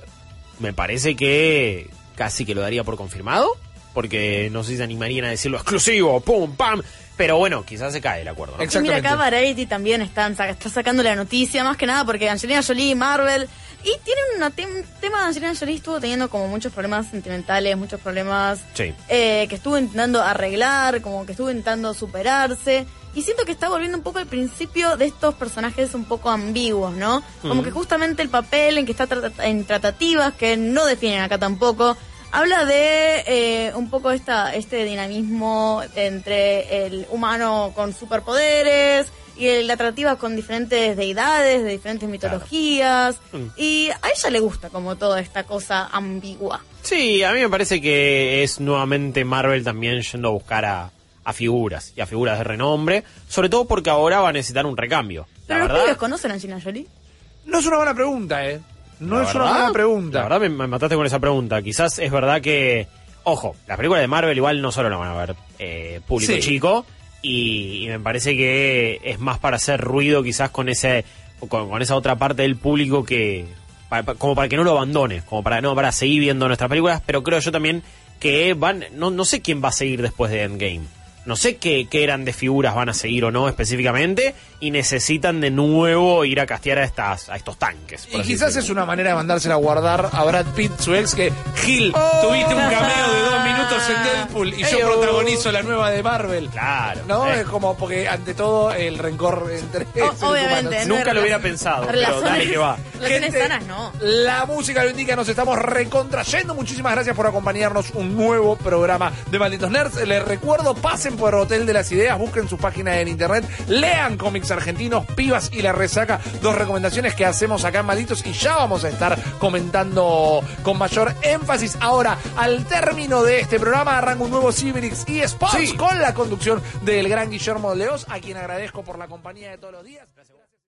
me parece que casi que lo daría por confirmado, porque no sé si se animarían a decirlo exclusivo, pum, pam. Pero bueno, quizás se cae el acuerdo, ¿no? Exactamente. Mira, acá Variety también está sacando la noticia, más que nada porque Angelina Jolie y Marvel... Y tienen un tema de Angelina Jolie, estuvo teniendo como muchos problemas sentimentales, muchos problemas que estuvo intentando arreglar, como que estuvo intentando superarse. Y siento que está volviendo un poco al principio de estos personajes un poco ambiguos, ¿no? Como que justamente el papel en que está en tratativas, que no definen acá tampoco, habla de un poco este dinamismo entre el humano con superpoderes y la atractiva con diferentes deidades, de diferentes mitologías. Claro. Y a ella le gusta como toda esta cosa ambigua. Sí, a mí me parece que es nuevamente Marvel también yendo a buscar a figuras, y a figuras de renombre, sobre todo porque ahora va a necesitar un recambio. ¿Pero los pibes conocen a Angelina Jolie? No es una buena pregunta, No es una buena pregunta. La verdad me mataste con esa pregunta. Quizás es verdad que... Ojo, las películas de Marvel igual no solo la van a ver público chico, y me parece que es más para hacer ruido quizás con esa otra parte del público que como para que no lo abandone, como para seguir viendo nuestras películas, pero creo yo también que no sé quién va a seguir después de Endgame. No sé qué grandes figuras van a seguir o no específicamente, y necesitan de nuevo ir a castear a estos tanques. Y quizás es una manera de mandársela a guardar a Brad Pitt, su ex, que Gil, tuviste un cameo de 2 minutos en Deadpool y yo protagonizo la nueva de Marvel. Claro. ¿No? Es como porque ante todo el rencor entre obviamente. Nunca lo hubiera pensado, pero dale que va. Relaciones sanas, no. La música lo indica, nos estamos recontrayendo. Muchísimas gracias por acompañarnos un nuevo programa de Malditos Nerds. Les recuerdo, pasen por Hotel de las Ideas, busquen su página en internet, lean cómics argentinos, Pibas y La Resaca, 2 recomendaciones que hacemos acá en Malditos y ya vamos a estar comentando con mayor énfasis. Ahora, al término de este programa, arranca un nuevo Ciberix y Sports con la conducción del gran Guillermo Leos, a quien agradezco por la compañía de todos los días.